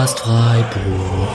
Podcast Freiburg.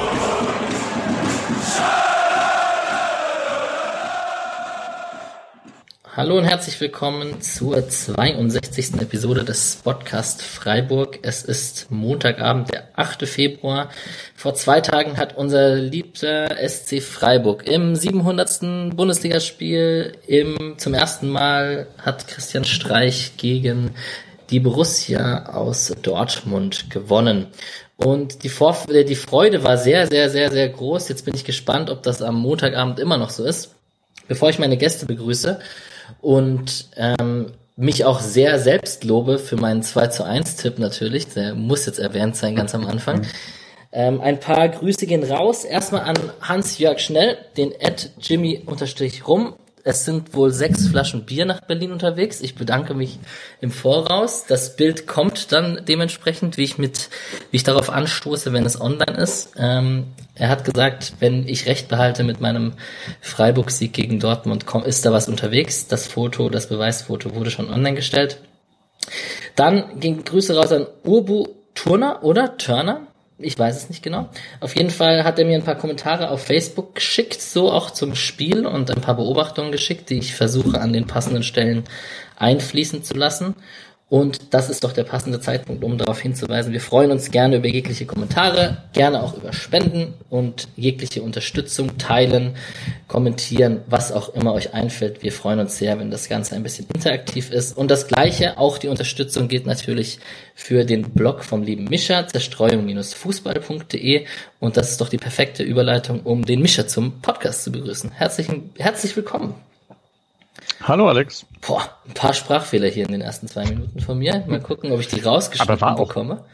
Hallo und herzlich willkommen zur 62. Episode des Podcast Freiburg. Es ist Montagabend, der 8. Februar. Vor 2 Tagen hat unser liebster SC Freiburg im 700. Bundesligaspiel zum ersten Mal hat Christian Streich gegen die Borussia aus Dortmund gewonnen. Und die Freude war sehr, sehr, sehr, sehr groß. Jetzt bin ich gespannt, ob das am Montagabend immer noch so ist. Bevor ich meine Gäste begrüße und mich auch sehr selbst lobe für meinen 2:1-Tipp natürlich, der muss jetzt erwähnt sein ganz am Anfang. Ein paar Grüße gehen raus. Erstmal an Hans-Jörg Schnell, den @Jimmy_rum. Es sind wohl 6 Flaschen Bier nach Berlin unterwegs. Ich bedanke mich im Voraus. Das Bild kommt dann dementsprechend, wie ich darauf anstoße, wenn es online ist. Er hat gesagt, wenn ich recht behalte mit meinem Freiburg-Sieg gegen Dortmund, ist da was unterwegs. Das Beweisfoto wurde schon online gestellt. Dann gingen Grüße raus an Urbu Turner oder Turner. Ich weiß es nicht genau. Auf jeden Fall hat er mir ein paar Kommentare auf Facebook geschickt, so auch zum Spiel und ein paar Beobachtungen geschickt, die ich versuche an den passenden Stellen einfließen zu lassen. Und das ist doch der passende Zeitpunkt, um darauf hinzuweisen. Wir freuen uns gerne über jegliche Kommentare, gerne auch über Spenden und jegliche Unterstützung, teilen, kommentieren, was auch immer euch einfällt. Wir freuen uns sehr, wenn das Ganze ein bisschen interaktiv ist. Und das Gleiche, auch die Unterstützung gilt natürlich für den Blog vom lieben Mischa, zerstreuung-fußball.de. Und das ist doch die perfekte Überleitung, um den Mischa zum Podcast zu begrüßen. Herzlich willkommen. Hallo Alex. Ein paar Sprachfehler hier in den ersten 2 Minuten von mir. Mal gucken, ob ich die rausgeschnitten bekomme.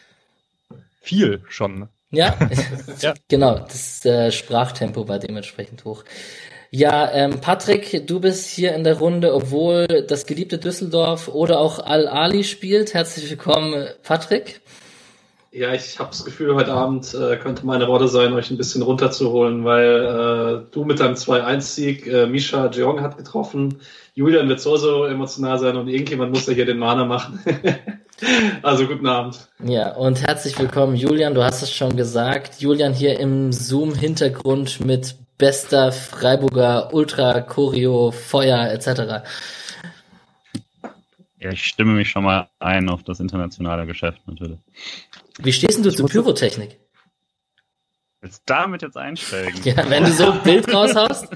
Viel schon. Ja, ja. Genau, das Sprachtempo war dementsprechend hoch. Ja, Patrick, du bist hier in der Runde, obwohl das geliebte Düsseldorf oder auch Al-Ali spielt. Herzlich willkommen, Patrick. Ja, ich habe das Gefühl, heute Abend könnte meine Rolle sein, euch ein bisschen runterzuholen, weil du mit deinem 2:1-Sieg, Mischa Jeong hat getroffen, Julian wird so emotional sein und irgendjemand muss ja hier den Mahner machen. Also guten Abend. Ja, und herzlich willkommen, Julian, du hast es schon gesagt. Julian hier im Zoom-Hintergrund mit bester Freiburger Ultra-Choreo, Feuer etc. Ja, ich stimme mich schon mal ein auf das internationale Geschäft natürlich. Wie stehst denn du zur Pyrotechnik? Willst du damit jetzt einsteigen? Ja, wenn du so ein Bild raushaust.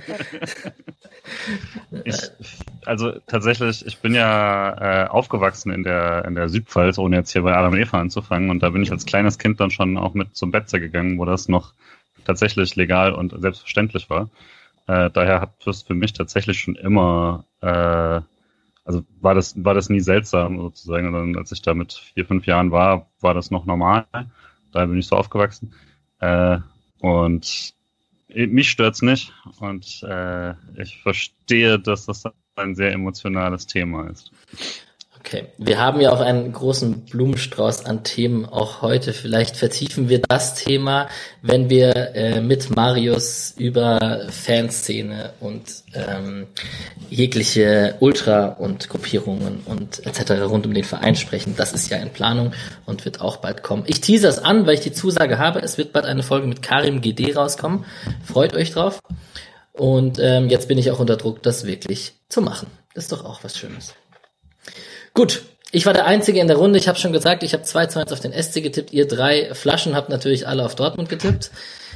Ich bin ja aufgewachsen in der Südpfalz, ohne jetzt hier bei Adam und Eva anzufangen. Und da bin ich als kleines Kind dann schon auch mit zum Betze gegangen, wo das noch tatsächlich legal und selbstverständlich war. Daher hat das für mich tatsächlich schon immer war das nie seltsam sozusagen. Und dann, als ich da mit 4, 5 Jahren war das noch normal. Da bin ich so aufgewachsen. Und mich stört's nicht. Und ich verstehe, dass das ein sehr emotionales Thema ist. Okay, wir haben ja auch einen großen Blumenstrauß an Themen auch heute. Vielleicht vertiefen wir das Thema, wenn wir mit Marius über Fanszene und jegliche Ultra- und Gruppierungen und etc. rund um den Verein sprechen. Das ist ja in Planung und wird auch bald kommen. Ich tease es an, weil ich die Zusage habe. Es wird bald eine Folge mit Karim GD rauskommen. Freut euch drauf. Und jetzt bin ich auch unter Druck, das wirklich zu machen. Das ist doch auch was Schönes. Gut, ich war der Einzige in der Runde. Ich habe schon gesagt, ich habe 2:1 auf den SC getippt. Ihr 3 Flaschen habt natürlich alle auf Dortmund getippt.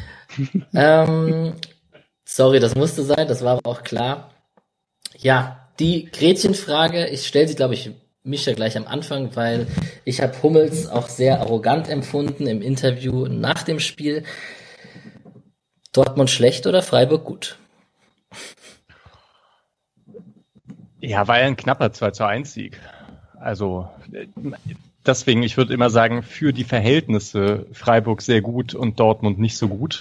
Sorry, das musste sein, das war aber auch klar. Ja, die Gretchenfrage, ich stelle sie, glaube ich, Mischa gleich am Anfang, weil ich habe Hummels auch sehr arrogant empfunden im Interview nach dem Spiel. Dortmund schlecht oder Freiburg gut? Ja, war ja ein knapper 2:1-Sieg. Also deswegen, ich würde immer sagen, für die Verhältnisse Freiburg sehr gut und Dortmund nicht so gut.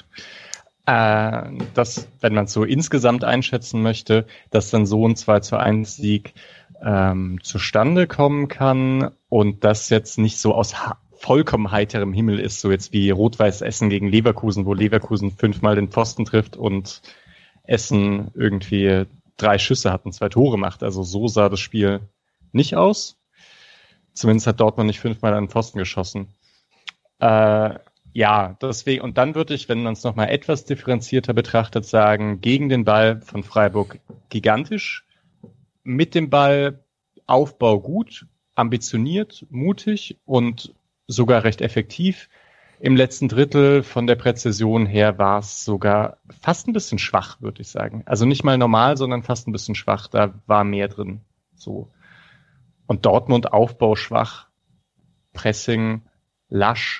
Wenn man es so insgesamt einschätzen möchte, dass dann so ein 2:1-Sieg zustande kommen kann und das jetzt nicht so aus vollkommen heiterem Himmel ist, so jetzt wie Rot-Weiß Essen gegen Leverkusen, wo Leverkusen 5-mal den Pfosten trifft und Essen irgendwie 3 Schüsse hat und 2 Tore macht. Also so sah das Spiel nicht aus. Zumindest hat Dortmund nicht 5-mal an den Pfosten geschossen. Ja, deswegen, und dann würde ich, wenn man es nochmal etwas differenzierter betrachtet, sagen, gegen den Ball von Freiburg gigantisch, mit dem Ball Aufbau gut, ambitioniert, mutig und sogar recht effektiv. Im letzten Drittel von der Präzision her war es sogar fast ein bisschen schwach, würde ich sagen. Also nicht mal normal, sondern fast ein bisschen schwach. Da war mehr drin. So. Und Dortmund Aufbau schwach, Pressing lasch,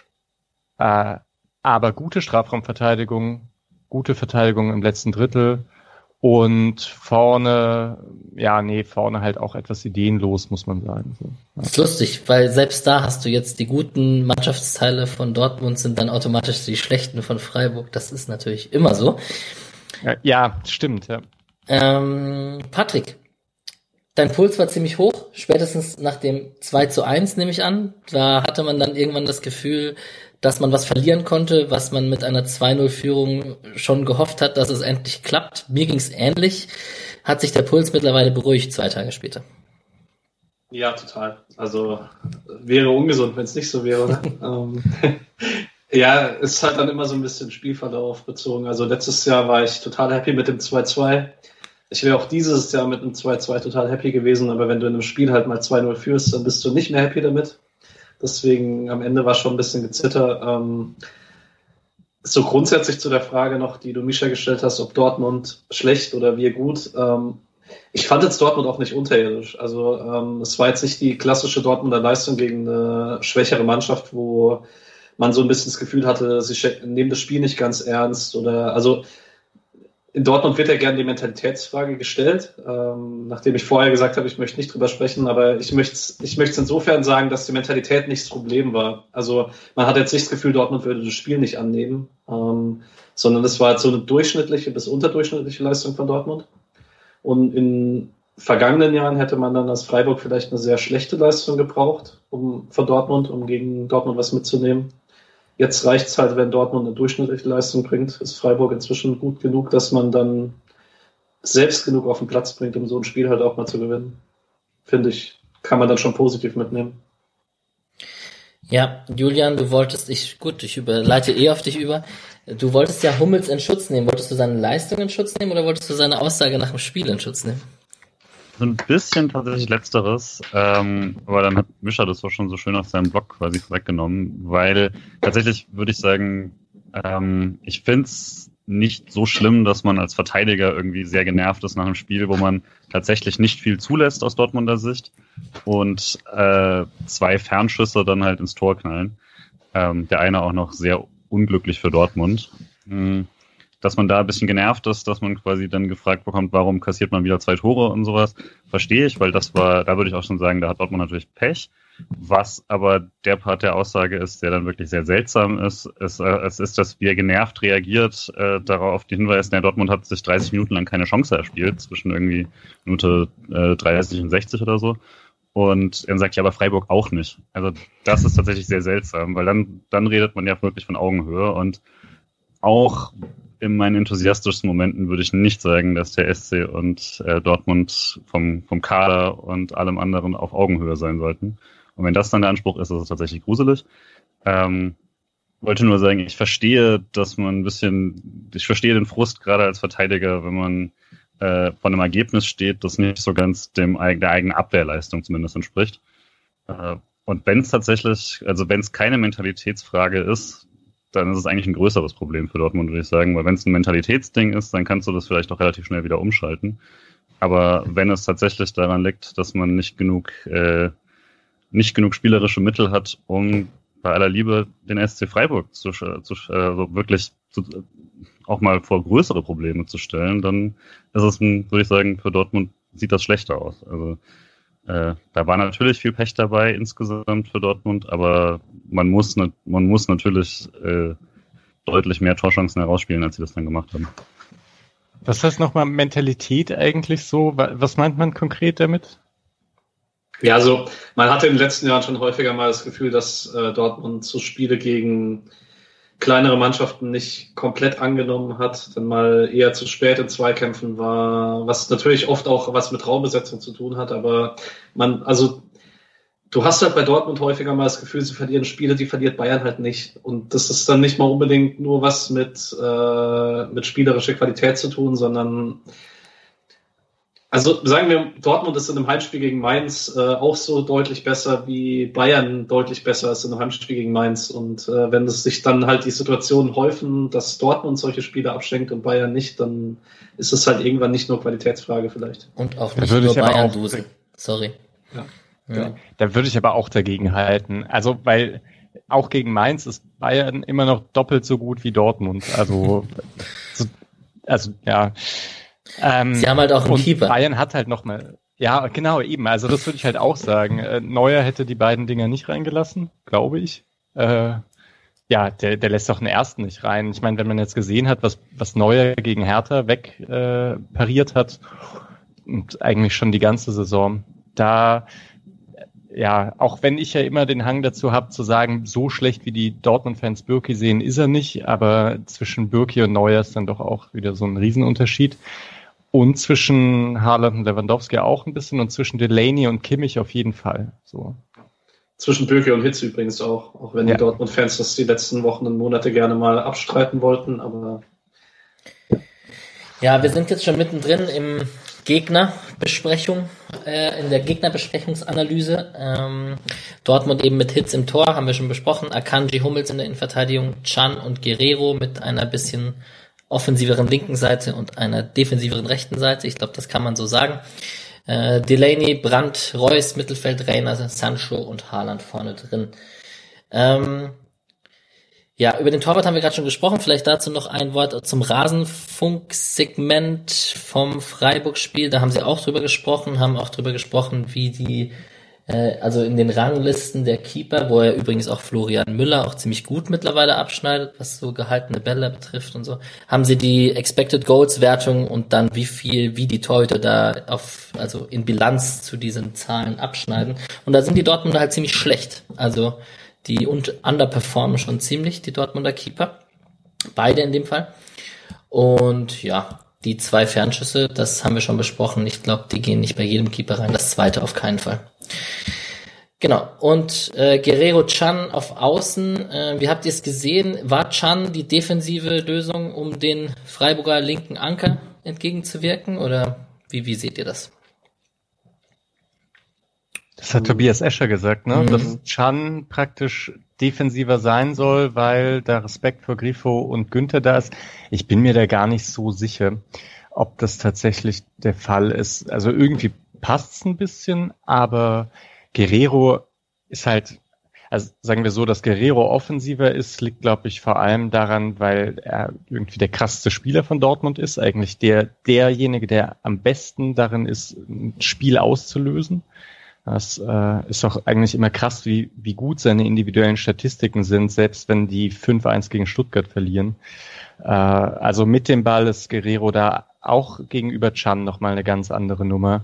aber gute Strafraumverteidigung, gute Verteidigung im letzten Drittel und vorne halt auch etwas ideenlos, muss man sagen. So, ja. Das ist lustig, weil selbst da hast du jetzt die guten Mannschaftsteile von Dortmund sind dann automatisch die schlechten von Freiburg. Das ist natürlich immer so. Ja, stimmt, ja. Patrick, dein Puls war ziemlich hoch, spätestens nach dem 2:1 nehme ich an. Da hatte man dann irgendwann das Gefühl, dass man was verlieren konnte, was man mit einer 2:0-Führung schon gehofft hat, dass es endlich klappt. Mir ging's ähnlich. Hat sich der Puls mittlerweile beruhigt 2 Tage später? Ja, total. Also wäre ungesund, wenn es nicht so wäre, oder? Ja, ist halt dann immer so ein bisschen Spielverlauf bezogen. Also letztes Jahr war ich total happy mit dem 2:2. Ich wäre auch dieses Jahr mit einem 2:2 total happy gewesen, aber wenn du in einem Spiel halt mal 2:0 führst, dann bist du nicht mehr happy damit. Deswegen am Ende war schon ein bisschen Gezitter. So grundsätzlich zu der Frage noch, die du Mischa gestellt hast, ob Dortmund schlecht oder wir gut. Ich fand jetzt Dortmund auch nicht unterirdisch. Also es war jetzt nicht die klassische Dortmunder Leistung gegen eine schwächere Mannschaft, wo man so ein bisschen das Gefühl hatte, sie nehmen das Spiel nicht ganz ernst. Also in Dortmund wird ja gerne die Mentalitätsfrage gestellt, nachdem ich vorher gesagt habe, ich möchte nicht drüber sprechen, aber ich möchte es insofern sagen, dass die Mentalität nicht das Problem war. Also man hat jetzt nicht das Gefühl, Dortmund würde das Spiel nicht annehmen, sondern es war jetzt so eine durchschnittliche bis unterdurchschnittliche Leistung von Dortmund. Und in vergangenen Jahren hätte man dann als Freiburg vielleicht eine sehr schlechte Leistung gebraucht von Dortmund, um gegen Dortmund was mitzunehmen. Jetzt reicht es halt, wenn Dortmund eine durchschnittliche Leistung bringt, ist Freiburg inzwischen gut genug, dass man dann selbst genug auf den Platz bringt, um so ein Spiel halt auch mal zu gewinnen. Finde ich, kann man dann schon positiv mitnehmen. Ja, Julian, ich leite auf dich über. Du wolltest ja Hummels in Schutz nehmen. Wolltest du seine Leistung in Schutz nehmen oder wolltest du seine Aussage nach dem Spiel in Schutz nehmen? So ein bisschen tatsächlich Letzteres, aber dann hat Mischa das auch schon so schön auf seinem Blog quasi weggenommen, weil tatsächlich würde ich sagen, ich finde es nicht so schlimm, dass man als Verteidiger irgendwie sehr genervt ist nach einem Spiel, wo man tatsächlich nicht viel zulässt aus Dortmunder Sicht und 2 Fernschüsse dann halt ins Tor knallen. Der eine auch noch sehr unglücklich für Dortmund. Dass man da ein bisschen genervt ist, dass man quasi dann gefragt bekommt, warum kassiert man wieder 2 Tore und sowas, verstehe ich, weil da würde ich auch schon sagen, da hat Dortmund natürlich Pech. Was aber der Part der Aussage ist, der dann wirklich sehr seltsam ist, es ist, dass wie er genervt reagiert darauf den Hinweis, Dortmund hat sich 30 Minuten lang keine Chance erspielt, zwischen irgendwie Minute 30 und 60 oder so. Und er sagt, ja, aber Freiburg auch nicht. Also das ist tatsächlich sehr seltsam, weil dann redet man ja wirklich von Augenhöhe und auch in meinen enthusiastischsten Momenten würde ich nicht sagen, dass der SC und Dortmund vom Kader und allem anderen auf Augenhöhe sein sollten. Und wenn das dann der Anspruch ist, ist es tatsächlich gruselig. Wollte nur sagen, ich verstehe den Frust gerade als Verteidiger, wenn man von einem Ergebnis steht, das nicht so ganz der eigenen Abwehrleistung zumindest entspricht. Und wenn es keine Mentalitätsfrage ist, dann ist es eigentlich ein größeres Problem für Dortmund, würde ich sagen, weil wenn es ein Mentalitätsding ist, dann kannst du das vielleicht auch relativ schnell wieder umschalten. Aber wenn es tatsächlich daran liegt, dass man nicht genug spielerische Mittel hat, um bei aller Liebe den SC Freiburg auch mal vor größere Probleme zu stellen, dann ist es, würde ich sagen, für Dortmund sieht das schlechter aus. Also da war natürlich viel Pech dabei insgesamt für Dortmund, aber man muss natürlich deutlich mehr Torchancen herausspielen, als sie das dann gemacht haben. Was heißt nochmal Mentalität eigentlich so? Was meint man konkret damit? Ja, also man hatte in den letzten Jahren schon häufiger mal das Gefühl, dass Dortmund so Spiele gegen kleinere Mannschaften nicht komplett angenommen hat, dann mal eher zu spät in Zweikämpfen war, was natürlich oft auch was mit Raumbesetzung zu tun hat, aber du hast halt bei Dortmund häufiger mal das Gefühl, sie verlieren Spiele, die verliert Bayern halt nicht. Und das ist dann nicht mal unbedingt nur was mit spielerischer Qualität zu tun, sondern also sagen wir, Dortmund ist in einem Heimspiel gegen Mainz auch so deutlich besser, wie Bayern deutlich besser ist in einem Heimspiel gegen Mainz. Und wenn es sich dann halt die Situationen häufen, dass Dortmund solche Spiele abschenkt und Bayern nicht, dann ist es halt irgendwann nicht nur Qualitätsfrage vielleicht. Und auch nicht nur Bayern-Dusel. Sorry. Ja. Da würde ich aber auch dagegen halten. Also, weil auch gegen Mainz ist Bayern immer noch doppelt so gut wie Dortmund. Also ja. Sie haben halt auch einen Keeper. Bayern hat halt nochmal, ja, genau, eben. Also das würde ich halt auch sagen. Neuer hätte die beiden Dinger nicht reingelassen, glaube ich. Ja, der lässt auch den ersten nicht rein. Ich meine, wenn man jetzt gesehen hat, was Neuer gegen Hertha pariert hat, und eigentlich schon die ganze Saison, da, ja, auch wenn ich ja immer den Hang dazu habe, zu sagen, so schlecht wie die Dortmund-Fans Bürki sehen, ist er nicht, aber zwischen Bürki und Neuer ist dann doch auch wieder so ein Riesenunterschied. Und zwischen Haaland und Lewandowski auch ein bisschen und zwischen Delaney und Kimmich auf jeden Fall. So. Zwischen Bürki und Hitz übrigens auch wenn die Dortmund-Fans das die letzten Wochen und Monate gerne mal abstreiten wollten, aber ja, wir sind jetzt schon mittendrin im Gegnerbesprechung, in der Gegnerbesprechungsanalyse. Dortmund eben mit Hitz im Tor, haben wir schon besprochen. Akanji, Hummels in der Innenverteidigung, Can und Guerrero mit einer bisschen offensiveren linken Seite und einer defensiveren rechten Seite. Ich glaube, das kann man so sagen. Delaney, Brandt, Reus, Mittelfeld, Reina, Sancho und Haaland vorne drin. Ja, über den Torwart haben wir gerade schon gesprochen. Vielleicht dazu noch ein Wort zum Rasenfunk-Segment vom Freiburg-Spiel. Da haben sie auch drüber gesprochen, wie die, also in den Ranglisten der Keeper, wo er übrigens auch Florian Müller auch ziemlich gut mittlerweile abschneidet, was so gehaltene Bälle betrifft und so, haben sie die Expected Goals-Wertung und dann wie die Torhüter da also in Bilanz zu diesen Zahlen abschneiden. Und da sind die Dortmunder halt ziemlich schlecht. Also die underperformen schon ziemlich, die Dortmunder Keeper. Beide in dem Fall. Und ja, die 2 Fernschüsse, das haben wir schon besprochen. Ich glaube, die gehen nicht bei jedem Keeper rein. Das zweite auf keinen Fall. Genau. Und Guerrero Can auf Außen. Wie habt ihr es gesehen? War Can die defensive Lösung, um den Freiburger linken Anker entgegenzuwirken? Oder wie seht ihr das? Das hat Tobias Escher gesagt, ne? Dass Can praktisch defensiver sein soll, weil da Respekt vor Grifo und Günther da ist. Ich bin mir da gar nicht so sicher, ob das tatsächlich der Fall ist. Also irgendwie passt's ein bisschen, aber Guerrero ist halt, also sagen wir so, dass Guerrero offensiver ist, liegt, glaube ich, vor allem daran, weil er irgendwie der krasseste Spieler von Dortmund ist. Eigentlich derjenige, der am besten darin ist, ein Spiel auszulösen. Das ist auch eigentlich immer krass, wie gut seine individuellen Statistiken sind, selbst wenn die 5-1 gegen Stuttgart verlieren. Also mit dem Ball ist Guerrero da auch gegenüber Can nochmal eine ganz andere Nummer.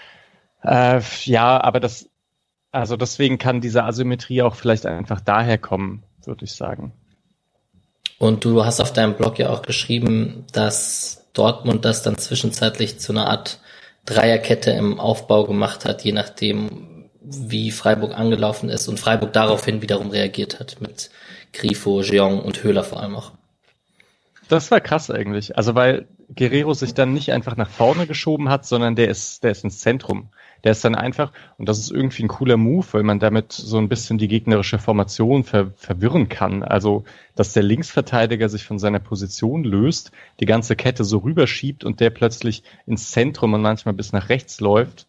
Ja, aber deswegen kann diese Asymmetrie auch vielleicht einfach daher kommen, würde ich sagen. Und du hast auf deinem Blog ja auch geschrieben, dass Dortmund das dann zwischenzeitlich zu einer Art Dreierkette im Aufbau gemacht hat, je nachdem, wie Freiburg angelaufen ist und Freiburg daraufhin wiederum reagiert hat mit Grifo, Jeong und Höhler vor allem auch. Das war krass eigentlich, also weil Guerrero sich dann nicht einfach nach vorne geschoben hat, sondern der ist ins Zentrum. Der ist dann einfach, und das ist irgendwie ein cooler Move, weil man damit so ein bisschen die gegnerische Formation verwirren kann. Also, dass der Linksverteidiger sich von seiner Position löst, die ganze Kette so rüberschiebt und der plötzlich ins Zentrum und manchmal bis nach rechts läuft.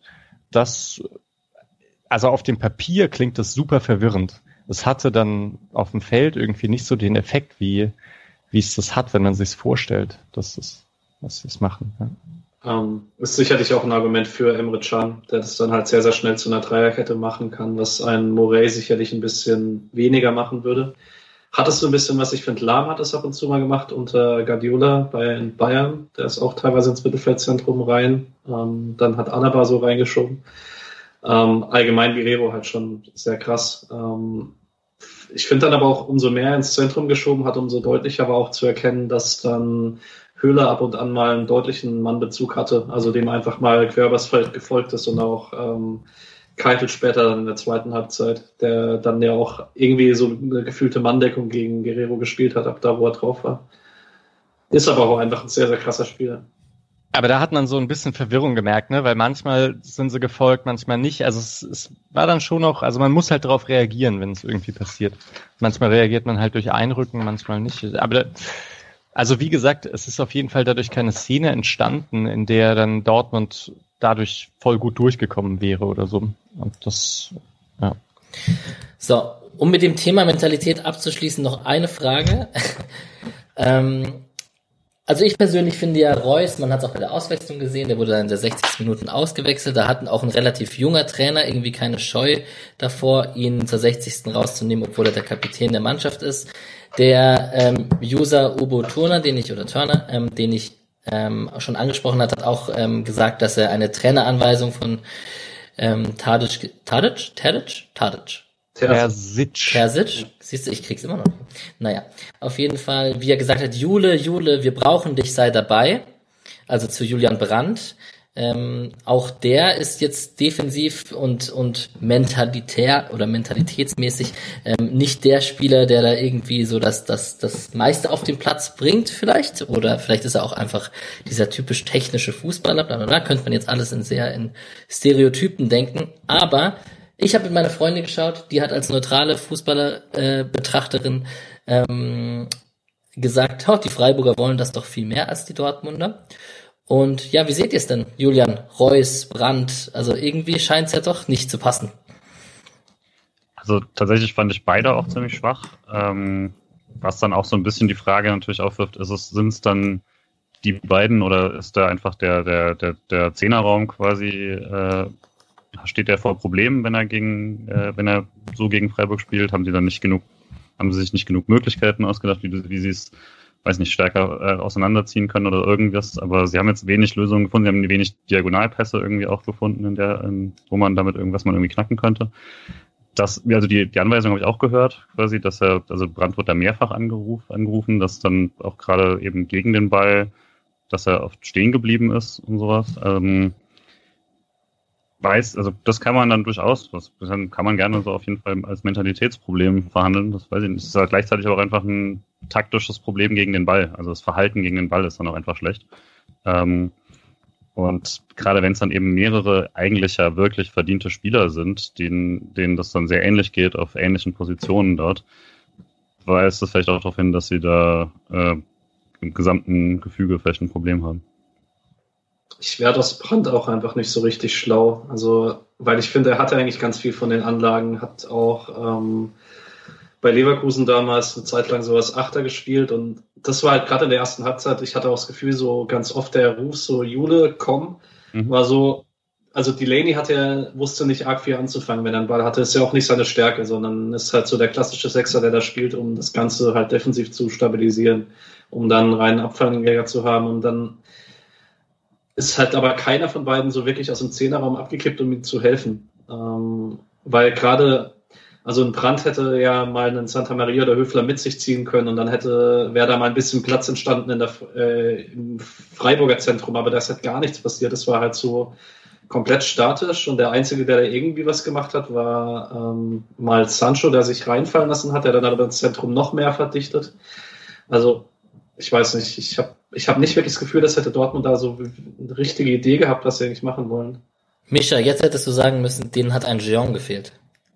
Also auf dem Papier klingt das super verwirrend. Es hatte dann auf dem Feld irgendwie nicht so den Effekt, wie es das hat, wenn man sich's vorstellt, dass sie es machen. Ja. Ist sicherlich auch ein Argument für Emre Can, der das dann halt sehr, sehr schnell zu einer Dreierkette machen kann, was ein Morey sicherlich ein bisschen weniger machen würde. Hattest du ein bisschen, was ich finde, Lahm hat es ab und zu mal gemacht unter Guardiola bei Bayern. Der ist auch teilweise ins Mittelfeldzentrum rein. Dann hat Alaba so reingeschoben. Allgemein Guerrero halt schon sehr krass. Ich finde dann aber auch, umso mehr ins Zentrum geschoben hat, umso deutlicher war auch zu erkennen, dass dann Höhler ab und an mal einen deutlichen Mannbezug hatte, also dem einfach mal quer übers Feld gefolgt ist und auch Keitel später dann in der zweiten Halbzeit, der dann ja auch irgendwie so eine gefühlte Manndeckung gegen Guerrero gespielt hat, ab da, wo er drauf war. Ist aber auch einfach ein sehr, sehr krasser Spieler. Aber da hat man so ein bisschen Verwirrung gemerkt, ne? Weil manchmal sind sie gefolgt, manchmal nicht. Also es war dann schon noch, also man muss halt darauf reagieren, wenn es irgendwie passiert. Manchmal reagiert man halt durch Einrücken, manchmal nicht. Aber also wie gesagt, es ist auf jeden Fall dadurch keine Szene entstanden, in der dann Dortmund dadurch voll gut durchgekommen wäre oder so. Und das, ja. So, um mit dem Thema Mentalität abzuschließen, noch eine Frage. Also ich persönlich finde ja Reus, man hat es auch bei der Auswechslung gesehen, der wurde dann in der 60. Minuten ausgewechselt, da hatten auch ein relativ junger Trainer irgendwie keine Scheu davor, ihn zur 60. rauszunehmen, obwohl er der Kapitän der Mannschaft ist. Der User Ubo Turner, den ich schon angesprochen hat auch gesagt, dass er eine Traineranweisung von Terzic? Siehst du, ich krieg's immer noch. Naja, auf jeden Fall, wie er gesagt hat, Jule, wir brauchen dich, sei dabei. Also zu Julian Brandt. Auch der ist jetzt defensiv und mentalitätsmäßig nicht der Spieler, der da irgendwie so das meiste auf den Platz bringt vielleicht. Oder vielleicht ist er auch einfach dieser typisch technische Fußballer. Blablabla. Könnte man jetzt alles in Stereotypen denken. Aber ich habe mit meiner Freundin geschaut, die hat als neutrale Fußballer-Betrachterin gesagt, die Freiburger wollen das doch viel mehr als die Dortmunder. Und ja, wie seht ihr es denn, Julian? Reus, Brandt, also irgendwie scheint es ja doch nicht zu passen. Also tatsächlich fand ich beide auch ziemlich schwach. Was dann auch so ein bisschen die Frage natürlich aufwirft, sind es dann die beiden oder ist da einfach der Zehnerraum quasi, steht der vor Problemen, wenn er so gegen Freiburg spielt? Haben sie sich nicht genug Möglichkeiten ausgedacht, wie sie es, weiß nicht, stärker auseinanderziehen können oder irgendwas, aber sie haben jetzt wenig Lösungen gefunden, sie haben wenig Diagonalpässe irgendwie auch gefunden, wo man damit irgendwas mal irgendwie knacken könnte. Also die Anweisung habe ich auch gehört, quasi, also Brandt wird da mehrfach angerufen, dass dann auch gerade eben gegen den Ball, dass er oft stehen geblieben ist und sowas. Also das kann man dann durchaus, das kann man gerne so auf jeden Fall als Mentalitätsproblem verhandeln, das weiß ich nicht. Das ist aber gleichzeitig auch einfach ein taktisches Problem gegen den Ball, also das Verhalten gegen den Ball ist dann auch einfach schlecht. Und gerade wenn es dann eben mehrere eigentlich ja wirklich verdiente Spieler sind, denen das dann sehr ähnlich geht auf ähnlichen Positionen dort, weist das vielleicht auch darauf hin, dass sie da im gesamten Gefüge vielleicht ein Problem haben. Ich werde aus Brandt auch einfach nicht so richtig schlau. Also, weil ich finde, er hatte eigentlich ganz viel von den Anlagen, hat auch bei Leverkusen damals eine Zeit lang so als Achter gespielt und das war halt gerade in der ersten Halbzeit, ich hatte auch das Gefühl, so ganz oft der Ruf so, Jule, komm, war so, also Delaney wusste nicht arg viel anzufangen, wenn er einen Ball hatte, ist ja auch nicht seine Stärke, sondern ist halt so der klassische Sechser, der da spielt, um das Ganze halt defensiv zu stabilisieren, um dann einen reinen Abfangjäger zu haben und dann ist halt aber keiner von beiden so wirklich aus dem Zehnerraum abgekippt, um ihm zu helfen. Weil gerade, also ein Brandt hätte ja mal einen Santa Maria oder Höfler mit sich ziehen können und dann wäre da mal ein bisschen Platz entstanden im Freiburger Zentrum, aber da ist halt gar nichts passiert. Es war halt so komplett statisch und der Einzige, der da irgendwie was gemacht hat, war mal Sancho, der sich reinfallen lassen hat, der dann aber das Zentrum noch mehr verdichtet. Also ich weiß nicht, ich hab nicht wirklich das Gefühl, dass hätte Dortmund da so eine richtige Idee gehabt, was sie eigentlich machen wollen. Mischa, jetzt hättest du sagen müssen, denen hat ein Jean gefehlt.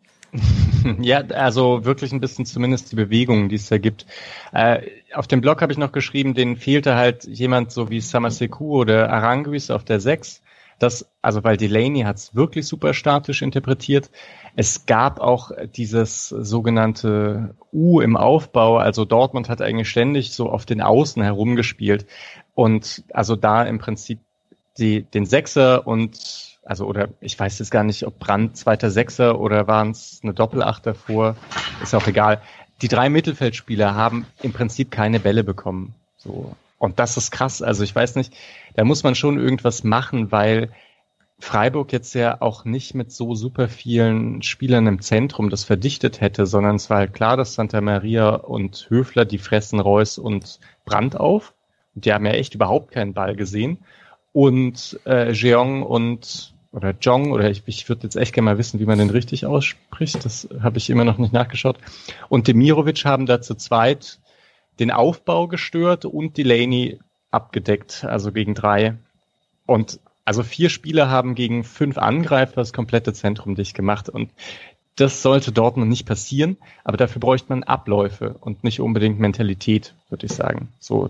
Ja, also wirklich ein bisschen zumindest die Bewegung, die es da gibt. Auf dem Blog habe ich noch geschrieben, denen fehlte halt jemand so wie Samasekou oder Aranguiz auf der 6. Weil Delaney hat es wirklich super statisch interpretiert. Es gab auch dieses sogenannte U im Aufbau, also Dortmund hat eigentlich ständig so auf den Außen herumgespielt und also da im Prinzip den Sechser oder ich weiß jetzt gar nicht, ob Brandt zweiter Sechser oder waren es eine Doppelacht davor, ist auch egal. Die 3 Mittelfeldspieler haben im Prinzip keine Bälle bekommen. So. Und das ist krass, also ich weiß nicht, da muss man schon irgendwas machen, weil Freiburg jetzt ja auch nicht mit so super vielen Spielern im Zentrum das verdichtet hätte, sondern es war halt klar, dass Santa Maria und Höfler, die fressen Reus und Brandt auf. Die haben ja echt überhaupt keinen Ball gesehen. Und Jeong und oder Jong, oder ich würde jetzt echt gerne mal wissen, wie man den richtig ausspricht. Das habe ich immer noch nicht nachgeschaut. Und Demirovic haben da zu zweit den Aufbau gestört und Delaney abgedeckt, also gegen 3. Und also 4 Spieler haben gegen 5 Angreifer das komplette Zentrum dicht gemacht. Und das sollte Dortmund nicht passieren, aber dafür bräuchte man Abläufe und nicht unbedingt Mentalität, würde ich sagen. So,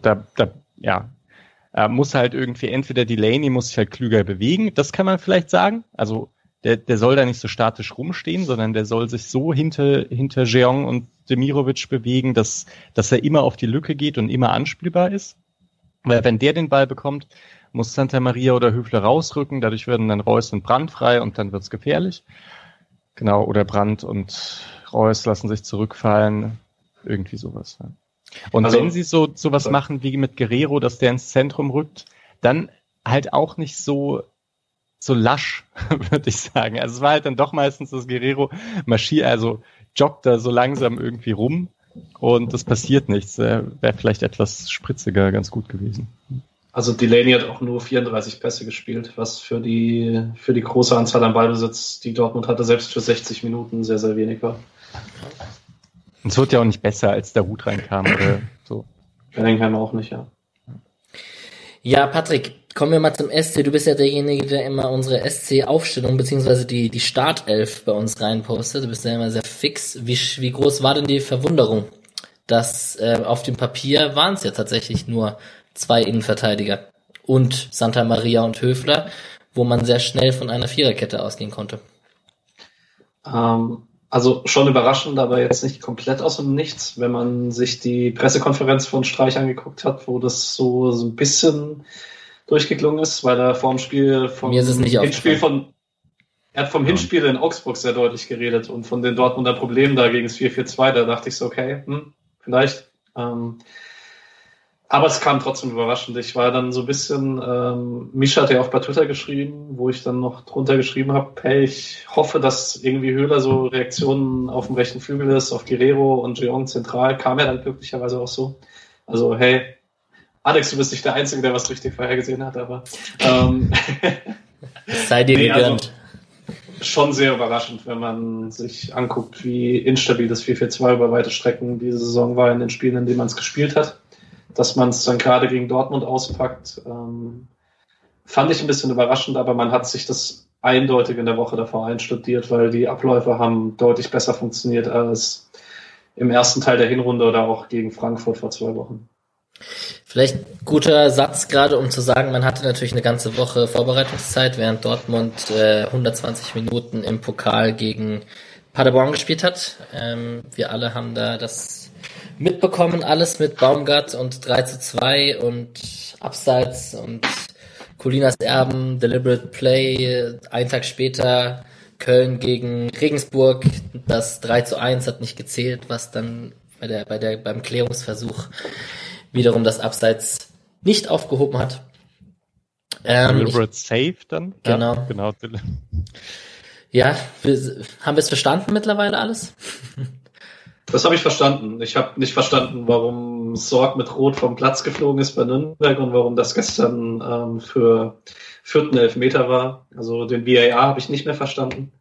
muss halt irgendwie, entweder Delaney muss sich halt klüger bewegen, das kann man vielleicht sagen. Also der soll da nicht so statisch rumstehen, sondern der soll sich so hinter Jeong und Demirovic bewegen, dass er immer auf die Lücke geht und immer anspielbar ist. Weil wenn der den Ball bekommt, muss Santa Maria oder Höfler rausrücken, dadurch werden dann Reus und Brandt frei und dann wird's gefährlich. Genau, oder Brandt und Reus lassen sich zurückfallen, irgendwie sowas. Ja. Und also, wenn sie sowas machen wie mit Guerrero, dass der ins Zentrum rückt, dann halt auch nicht so lasch, würde ich sagen. Also es war halt dann doch meistens das Guerrero joggt da so langsam irgendwie rum und es passiert nichts. Wäre vielleicht etwas spritziger ganz gut gewesen. Also Delaney hat auch nur 34 Pässe gespielt, was für die große Anzahl an Ballbesitz, die Dortmund hatte, selbst für 60 Minuten sehr, sehr wenig war. Und es wird ja auch nicht besser, als der Hut reinkam oder so. Bellingham auch nicht, ja. Ja, Patrick, kommen wir mal zum SC. Du bist ja derjenige, der immer unsere SC-Aufstellung beziehungsweise die Startelf bei uns reinpostet. Du bist ja immer sehr fix. Wie groß war denn die Verwunderung, dass auf dem Papier waren es ja tatsächlich nur 2 Innenverteidiger und Santa Maria und Höfler, wo man sehr schnell von einer Viererkette ausgehen konnte? Also schon überraschend, aber jetzt nicht komplett aus dem Nichts, wenn man sich die Pressekonferenz von Streich angeguckt hat, wo das so ein bisschen durchgeklungen ist, weil er vom Spiel Mir ist es nicht Hinspiel er hat vom Hinspiel in Augsburg sehr deutlich geredet und von den Dortmunder Problemen da gegen das 4-4-2, da dachte ich so, okay, vielleicht. Aber es kam trotzdem überraschend. Ich war dann so ein bisschen, Mischa hat ja auch bei Twitter geschrieben, wo ich dann noch drunter geschrieben habe, hey, ich hoffe, dass irgendwie Höhler so Reaktionen auf dem rechten Flügel ist, auf Guerrero und Jeong zentral, kam ja dann glücklicherweise auch so. Also, hey, Alex, du bist nicht der Einzige, der was richtig vorhergesehen hat, aber es sei dir gegönnt. Also, schon sehr überraschend, wenn man sich anguckt, wie instabil das 4-4-2 über weite Strecken diese Saison war in den Spielen, in denen man es gespielt hat. Dass man es dann gerade gegen Dortmund auspackt, fand ich ein bisschen überraschend, aber man hat sich das eindeutig in der Woche davor einstudiert, weil die Abläufe haben deutlich besser funktioniert als im ersten Teil der Hinrunde oder auch gegen Frankfurt vor 2 Wochen. Vielleicht guter Satz gerade, um zu sagen, man hatte natürlich eine ganze Woche Vorbereitungszeit, während Dortmund 120 Minuten im Pokal gegen Paderborn gespielt hat. Wir alle haben da das mitbekommen, alles mit Baumgart und 3-2 und Abseits und Colinas Erben, Deliberate Play, einen Tag später Köln gegen Regensburg, das 3-1 hat nicht gezählt, was dann beim Klärungsversuch wiederum das Abseits nicht aufgehoben hat. Deliberate Save dann? Genau. Ja, genau. Ja, haben wir es verstanden mittlerweile alles? Das habe ich verstanden. Ich habe nicht verstanden, warum Sorg mit Rot vom Platz geflogen ist bei Nürnberg und warum das gestern für 4. Elfmeter war. Also den VAR habe ich nicht mehr verstanden.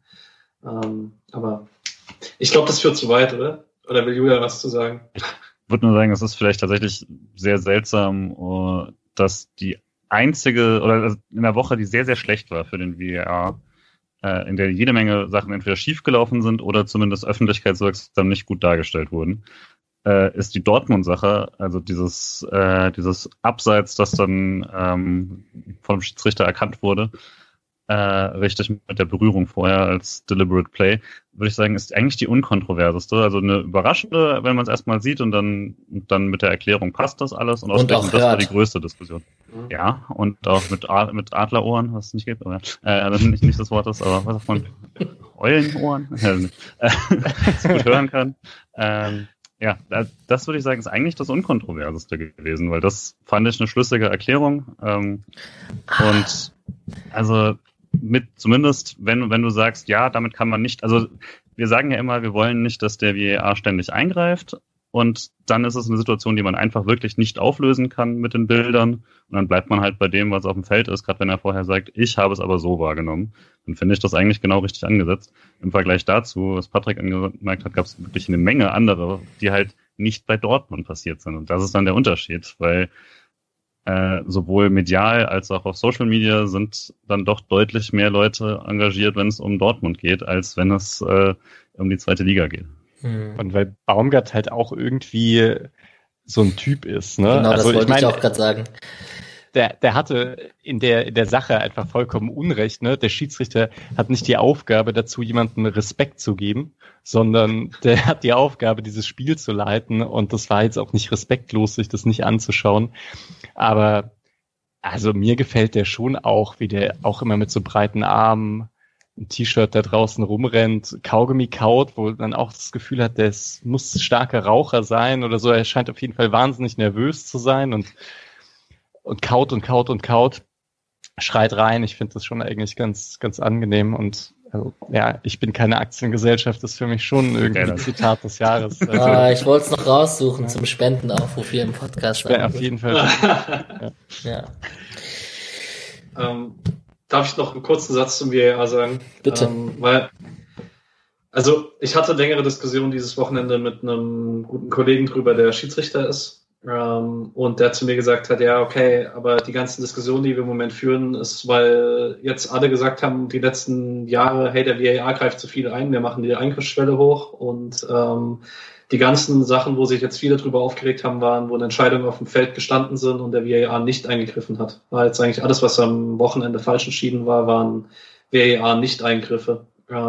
Aber ich glaube, das führt zu weit, oder? Oder will Julian was zu sagen? Ich würde nur sagen, es ist vielleicht tatsächlich sehr seltsam, dass die einzige, oder in der Woche, die sehr, sehr schlecht war für den VAR, in der jede Menge Sachen entweder schiefgelaufen sind oder zumindest öffentlichkeitswirksam nicht gut dargestellt wurden, ist die Dortmund-Sache, also dieses Abseits, das dann vom Schiedsrichter erkannt wurde, richtig mit der Berührung vorher als Deliberate Play, würde ich sagen, ist eigentlich die unkontroverseste. Also eine überraschende, wenn man es erstmal sieht und dann mit der Erklärung passt das alles und ausgerechnet das war die größte Diskussion. Mhm. Ja, und auch mit Adlerohren, was es nicht gibt, aber nicht das Wort ist, aber was von Eulenohren, das gut hören kann. Ja, das würde ich sagen, ist eigentlich das Unkontroverseste gewesen, weil das fand ich eine schlüssige Erklärung. Und also zumindest, wenn du sagst, ja, damit kann man nicht, also wir sagen ja immer, wir wollen nicht, dass der VAR ständig eingreift, Und dann ist es eine Situation, die man einfach wirklich nicht auflösen kann mit den Bildern. Und dann bleibt man halt bei dem, was auf dem Feld ist, gerade wenn er vorher sagt, ich habe es aber so wahrgenommen. Dann finde ich das eigentlich genau richtig angesetzt. Im Vergleich dazu, was Patrick angemerkt hat, gab es wirklich eine Menge andere, die halt nicht bei Dortmund passiert sind. Und das ist dann der Unterschied, weil sowohl medial als auch auf Social Media sind dann doch deutlich mehr Leute engagiert, wenn es um Dortmund geht, als wenn es um die zweite Liga geht. Und weil Baumgart halt auch irgendwie so ein Typ ist, ne? Genau, also, das wollte ich auch gerade sagen. Der hatte in der Sache einfach vollkommen Unrecht, ne? Der Schiedsrichter hat nicht die Aufgabe dazu, jemandem Respekt zu geben, sondern der hat die Aufgabe, dieses Spiel zu leiten, und das war jetzt auch nicht respektlos, sich das nicht anzuschauen. Aber also mir gefällt der schon auch, wie der auch immer mit so breiten Armen ein T-Shirt da draußen rumrennt, Kaugummi kaut, wo dann auch das Gefühl hat, der muss starker Raucher sein oder so. Er scheint auf jeden Fall wahnsinnig nervös zu sein und kaut und kaut und kaut, schreit rein. Ich finde das schon eigentlich ganz, ganz angenehm. Und also, ja, ich bin keine Aktiengesellschaft, ist für mich schon irgendwie ein Zitat des Jahres. Also, ich wollte es noch raussuchen zum Spendenaufruf hier im Podcast. Auf jeden Fall. Ja. Darf ich noch einen kurzen Satz zum VAR sagen? Bitte. Ich hatte längere Diskussionen dieses Wochenende mit einem guten Kollegen drüber, der Schiedsrichter ist. Und der zu mir gesagt hat, ja, okay, aber die ganzen Diskussionen, die wir im Moment führen, ist, weil jetzt alle gesagt haben, die letzten Jahre, hey, der VAR greift zu viel ein, wir machen die Eingriffsschwelle hoch, und die ganzen Sachen, wo sich jetzt viele drüber aufgeregt haben, waren, wo Entscheidungen auf dem Feld gestanden sind und der VAR nicht eingegriffen hat. War jetzt eigentlich alles, was am Wochenende falsch entschieden war, waren VAR-Nicht-Eingriffe.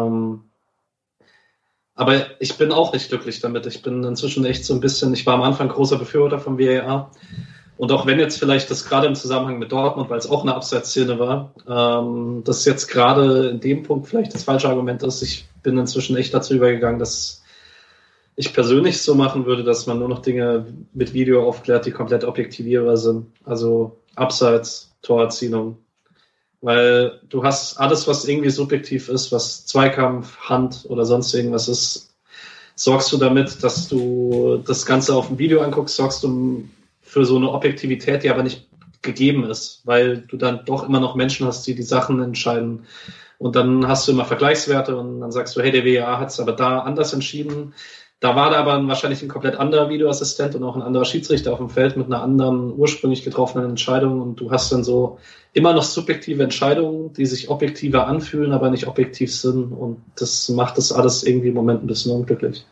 Aber ich bin auch nicht glücklich damit. Ich bin inzwischen echt so ein bisschen, ich war am Anfang großer Befürworter vom VAR. Und auch wenn jetzt vielleicht das gerade im Zusammenhang mit Dortmund, weil es auch eine Abseitsszene war, das jetzt gerade in dem Punkt vielleicht das falsche Argument ist, ich bin inzwischen echt dazu übergegangen, dass ich persönlich so machen würde, dass man nur noch Dinge mit Video aufklärt, die komplett objektivierbar sind. Also Abseits, Torerzielung. Weil du hast alles, was irgendwie subjektiv ist, was Zweikampf, Hand oder sonst irgendwas ist, sorgst du damit, dass du das Ganze auf dem Video anguckst, sorgst du für so eine Objektivität, die aber nicht gegeben ist, weil du dann doch immer noch Menschen hast, die Sachen entscheiden. Und dann hast du immer Vergleichswerte und dann sagst du, hey, der VAR hat es aber da anders entschieden. Da war da aber wahrscheinlich ein komplett anderer Videoassistent und auch ein anderer Schiedsrichter auf dem Feld mit einer anderen ursprünglich getroffenen Entscheidung, und du hast dann so immer noch subjektive Entscheidungen, die sich objektiver anfühlen, aber nicht objektiv sind, und das macht das alles irgendwie im Moment ein bisschen unglücklich.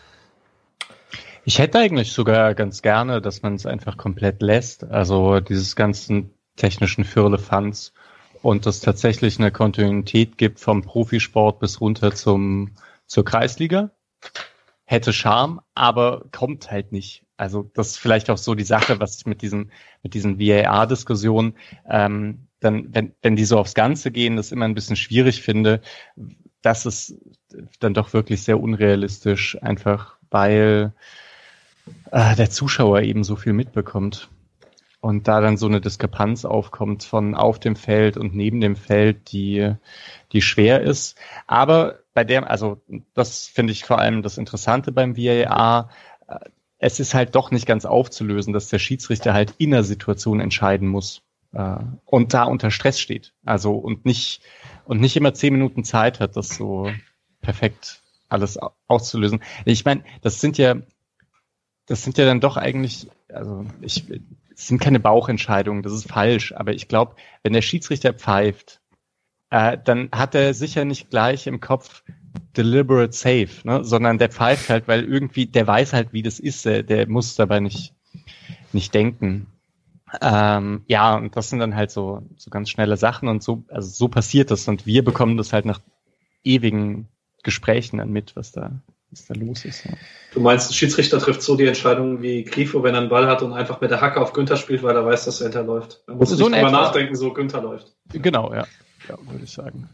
Ich hätte eigentlich sogar ganz gerne, dass man es einfach komplett lässt, also dieses ganzen technischen Firlefanz, und es tatsächlich eine Kontinuität gibt vom Profisport bis runter zur Kreisliga. Hätte Charme, aber kommt halt nicht. Also das ist vielleicht auch so die Sache, was ich mit diesen VAR-Diskussionen, dann, wenn die so aufs Ganze gehen, das immer ein bisschen schwierig finde. Das ist dann doch wirklich sehr unrealistisch, einfach weil der Zuschauer eben so viel mitbekommt. Und da dann so eine Diskrepanz aufkommt von auf dem Feld und neben dem Feld, die schwer ist. Aber bei der, also das finde ich vor allem das Interessante beim VAR, es ist halt doch nicht ganz aufzulösen, dass der Schiedsrichter halt in der Situation entscheiden muss und da unter Stress steht. Also und nicht immer 10 Minuten Zeit hat, das so perfekt alles auszulösen. Ich meine, das sind ja dann doch eigentlich, also es sind keine Bauchentscheidungen, das ist falsch, aber ich glaube, wenn der Schiedsrichter pfeift, dann hat er sicher nicht gleich im Kopf deliberate save, ne? Sondern der pfeift halt, weil irgendwie, der weiß halt, wie das ist, der muss dabei nicht denken. Ja, und das sind dann halt so ganz schnelle Sachen, und so passiert das, und wir bekommen das halt nach ewigen Gesprächen dann mit, was da los ist. Ja. Du meinst, ein Schiedsrichter trifft so die Entscheidung wie Grifo, wenn er einen Ball hat und einfach mit der Hacke auf Günther spielt, weil er weiß, dass er hinterläuft. Er muss so nicht drüber nachdenken, so Günther läuft. Genau, ja. Ja, würde ich sagen.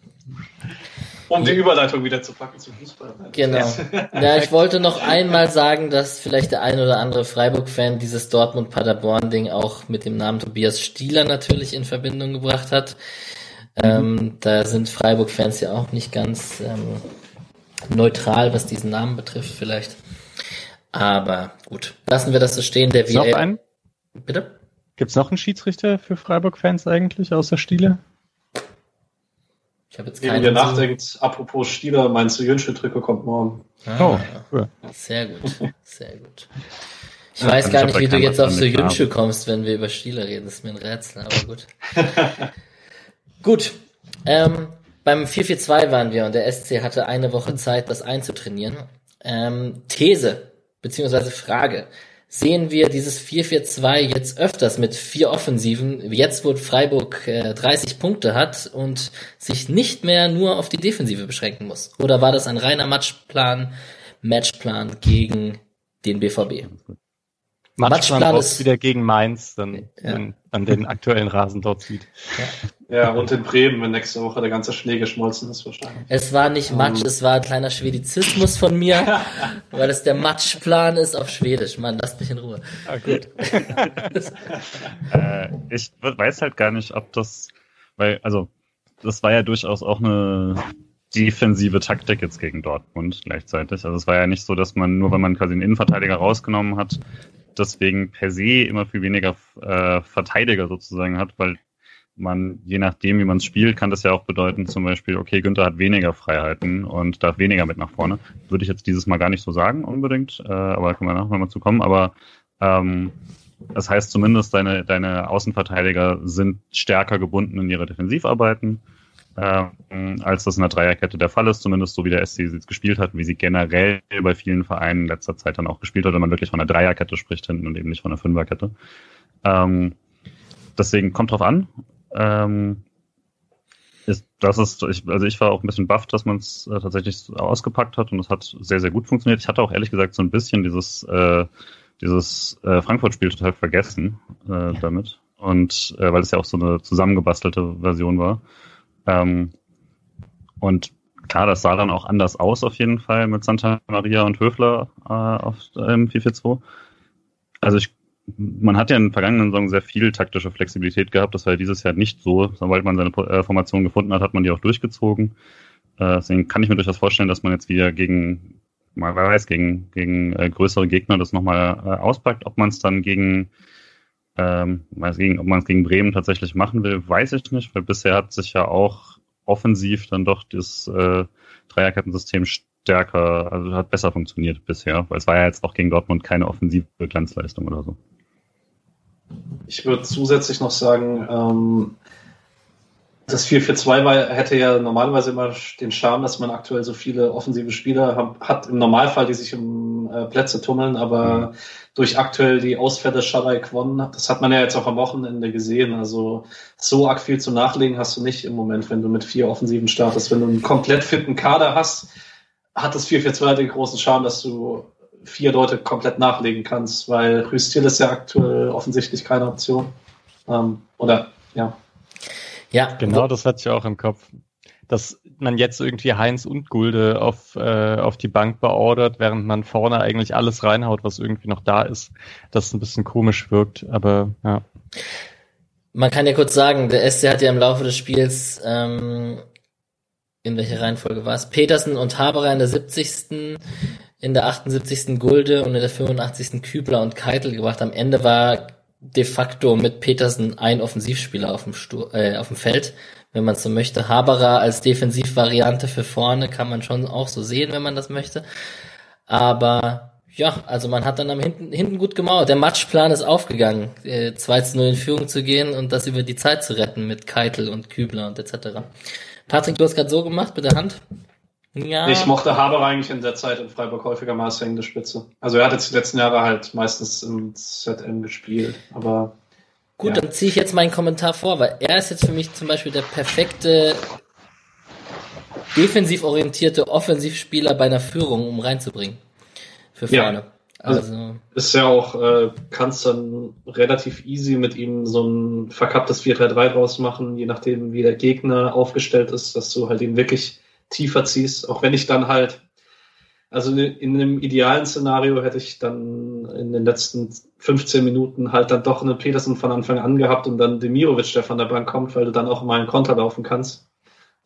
Um die Überleitung wieder zu packen zum Fußball. Genau. Ja, ich wollte noch einmal sagen, dass vielleicht der ein oder andere Freiburg-Fan dieses Dortmund-Paderborn-Ding auch mit dem Namen Tobias Stieler natürlich in Verbindung gebracht hat. Da sind Freiburg-Fans ja auch nicht ganz neutral, was diesen Namen betrifft vielleicht. Aber gut, lassen wir das so stehen. Der Gibt's noch einen? Bitte? Gibt's noch einen Schiedsrichter für Freiburg-Fans eigentlich, außer Stiele? Ich habe jetzt Wenn keinen. ihr nachdenkt, apropos Stieler, mein Zu-Jünsche-Trikot kommt morgen. Oh, cool. Sehr gut, sehr gut. Ich weiß gar nicht, wie du jetzt auf so Jünsche kommst, wenn wir über Stieler reden. Das ist mir ein Rätsel, aber gut. Gut, beim 4-4-2 waren wir und der SC hatte eine Woche Zeit, das einzutrainieren. These, beziehungsweise Frage. Sehen wir dieses 4-4-2 jetzt öfters mit 4 Offensiven, jetzt wo Freiburg 30 Punkte hat und sich nicht mehr nur auf die Defensive beschränken muss? Oder war das ein reiner Matchplan gegen den BVB? Matchplan ist wieder gegen Mainz, dann wenn man den aktuellen Rasen dort sieht. Ja, und in Bremen, wenn nächste Woche der ganze Schnee geschmolzen ist wahrscheinlich. Es war nicht Matsch, es war ein kleiner Schwedizismus von mir, weil es der Matchplan ist auf Schwedisch. Mann, lasst mich in Ruhe. Ah, gut. Ich weiß halt gar nicht, ob das, das war ja durchaus auch eine defensive Taktik jetzt gegen Dortmund gleichzeitig. Also es war ja nicht so, dass man nur, wenn man quasi einen Innenverteidiger rausgenommen hat, deswegen per se immer viel weniger Verteidiger sozusagen hat, weil man, je nachdem, wie man es spielt, kann das ja auch bedeuten, zum Beispiel, okay, Günther hat weniger Freiheiten und darf weniger mit nach vorne. Würde ich jetzt dieses Mal gar nicht so sagen unbedingt, aber da können wir nachher mal zu kommen. Aber das heißt zumindest, deine Außenverteidiger sind stärker gebunden in ihre Defensivarbeiten, als das in der Dreierkette der Fall ist, zumindest so wie der SC jetzt gespielt hat, wie sie generell bei vielen Vereinen in letzter Zeit dann auch gespielt hat, wenn man wirklich von einer Dreierkette spricht hinten und eben nicht von einer Fünferkette. Deswegen kommt drauf an. Ich war auch ein bisschen baff, dass man es tatsächlich ausgepackt hat und es hat sehr, sehr gut funktioniert. Ich hatte auch ehrlich gesagt so ein bisschen dieses Frankfurt-Spiel total vergessen damit. Und weil es ja auch so eine zusammengebastelte Version war. Und klar, das sah dann auch anders aus auf jeden Fall mit Santa Maria und Höfler auf 4-4-2. Also man hat ja in den vergangenen Saison sehr viel taktische Flexibilität gehabt. Das war ja dieses Jahr nicht so. Sobald man seine Formation gefunden hat, hat man die auch durchgezogen. Deswegen kann ich mir durchaus vorstellen, dass man jetzt wieder gegen größere Gegner das nochmal auspackt. Ob man es dann ob man es gegen Bremen tatsächlich machen will, weiß ich nicht, weil bisher hat sich ja auch offensiv dann doch das Dreierkettensystem stärker, also hat besser funktioniert bisher, weil es war ja jetzt auch gegen Dortmund keine offensive Glanzleistung oder so. Ich würde zusätzlich noch sagen, das 4-4-2 hätte ja normalerweise immer den Charme, dass man aktuell so viele offensive Spieler hat, im Normalfall, die sich um Plätze tummeln, aber durch aktuell die Ausfälle Schalai Kwon, das hat man ja jetzt auch am Wochenende gesehen, also so arg viel zum Nachlegen hast du nicht im Moment, wenn du mit 4 Offensiven startest. Wenn du einen komplett fitten Kader hast, hat das 4-4-2 den großen Charme, dass du 4 Leute komplett nachlegen kannst, weil Rüstil ist ja aktuell offensichtlich keine Option. Ja, genau, das hatte ich auch im Kopf. Dass man jetzt irgendwie Heinz und Gulde auf die Bank beordert, während man vorne eigentlich alles reinhaut, was irgendwie noch da ist, das ein bisschen komisch wirkt, aber ja. Man kann ja kurz sagen, der SC hat ja im Laufe des Spiels, in welcher Reihenfolge war es? Petersen und Haberer in der 70., in der 78. Gulde und in der 85. Kübler und Keitel gebracht. Am Ende war de facto mit Petersen ein Offensivspieler auf dem Feld, wenn man so möchte. Haberer als Defensivvariante für vorne kann man schon auch so sehen, wenn man das möchte. Aber ja, also man hat dann am hinten gut gemauert. Der Matchplan ist aufgegangen, 2-0 in Führung zu gehen und das über die Zeit zu retten mit Keitel und Kübler und etc. Patrick, du hast gerade so gemacht mit der Hand. Ja. Ich mochte Haberer eigentlich in der Zeit in Freiburg häufiger mal als hängende Spitze. Also er hat jetzt die letzten Jahre halt meistens im ZM gespielt, aber gut, ja. Dann ziehe ich jetzt meinen Kommentar vor, weil er ist jetzt für mich zum Beispiel der perfekte defensiv orientierte Offensivspieler bei einer Führung, um reinzubringen. Für vorne. Ja. Also ist ja auch, kannst dann relativ easy mit ihm so ein verkapptes 4-3-3 draus machen, je nachdem wie der Gegner aufgestellt ist, dass du halt ihn wirklich tiefer ziehst, auch wenn ich dann halt, also in einem idealen Szenario hätte ich dann in den letzten 15 Minuten halt dann doch einen Petersen von Anfang an gehabt und dann Demirovic, der von der Bank kommt, weil du dann auch mal einen Konter laufen kannst.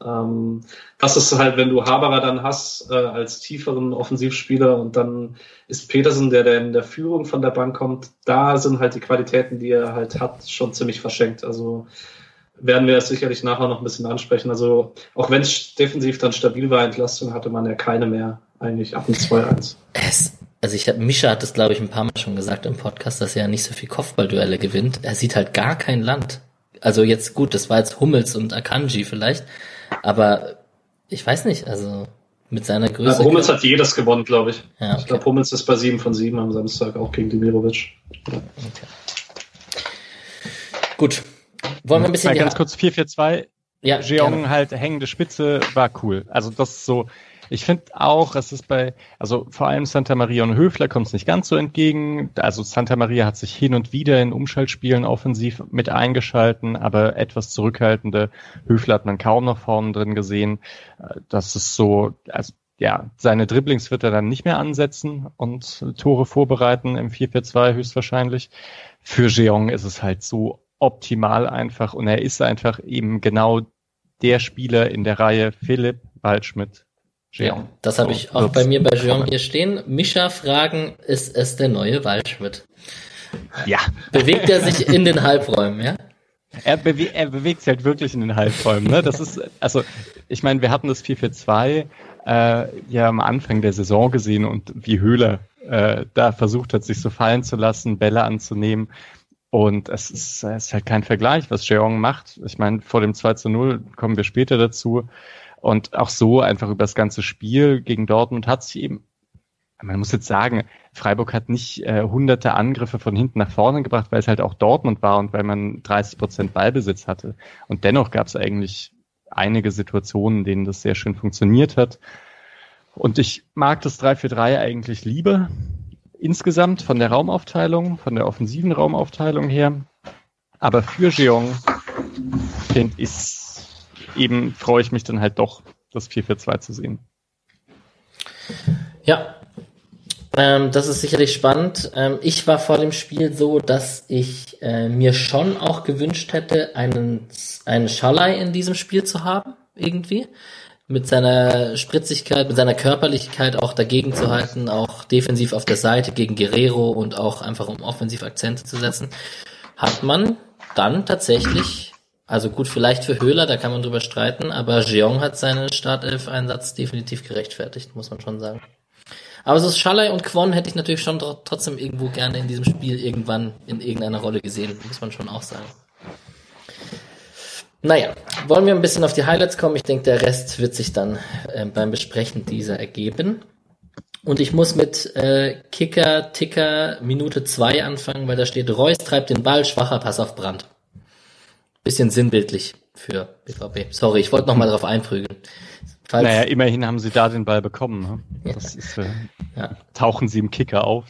Das ist halt, wenn du Haberer dann hast als tieferen Offensivspieler und dann ist Petersen, der in der Führung von der Bank kommt, da sind halt die Qualitäten, die er halt hat, schon ziemlich verschenkt. Also werden wir es sicherlich nachher noch ein bisschen ansprechen. Also auch wenn es defensiv dann stabil war, Entlastung hatte man ja keine mehr eigentlich ab dem 2-1. Mischa hat das, glaube ich, ein paar Mal schon gesagt im Podcast, dass er nicht so viel Kopfballduelle gewinnt. Er sieht halt gar kein Land. Also jetzt gut, das war jetzt Hummels und Akanji vielleicht, aber ich weiß nicht, also mit seiner Größe... Ja, Hummels hat jedes gewonnen, glaube ich. Ja, okay. Ich glaube, Hummels ist bei 7 von 7 am Samstag, auch gegen Demirovic. Ja. Okay. Gut. Wollen wir ein bisschen... Ganz kurz 4-4-2. Ja, Jeong halt hängende Spitze war cool. Also das ist so... Ich finde auch, es ist vor allem Santa Maria und Höfler kommt es nicht ganz so entgegen. Also Santa Maria hat sich hin und wieder in Umschaltspielen offensiv mit eingeschalten, aber etwas zurückhaltende Höfler hat man kaum noch vorne drin gesehen. Das ist so, also ja, seine Dribblings wird er dann nicht mehr ansetzen und Tore vorbereiten im 4-4-2 höchstwahrscheinlich. Für Jeong ist es halt so optimal einfach und er ist einfach eben genau der Spieler in der Reihe Philipp Waldschmidt. Ja, das habe ich auch bei mir bei Jeong hier stehen. Mischa fragen, ist es der neue Waldschmidt? Ja. Bewegt er sich in den Halbräumen, ja? Er bewegt sich halt wirklich in den Halbräumen, ne? Das ist, also, ich meine, wir hatten das 4-4-2 ja am Anfang der Saison gesehen und wie Höhler da versucht hat, sich so fallen zu lassen, Bälle anzunehmen. Und es ist halt kein Vergleich, was Jeong macht. Ich meine, vor dem 2-0 kommen wir später dazu. Und auch so einfach über das ganze Spiel gegen Dortmund hat sich eben, man muss jetzt sagen, Freiburg hat nicht hunderte Angriffe von hinten nach vorne gebracht, weil es halt auch Dortmund war und weil man 30% Ballbesitz hatte. Und dennoch gab es eigentlich einige Situationen, in denen das sehr schön funktioniert hat. Und ich mag das 3-4-3 eigentlich lieber insgesamt von der Raumaufteilung, von der offensiven Raumaufteilung her. Aber für Jeong finde ich eben freue ich mich dann halt doch, das 4-4-2 zu sehen. Ja, das ist sicherlich spannend. Ich war vor dem Spiel so, dass ich mir schon auch gewünscht hätte, einen Schalai in diesem Spiel zu haben, irgendwie. Mit seiner Spritzigkeit, mit seiner Körperlichkeit auch dagegen zu halten, auch defensiv auf der Seite gegen Guerrero und auch einfach um offensiv Akzente zu setzen, hat man dann tatsächlich... Also gut, vielleicht für Höhler, da kann man drüber streiten, aber Jeong hat seinen Startelf-Einsatz definitiv gerechtfertigt, muss man schon sagen. Aber so Schalai und Kwon hätte ich natürlich schon trotzdem irgendwo gerne in diesem Spiel irgendwann in irgendeiner Rolle gesehen, muss man schon auch sagen. Naja, wollen wir ein bisschen auf die Highlights kommen? Ich denke, der Rest wird sich dann beim Besprechen dieser ergeben. Und ich muss mit Ticker Minute 2 anfangen, weil da steht, Reus treibt den Ball, schwacher Pass auf Brandt. Bisschen sinnbildlich für BVB. Sorry, ich wollte nochmal drauf einprügeln. Naja, immerhin haben sie da den Ball bekommen. Ne? Ja. Das ist, tauchen sie im Ticker auf.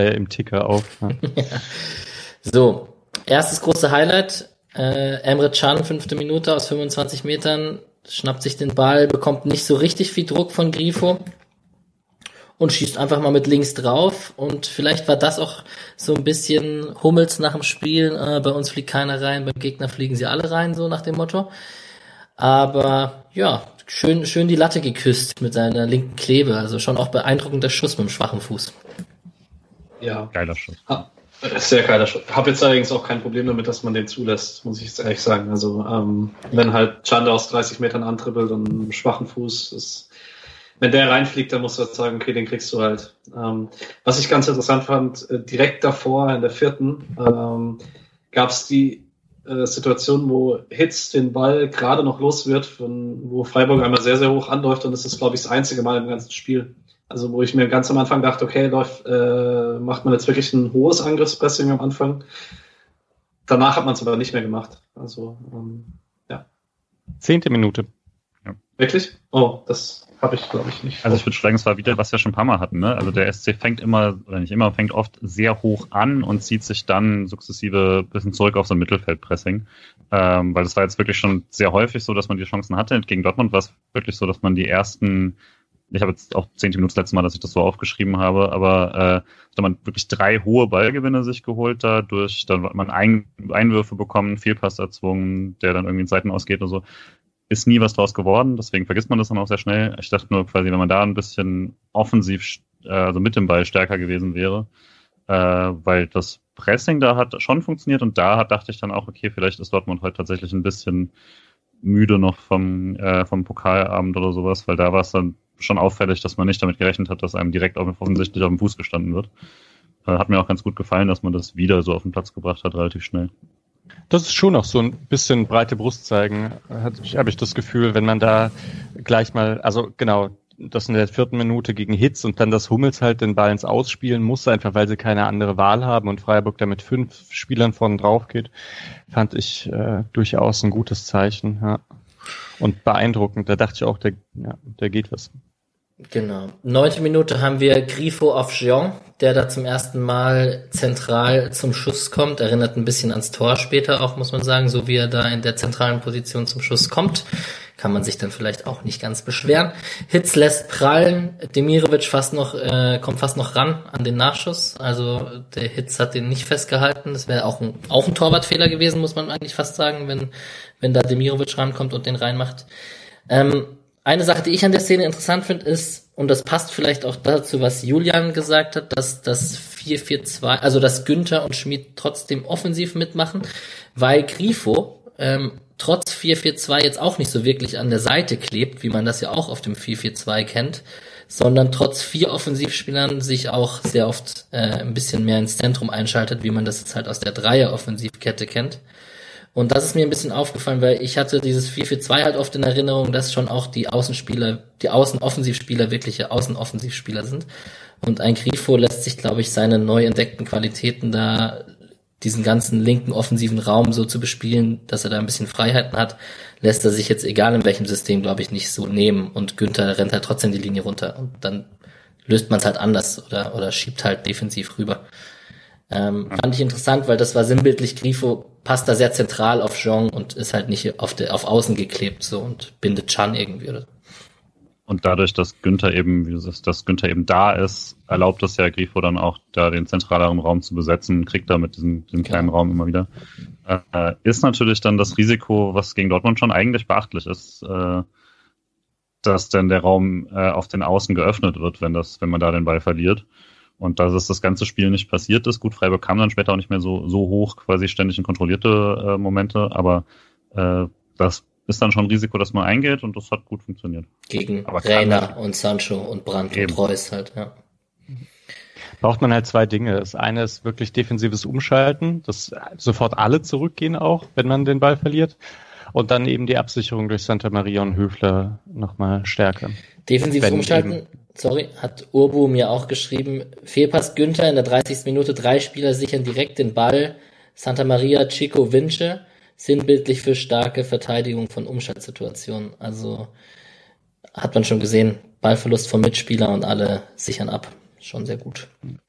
Ne? Ja. So, erstes große Highlight. Emre Can, 5. Minute aus 25 Metern, schnappt sich den Ball, bekommt nicht so richtig viel Druck von Grifo und schießt einfach mal mit links drauf. Und vielleicht war das auch so ein bisschen Hummels nach dem Spiel. Bei uns fliegt keiner rein, beim Gegner fliegen sie alle rein, so nach dem Motto. Aber ja, schön die Latte geküsst mit seiner linken Klebe. Also schon auch beeindruckender Schuss mit dem schwachen Fuß. Ja. Geiler Schuss. Sehr geiler Schuss. Hab jetzt allerdings auch kein Problem damit, dass man den zulässt, muss ich jetzt ehrlich sagen. Also wenn halt Can aus 30 Metern antribbelt und einen schwachen Fuß ist... Wenn der reinfliegt, dann musst du halt sagen, okay, den kriegst du halt. Was ich ganz interessant fand, direkt davor in der 4. gab es die Situation, wo Hitz den Ball gerade noch los wird, wo Freiburg einmal sehr, sehr hoch anläuft und das ist, glaube ich, das einzige Mal im ganzen Spiel. Also wo ich mir ganz am Anfang dachte, okay, macht man jetzt wirklich ein hohes Angriffspressing am Anfang. Danach hat man es aber nicht mehr gemacht. Also, ja. 10. Minute. Ja. Wirklich? Oh, das habe ich, glaube ich, nicht. Also ich würde sagen, es war wieder, was wir schon ein paar Mal hatten. Ne? Also der SC fängt oft sehr hoch an und zieht sich dann sukzessive ein bisschen zurück auf so ein Mittelfeldpressing. Weil das war jetzt wirklich schon sehr häufig so, dass man die Chancen hatte. Gegen Dortmund war es wirklich so, dass man die ersten, ich habe jetzt auch 10 Minuten das letzte Mal, dass ich das so aufgeschrieben habe, aber da man wirklich 3 hohe Ballgewinne sich geholt dadurch, dann hat man Einwürfe bekommen, Fehlpass erzwungen, der dann irgendwie in Seiten ausgeht und so. ist nie was draus geworden, deswegen vergisst man das dann auch sehr schnell. Ich dachte nur quasi, wenn man da ein bisschen offensiv, also mit dem Ball stärker gewesen wäre, weil das Pressing da hat schon funktioniert und dachte ich dann auch, okay, vielleicht ist Dortmund heute tatsächlich ein bisschen müde noch vom Pokalabend oder sowas, weil da war es dann schon auffällig, dass man nicht damit gerechnet hat, dass einem direkt offensichtlich auf dem Fuß gestanden wird. Hat mir auch ganz gut gefallen, dass man das wieder so auf den Platz gebracht hat, relativ schnell. Das ist schon auch so ein bisschen breite Brust zeigen, habe ich das Gefühl, wenn man da gleich mal, also genau, das in der 4. Minute gegen Hitz und dann das Hummels halt den Ball ins Ausspielen muss, einfach weil sie keine andere Wahl haben und Freiburg da mit 5 Spielern vorne drauf geht, fand ich durchaus ein gutes Zeichen. Ja. Und beeindruckend, da dachte ich auch, der geht was. Genau. 9. Minute haben wir Grifo auf Jean, der da zum ersten Mal zentral zum Schuss kommt. Erinnert ein bisschen ans Tor später auch, muss man sagen, so wie er da in der zentralen Position zum Schuss kommt. Kann man sich dann vielleicht auch nicht ganz beschweren. Hitz lässt prallen. Demirovic kommt fast noch ran an den Nachschuss. Also der Hitz hat den nicht festgehalten. Das wäre auch ein Torwartfehler gewesen, muss man eigentlich fast sagen, wenn da Demirovic rankommt und den reinmacht. Eine Sache, die ich an der Szene interessant finde, ist, und das passt vielleicht auch dazu, was Julian gesagt hat, dass das 4-4-2, also dass Günther und Schmid trotzdem offensiv mitmachen, weil Grifo trotz 4-4-2 jetzt auch nicht so wirklich an der Seite klebt, wie man das ja auch auf dem 4-4-2 kennt, sondern trotz 4 Offensivspielern sich auch sehr oft ein bisschen mehr ins Zentrum einschaltet, wie man das jetzt halt aus der Dreier-Offensivkette kennt. Und das ist mir ein bisschen aufgefallen, weil ich hatte dieses 4-4-2 halt oft in Erinnerung, dass schon auch die Außenoffensivspieler wirkliche Außenoffensivspieler sind. Und ein Grifo lässt sich, glaube ich, seine neu entdeckten Qualitäten da, diesen ganzen linken offensiven Raum so zu bespielen, dass er da ein bisschen Freiheiten hat, lässt er sich jetzt, egal in welchem System, glaube ich, nicht so nehmen. Und Günther rennt halt trotzdem die Linie runter. Und dann löst man es halt anders oder schiebt halt defensiv rüber. Fand ich interessant, weil das war sinnbildlich, Grifo passt da sehr zentral auf Jean und ist halt nicht auf Außen geklebt so und bindet Can irgendwie oder so. Und dadurch, dass Günther eben da ist, erlaubt es ja Grifo dann auch, da den zentraleren Raum zu besetzen, kriegt da mit diesem kleinen Raum immer wieder. Ist natürlich dann das Risiko, was gegen Dortmund schon eigentlich beachtlich ist, dass dann der Raum auf den Außen geöffnet wird, wenn man da den Ball verliert. Und dass es das ganze Spiel nicht passiert ist. Gut, Freiburg kam dann später auch nicht mehr so hoch, quasi ständig in kontrollierte Momente, aber das ist dann schon ein Risiko, dass man eingeht und das hat gut funktioniert. Gegen Reina und Sancho und Brandt und Reus halt, ja. Braucht man halt 2 Dinge. Das eine ist wirklich defensives Umschalten, dass sofort alle zurückgehen auch, wenn man den Ball verliert. Und dann eben die Absicherung durch Santa Maria und Höfler nochmal stärker. Defensives Umschalten, hat Urbu mir auch geschrieben. Fehlpass Günther in der 30. Minute, 3 Spieler sichern direkt den Ball. Santa Maria, Chico, Vince, sinnbildlich für starke Verteidigung von Umschaltsituationen. Also hat man schon gesehen, Ballverlust vom Mitspieler und alle sichern ab. Schon sehr gut.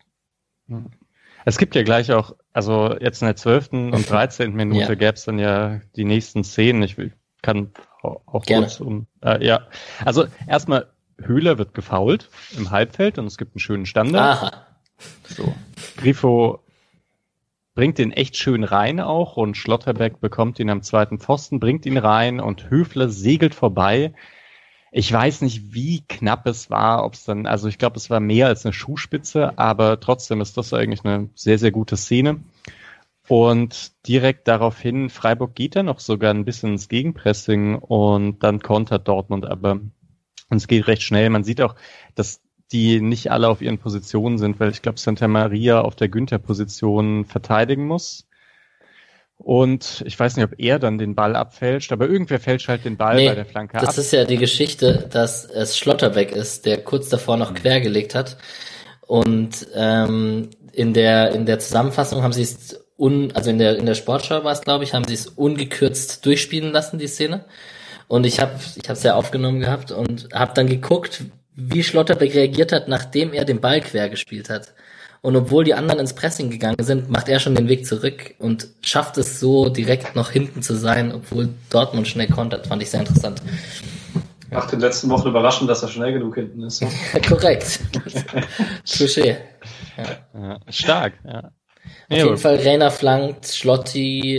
Es gibt ja gleich auch, also jetzt in der 12. und 13. Minute gäbe es dann ja die nächsten Szenen. Ich kann auch gerne kurz also erstmal Höhler wird gefoult im Halbfeld und es gibt einen schönen Standard. Aha. So. Grifo bringt den echt schön rein auch und Schlotterbeck bekommt ihn am 2. Pfosten, bringt ihn rein und Höfler segelt vorbei. Ich weiß nicht, wie knapp es war, ob es dann, also ich glaube, es war mehr als eine Schuhspitze, aber trotzdem ist das eigentlich eine sehr, sehr gute Szene. Und direkt daraufhin, Freiburg geht dann noch sogar ein bisschen ins Gegenpressing und dann kontert Dortmund, aber es geht recht schnell. Man sieht auch, dass die nicht alle auf ihren Positionen sind, weil ich glaube, Santa Maria auf der Günther-Position verteidigen muss. Und ich weiß nicht, ob er dann den Ball abfälscht, aber irgendwer fälscht halt den Ball bei der Flanke ab. Das ist ja die Geschichte, dass es Schlotterbeck ist, der kurz davor noch quergelegt hat. Und in der Zusammenfassung haben sie es also in der Sportschau war es, glaube ich, haben sie es ungekürzt durchspielen lassen, die Szene. Und ich hab's ja aufgenommen gehabt und habe dann geguckt, wie Schlotterbeck reagiert hat, nachdem er den Ball quer gespielt hat. Und obwohl die anderen ins Pressing gegangen sind, macht er schon den Weg zurück und schafft es so, direkt noch hinten zu sein, obwohl Dortmund schnell kontert. Fand ich sehr interessant. Nach den letzten Wochen überraschend, dass er schnell genug hinten ist. Korrekt. Touché. Ja. Stark, ja. Auf jeden Fall, Reina flankt, Schlotti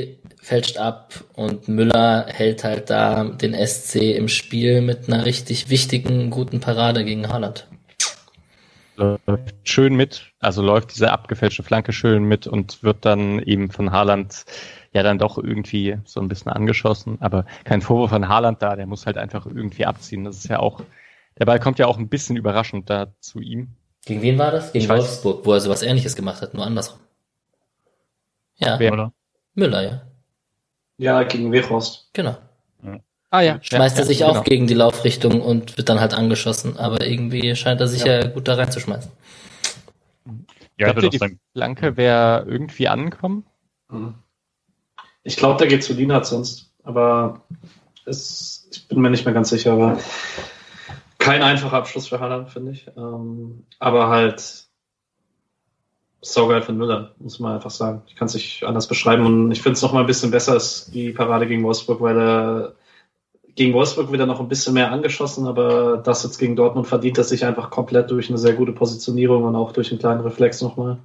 fälscht ab und Müller hält halt da den SC im Spiel mit einer richtig wichtigen, guten Parade gegen Haaland. Läuft schön mit, also läuft diese abgefälschte Flanke schön mit und wird dann eben von Haaland ja dann doch irgendwie so ein bisschen angeschossen, aber kein Vorwurf von Haaland da, der muss halt einfach irgendwie abziehen. Das ist ja auch, der Ball kommt ja auch ein bisschen überraschend da zu ihm. Gegen wen war das? Gegen Wolfsburg, wo er sowas Ähnliches gemacht hat, nur andersrum. Ja, Wer? Müller, ja. Ja, gegen Weghorst. Genau. Ah ja. Schmeißt er sich genau. auch gegen die Laufrichtung und wird dann halt angeschossen, aber irgendwie scheint er sich ja gut da reinzuschmeißen. Ja, Glaubt ihr, die Flanke wäre irgendwie angekommen? Ich glaube, der geht zu Lienhardt sonst, aber ich bin mir nicht mehr ganz sicher, aber kein einfacher Abschluss für Haaland, finde ich. Aber halt saugeil von Müller, muss man einfach sagen. Ich kann es nicht anders beschreiben und ich finde es noch mal ein bisschen besser als die Parade gegen Wolfsburg, weil er gegen Wolfsburg wieder noch ein bisschen mehr angeschossen, aber das jetzt gegen Dortmund verdient er sich einfach komplett durch eine sehr gute Positionierung und auch durch einen kleinen Reflex nochmal.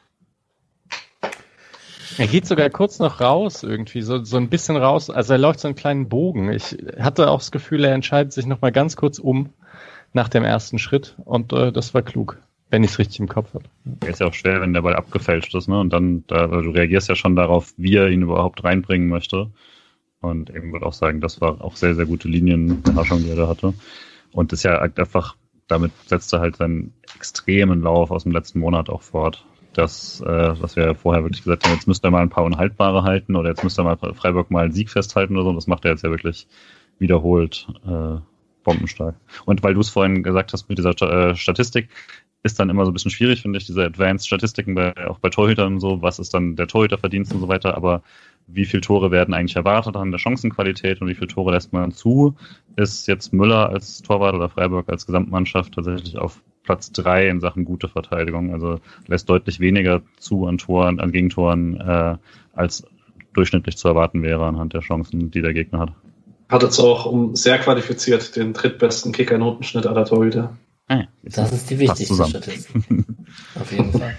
Er geht sogar kurz noch raus irgendwie, so ein bisschen raus, also er läuft so einen kleinen Bogen. Ich hatte auch das Gefühl, er entscheidet sich nochmal ganz kurz nach dem ersten Schritt und das war klug. Wenn ich es richtig im Kopf habe. Ist ja auch schwer, wenn der Ball abgefälscht ist, ne? Und dann, du reagierst ja schon darauf, wie er ihn überhaupt reinbringen möchte. Und eben würde auch sagen, das war auch sehr, sehr gute Linienbeherrschung, die er da hatte. Und ist ja einfach, damit setzt er halt seinen extremen Lauf aus dem letzten Monat auch fort. Das, was wir vorher wirklich gesagt haben, jetzt müsste er mal ein paar Unhaltbare halten oder jetzt müsste er mal Freiburg mal einen Sieg festhalten oder so. Das macht er jetzt ja wirklich wiederholt bombenstark. Und weil du es vorhin gesagt hast mit dieser Statistik, ist dann immer so ein bisschen schwierig, finde ich, diese Advanced-Statistiken auch bei Torhütern und so, was ist dann der Torhüterverdienst und so weiter, aber wie viele Tore werden eigentlich erwartet an der Chancenqualität und wie viele Tore lässt man zu, ist jetzt Müller als Torwart oder Freiburg als Gesamtmannschaft tatsächlich auf Platz 3 in Sachen gute Verteidigung, also lässt deutlich weniger zu an Toren, an Gegentoren, als durchschnittlich zu erwarten wäre anhand der Chancen, die der Gegner hat. Hat jetzt auch sehr qualifiziert den drittbesten Kicker-Notenschnitt aller Torhüter. Das ist die wichtigste Statistik. Auf jeden Fall.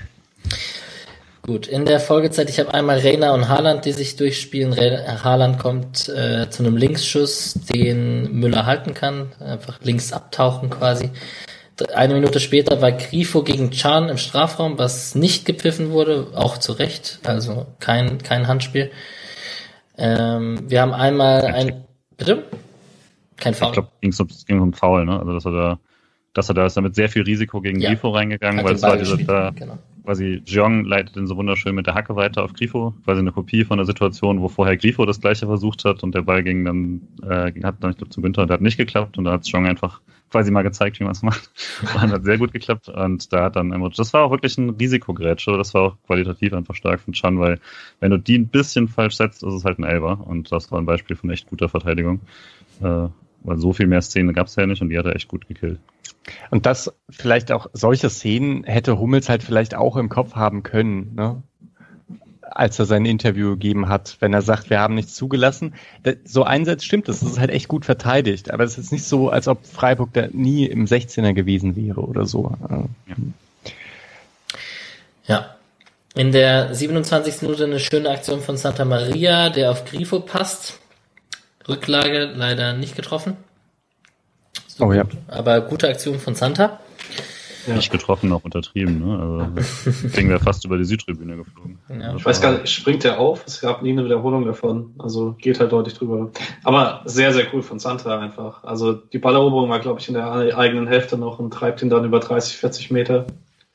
Gut, in der Folgezeit, ich habe einmal Reina und Haaland, die sich durchspielen. Haaland kommt zu einem Linksschuss, den Müller halten kann, einfach links abtauchen quasi. 1 Minute später war Grifo gegen Can im Strafraum, was nicht gepfiffen wurde, auch zu Recht, also kein Handspiel. Wir haben einmal bitte? Kein Foul. Ich glaube, es ging um Foul, ne? Also dass er da ist mit sehr viel Risiko gegen Grifo reingegangen, weil es war quasi Jeong leitet den so wunderschön mit der Hacke weiter auf Grifo, quasi eine Kopie von der Situation, wo vorher Grifo das Gleiche versucht hat und der Ball ging dann, hat dann, ich glaube, zum Günther und der hat nicht geklappt und da hat Jeong einfach quasi mal gezeigt, wie man es macht. Und hat sehr gut geklappt und da hat dann das war auch wirklich ein Risikogrätsche, das war auch qualitativ einfach stark von Can, weil wenn du die ein bisschen falsch setzt, ist es halt ein Elfer und das war ein Beispiel von echt guter Verteidigung. Weil so viel mehr Szenen gab es ja nicht und die hat er echt gut gekillt. Und das vielleicht auch, solche Szenen hätte Hummels halt vielleicht auch im Kopf haben können, ne? Als er sein Interview gegeben hat, wenn er sagt, wir haben nichts zugelassen. So einsatz stimmt das ist halt echt gut verteidigt, aber es ist nicht so, als ob Freiburg da nie im 16er gewesen wäre oder so. Ja. In der 27. Minute eine schöne Aktion von Santa Maria, der auf Grifo passt. Rücklage leider nicht getroffen. So ja. Aber gute Aktion von Santa. Ja. Nicht getroffen, auch untertrieben. Ne? Also das Ding wäre fast über die Südtribüne geflogen. Ja. Ich weiß gar nicht, springt der auf? Es gab nie eine Wiederholung davon. Also geht halt deutlich drüber. Aber sehr, sehr cool von Santa einfach. Also die Balleroberung war, glaube ich, in der eigenen Hälfte noch und treibt ihn dann über 30, 40 Meter.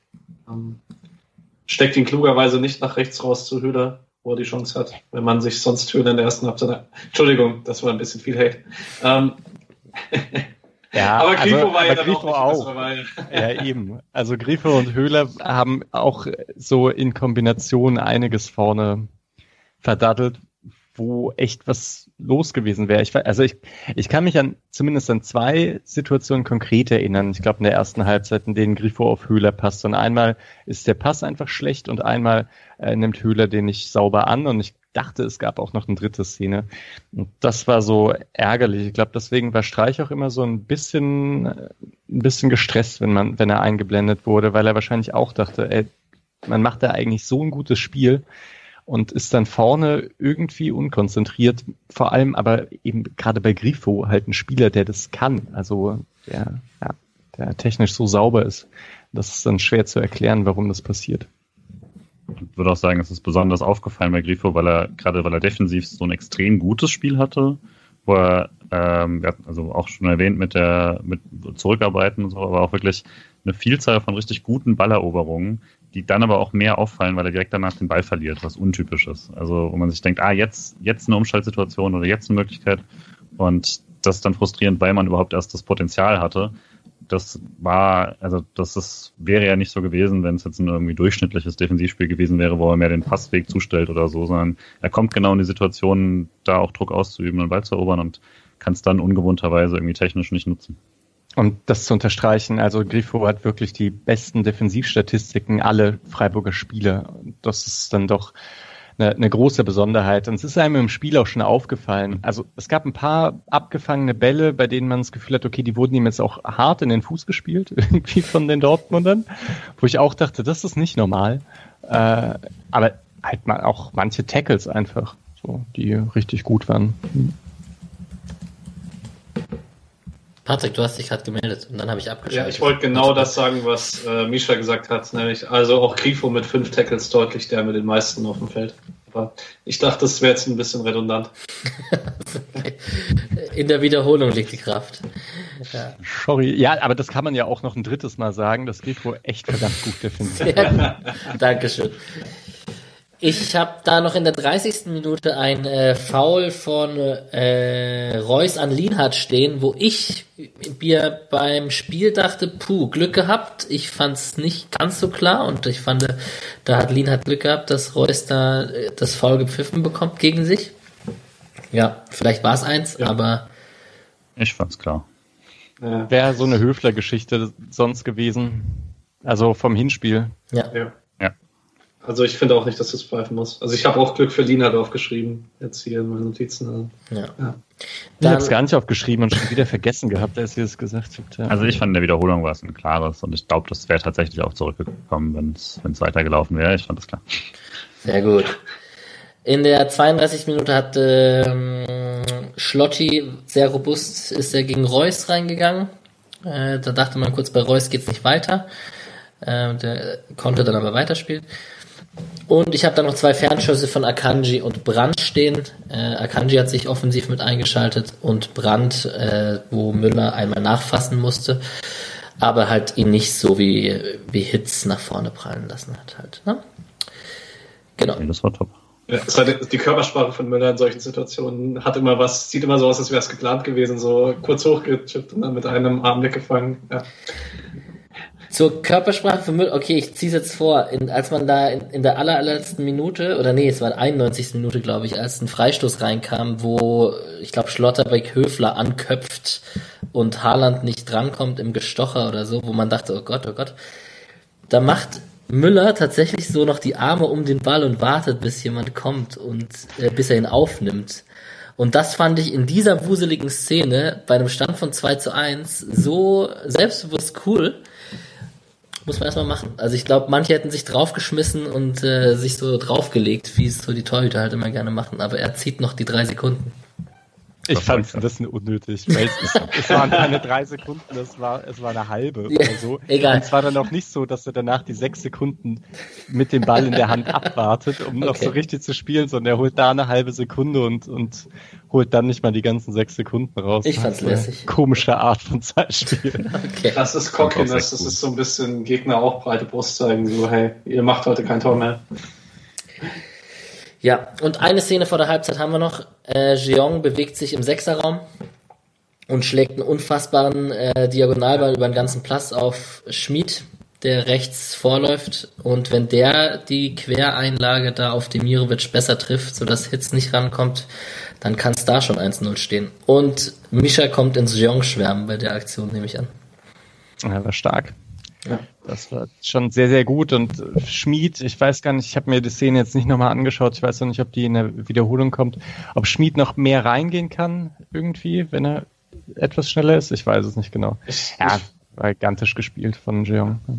Steckt ihn klugerweise nicht nach rechts raus zu Höhler, wo er die Chance hat, wenn man sich sonst Höhler in der ersten Halbzeit... Entschuldigung, das war ein bisschen viel Hate. Ja, aber Grifo war ja dann Grifo auch. Ja, eben. Also Grifo und Höhler haben auch so in Kombination einiges vorne verdattelt, wo echt was los gewesen wäre. Ich kann mich zumindest an 2 Situationen konkret erinnern. Ich glaube, in der ersten Halbzeit, in denen Grifo auf Höhler passt. Und einmal ist der Pass einfach schlecht und einmal nimmt Höhler den nicht sauber an. Und ich dachte, es gab auch noch eine dritte Szene. Und das war so ärgerlich. Ich glaube, deswegen war Streich auch immer so ein bisschen gestresst, wenn er eingeblendet wurde, weil er wahrscheinlich auch dachte, man macht da eigentlich so ein gutes Spiel und ist dann vorne irgendwie unkonzentriert, vor allem aber eben gerade bei Grifo halt ein Spieler, der das kann, also der technisch so sauber ist. Das ist dann schwer zu erklären, warum das passiert. Ich würde auch sagen, es ist besonders aufgefallen bei Grifo, weil er defensiv so ein extrem gutes Spiel hatte, wo er, also auch schon erwähnt mit Zurückarbeiten und so, aber auch wirklich eine Vielzahl von richtig guten Balleroberungen, die dann aber auch mehr auffallen, weil er direkt danach den Ball verliert, was untypisch ist. Also wo man sich denkt, jetzt eine Umschaltsituation oder jetzt eine Möglichkeit, und das ist dann frustrierend, weil man überhaupt erst das Potenzial hatte. Wäre ja nicht so gewesen, wenn es jetzt ein irgendwie durchschnittliches Defensivspiel gewesen wäre, wo er mehr den Passweg zustellt oder so, sondern er kommt genau in die Situation, da auch Druck auszuüben und Ball zu erobern und kann es dann ungewohnterweise irgendwie technisch nicht nutzen. Und das zu unterstreichen, also Grifo hat wirklich die besten Defensivstatistiken, alle Freiburger Spieler. Das ist dann doch eine große Besonderheit. Und es ist einem im Spiel auch schon aufgefallen. Also es gab ein paar abgefangene Bälle, bei denen man das Gefühl hat, okay, die wurden ihm jetzt auch hart in den Fuß gespielt, irgendwie von den Dortmundern, wo ich auch dachte, das ist nicht normal. Aber halt mal auch manche Tackles einfach, so, die richtig gut waren. Patrick, du hast dich gerade gemeldet und dann habe ich abgeschaltet. Ja, ich wollte genau das sagen, was Misha gesagt hat, nämlich also auch Grifo mit 5 Tackles deutlich der mit den meisten auf dem Feld. Aber ich dachte, das wäre jetzt ein bisschen redundant. In der Wiederholung liegt die Kraft. Ja. Sorry, ja, aber das kann man ja auch noch ein drittes Mal sagen, dass Grifo echt verdammt gut defensiv. Ja, Dankeschön. Ich habe da noch in der 30. Minute ein Foul von Reus an Lienhardt stehen, wo ich mir beim Spiel dachte, Glück gehabt. Ich fand es nicht ganz so klar und ich fand, da hat Lienhardt Glück gehabt, dass Reus da das Foul gepfiffen bekommt gegen sich. Ja, vielleicht war es eins, ja. Aber ich fand's klar. Wäre so eine Höfler-Geschichte sonst gewesen. Also vom Hinspiel. Ja. Also ich finde auch nicht, dass das pfeifen muss. Also ich habe auch Glück für Lienhardt aufgeschrieben, jetzt hier in meinen Notizen. Ja. Ich habe es gar nicht aufgeschrieben und schon wieder vergessen gehabt, als ihr es gesagt habt. Ja. Also ich fand, in der Wiederholung war es ein klares und ich glaube, das wäre tatsächlich auch zurückgekommen, wenn es weitergelaufen wäre. Ich fand das klar. Sehr gut. In der 32. Minute hat Schlotti sehr robust, ist er gegen Reus reingegangen. Da dachte man kurz, bei Reus geht's nicht weiter. Der konnte dann aber weiterspielen. Und ich habe dann noch 2 Fernschüsse von Akanji und Brandt stehen. Akanji hat sich offensiv mit eingeschaltet und Brandt, wo Müller einmal nachfassen musste, aber halt ihn nicht so wie Hitz nach vorne prallen lassen hat halt. Ne? Genau. Okay, das war top. Ja, die Körpersprache von Müller in solchen Situationen sieht immer so aus, als wäre es geplant gewesen, so kurz hochgechippt und dann mit einem Arm weggefangen. Ja. Zur Körpersprache von Müller, okay, ich ziehe es jetzt vor, als man da in der allerletzten Minute, oder nee, es war in der 91. Minute, glaube ich, als ein Freistoß reinkam, wo, ich glaube, Schlotterbeck Höfler anköpft und Haaland nicht drankommt im Gestocher oder so, wo man dachte, oh Gott, da macht Müller tatsächlich so noch die Arme um den Ball und wartet, bis jemand kommt und bis er ihn aufnimmt. Und das fand ich in dieser wuseligen Szene bei einem Stand von 2:1 so selbstbewusst cool. Muss man erstmal machen. Also ich glaube, manche hätten sich draufgeschmissen und sich so draufgelegt, wie es so die Torhüter halt immer gerne machen. Aber er zieht noch die 3 Sekunden. Ich fand es ein bisschen unnötig, weil es waren keine 3 Sekunden, es war eine halbe oder so. Egal. Und es war dann auch nicht so, dass er danach die 6 Sekunden mit dem Ball in der Hand abwartet, um noch so richtig zu spielen, sondern er holt da eine halbe Sekunde und holt dann nicht mal die ganzen 6 Sekunden raus. Ich fand's lässig. Komische Art von Zeitspiel. Okay. Das ist Cockiness, das ist so ein bisschen Gegner auch breite Brust zeigen, so hey, ihr macht heute kein Tor mehr. Ja, und eine Szene vor der Halbzeit haben wir noch. Jeong bewegt sich im 6er-Raum und schlägt einen unfassbaren Diagonalball über den ganzen Platz auf Schmid, der rechts vorläuft. Und wenn der die Quereinlage da auf Demirovic besser trifft, sodass Hitz nicht rankommt, dann kann es da schon 1-0 stehen. Und Mischa kommt ins Jeong-Schwärmen bei der Aktion, nehme ich an. Ja, war stark. Ja. Das war schon sehr, sehr gut. Und Schmid, ich weiß gar nicht, ich habe mir die Szene jetzt nicht nochmal angeschaut, ich weiß noch nicht, ob die in der Wiederholung kommt, ob Schmid noch mehr reingehen kann irgendwie, wenn er etwas schneller ist, ich weiß es nicht genau. Ja, war gigantisch gespielt von Jeong.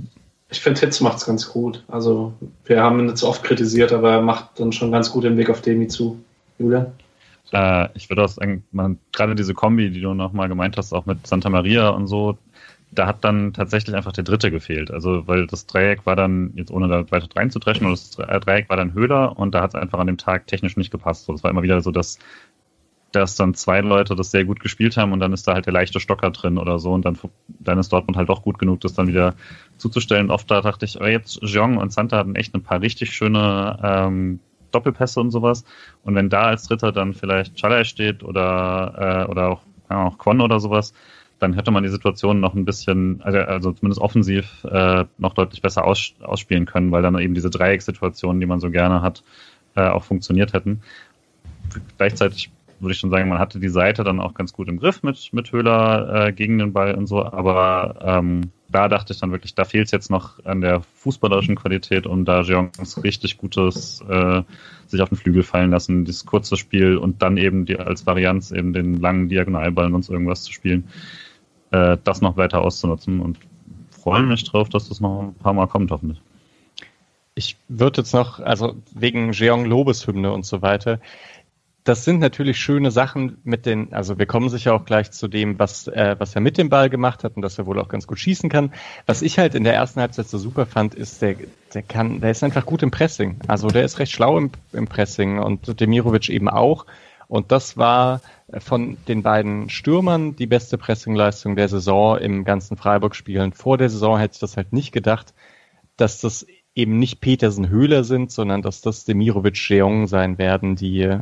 Ich finde, Hitz macht es ganz gut. Also, wir haben ihn nicht so oft kritisiert, aber er macht dann schon ganz gut den Weg auf Demi zu. Julian? Ich würde auch sagen, gerade diese Kombi, die du nochmal gemeint hast, auch mit Santa Maria und so, da hat dann tatsächlich einfach der Dritte gefehlt. Also, weil das Dreieck war dann, jetzt ohne da weiter reinzudreschen, das Dreieck war dann Höhler und da hat es einfach an dem Tag technisch nicht gepasst. So, das war immer wieder so, dass dann zwei Leute das sehr gut gespielt haben und dann ist da halt der leichte Stocker drin oder so und dann ist Dortmund halt doch gut genug, das dann wieder zuzustellen. Oft da dachte ich, jetzt Jeong und Santa hatten echt ein paar richtig schöne Doppelpässe und sowas. Und wenn da als Dritter dann vielleicht Chalai steht oder auch Kwon oder sowas, dann hätte man die Situation noch ein bisschen, also zumindest offensiv, noch deutlich besser ausspielen können, weil dann eben diese Dreieckssituationen, die man so gerne hat, auch funktioniert hätten. Gleichzeitig würde ich schon sagen, man hatte die Seite dann auch ganz gut im Griff mit Höhler gegen den Ball und so, aber da dachte ich dann wirklich, da fehlt es jetzt noch an der fußballerischen Qualität, um da Jeongs richtig Gutes sich auf den Flügel fallen lassen, dieses kurze Spiel und dann eben als Varianz eben den langen Diagonalballen und so irgendwas zu spielen, das noch weiter auszunutzen und freue mich drauf, dass das noch ein paar Mal kommt, hoffentlich. Ich würde jetzt noch, also wegen Jeong Lobeshymne und so weiter, das sind natürlich schöne Sachen also wir kommen sicher auch gleich zu dem, was er mit dem Ball gemacht hat und dass er wohl auch ganz gut schießen kann. Was ich halt in der ersten Halbzeit so super fand, ist, der ist einfach gut im Pressing. Also der ist recht schlau im Pressing und Demirovic eben auch. Und das war von den beiden Stürmern die beste Pressingleistung der Saison im ganzen Freiburg-Spielen. Vor der Saison hätte ich das halt nicht gedacht, dass das eben nicht Petersen-Höhler sind, sondern dass das Demirovic-Jeong sein werden, die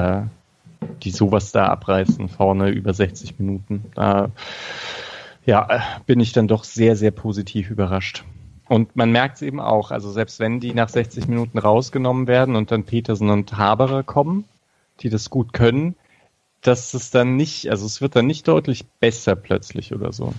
sowas da abreißen vorne über 60 Minuten. Da bin ich dann doch sehr, sehr positiv überrascht. Und man merkt es eben auch, also selbst wenn die nach 60 Minuten rausgenommen werden und dann Petersen und Haberer kommen, die das gut können, dass es dann nicht, also es wird dann nicht deutlich besser plötzlich oder so.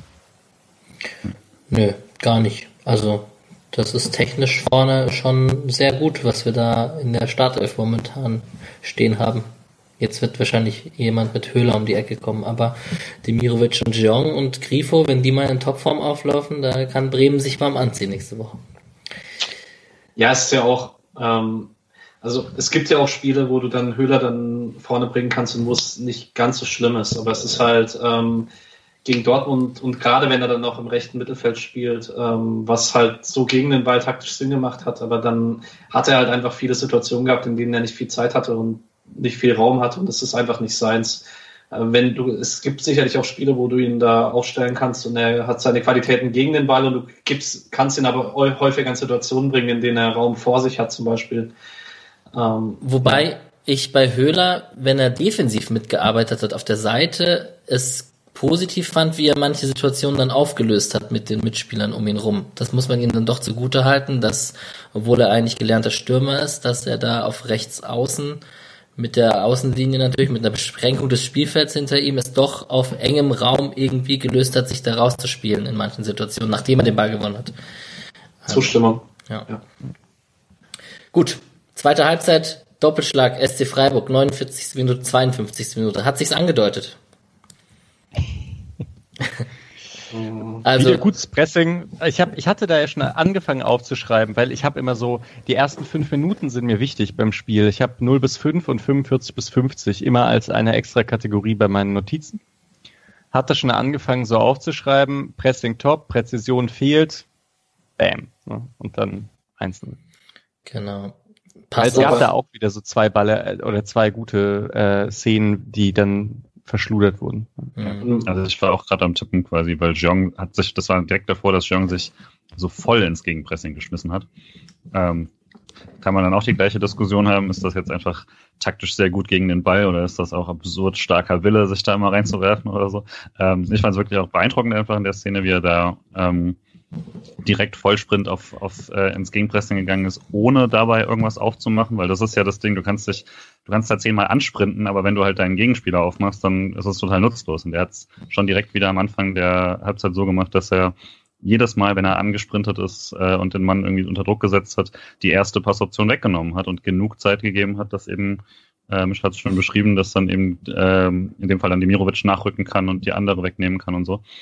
Nö, gar nicht. Also das ist technisch vorne schon sehr gut, was wir da in der Startelf momentan stehen haben. Jetzt wird wahrscheinlich jemand mit Höhler um die Ecke kommen, aber Demirovic und Jeong und Grifo, wenn die mal in Topform auflaufen, da kann Bremen sich warm anziehen nächste Woche. Ja, es ist ja auch, also es gibt ja auch Spiele, wo du dann Höhler dann vorne bringen kannst und wo es nicht ganz so schlimm ist, aber es ist halt gegen Dortmund und gerade wenn er dann noch im rechten Mittelfeld spielt, was halt so gegen den Ball taktisch Sinn gemacht hat, aber dann hat er halt einfach viele Situationen gehabt, in denen er nicht viel Zeit hatte und nicht viel Raum hatte und das ist einfach nicht seins. Es gibt sicherlich auch Spiele, wo du ihn da aufstellen kannst und er hat seine Qualitäten gegen den Ball und du kannst ihn aber häufiger in Situationen bringen, in denen er Raum vor sich hat zum Beispiel. Wobei ich bei Höhler, wenn er defensiv mitgearbeitet hat auf der Seite, es positiv fand, wie er manche Situationen dann aufgelöst hat mit den Mitspielern um ihn rum. Das muss man ihm dann doch zugute halten, dass, obwohl er eigentlich gelernter Stürmer ist, dass er da auf rechts außen mit der Außenlinie natürlich, mit einer Beschränkung des Spielfelds hinter ihm, es doch auf engem Raum irgendwie gelöst hat, sich da rauszuspielen in manchen Situationen, nachdem er den Ball gewonnen hat. Zustimmung. Ja. Gut, zweite Halbzeit, Doppelschlag, SC Freiburg, 49. Minute, 52. Minute. Hat sich's angedeutet? Also wieder gutes Pressing. Ich hatte da ja schon angefangen aufzuschreiben, weil ich habe immer so, die ersten 5 Minuten sind mir wichtig beim Spiel. Ich habe 0 bis 5 und 45 bis 50 immer als eine extra Kategorie bei meinen Notizen. Hatte schon angefangen so aufzuschreiben, Pressing top, Präzision fehlt, bam. Und dann 1-0. Genau. Weil es gab da auch wieder so 2 Balle oder 2 gute Szenen, die dann verschludert wurden. Also ich war auch gerade am Tippen quasi, weil Jeong das war direkt davor, dass Jeong sich so voll ins Gegenpressing geschmissen hat. Kann man dann auch die gleiche Diskussion haben, ist das jetzt einfach taktisch sehr gut gegen den Ball oder ist das auch absurd starker Wille, sich da immer reinzuwerfen oder so? Ich fand es wirklich auch beeindruckend einfach in der Szene, wie er da direkt Vollsprint ins Gegenpressing gegangen ist, ohne dabei irgendwas aufzumachen, weil das ist ja das Ding, du kannst da 10-mal ansprinten, aber wenn du halt deinen Gegenspieler aufmachst, dann ist es total nutzlos. Und er hat es schon direkt wieder am Anfang der Halbzeit so gemacht, dass er jedes Mal, wenn er angesprintet ist und den Mann irgendwie unter Druck gesetzt hat, die erste Passoption weggenommen hat und genug Zeit gegeben hat, dass eben, Misch hat es schon beschrieben, dass dann eben in dem Fall dann Demirovic nachrücken kann und die andere wegnehmen kann und so.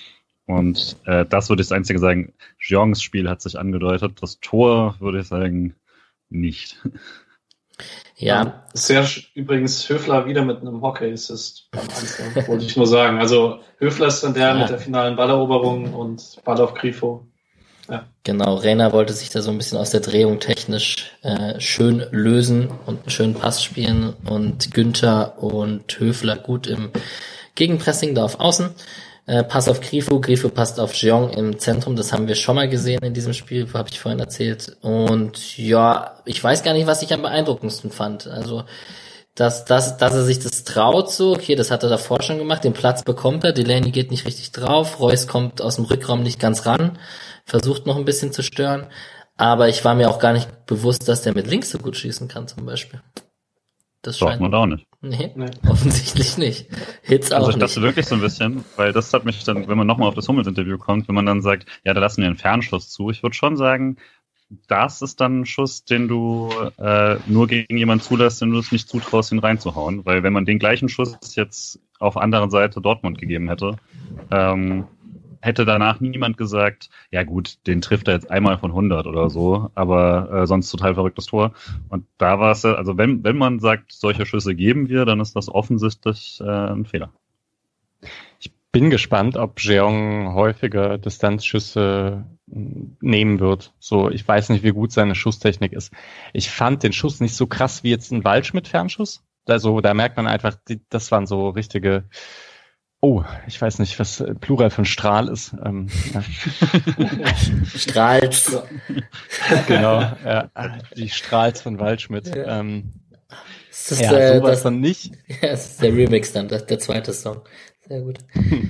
Und das würde ich das Einzige sagen. Jeongs Spiel hat sich angedeutet. Das Tor würde ich sagen, nicht. Ja. Sehr übrigens Höfler wieder mit einem Hockey-Assist beim Einzel, wollte ich nur sagen. Also Höfler ist dann der mit der finalen Balleroberung und Ball auf Grifo. Ja. Genau, Rehner wollte sich da so ein bisschen aus der Drehung technisch schön lösen und einen schönen Pass spielen und Günther und Höfler gut im Gegenpressing da auf Außen. Pass auf Grifo passt auf Jeong im Zentrum, das haben wir schon mal gesehen in diesem Spiel, habe ich vorhin erzählt. Und ja, ich weiß gar nicht, was ich am beeindruckendsten fand. Also, dass er sich das traut so, okay, das hat er davor schon gemacht, den Platz bekommt er, Delaney geht nicht richtig drauf, Reus kommt aus dem Rückraum nicht ganz ran, versucht noch ein bisschen zu stören, aber ich war mir auch gar nicht bewusst, dass der mit links so gut schießen kann zum Beispiel. Das scheint man auch nicht. Nee, offensichtlich nicht. Hitz auch nicht. Also ich dachte wirklich so ein bisschen, weil das hat mich dann, wenn man nochmal auf das Hummels-Interview kommt, wenn man dann sagt, ja, da lassen wir einen Fernschuss zu. Ich würde schon sagen, das ist dann ein Schuss, den du nur gegen jemanden zulässt, den du es nicht zutraust, ihn reinzuhauen. Weil wenn man den gleichen Schuss jetzt auf anderen Seite Dortmund gegeben hätte, hätte danach niemand gesagt, ja gut, den trifft er jetzt einmal von 100 oder so, aber sonst total verrücktes Tor. Und da war es, also wenn man sagt, solche Schüsse geben wir, dann ist das offensichtlich ein Fehler. Ich bin gespannt, ob Jeong häufiger Distanzschüsse nehmen wird. So, ich weiß nicht, wie gut seine Schusstechnik ist. Ich fand den Schuss nicht so krass wie jetzt ein Waldschmidt-Fernschuss. Also da merkt man einfach, das waren so richtige... Oh, ich weiß nicht, was Plural von Strahl ist. Ja. Strahls. Genau, ja, die Strahls von Waldschmidt. Ja. Sowas dann nicht. Ja, das ist der Remix dann, der zweite Song. Sehr gut.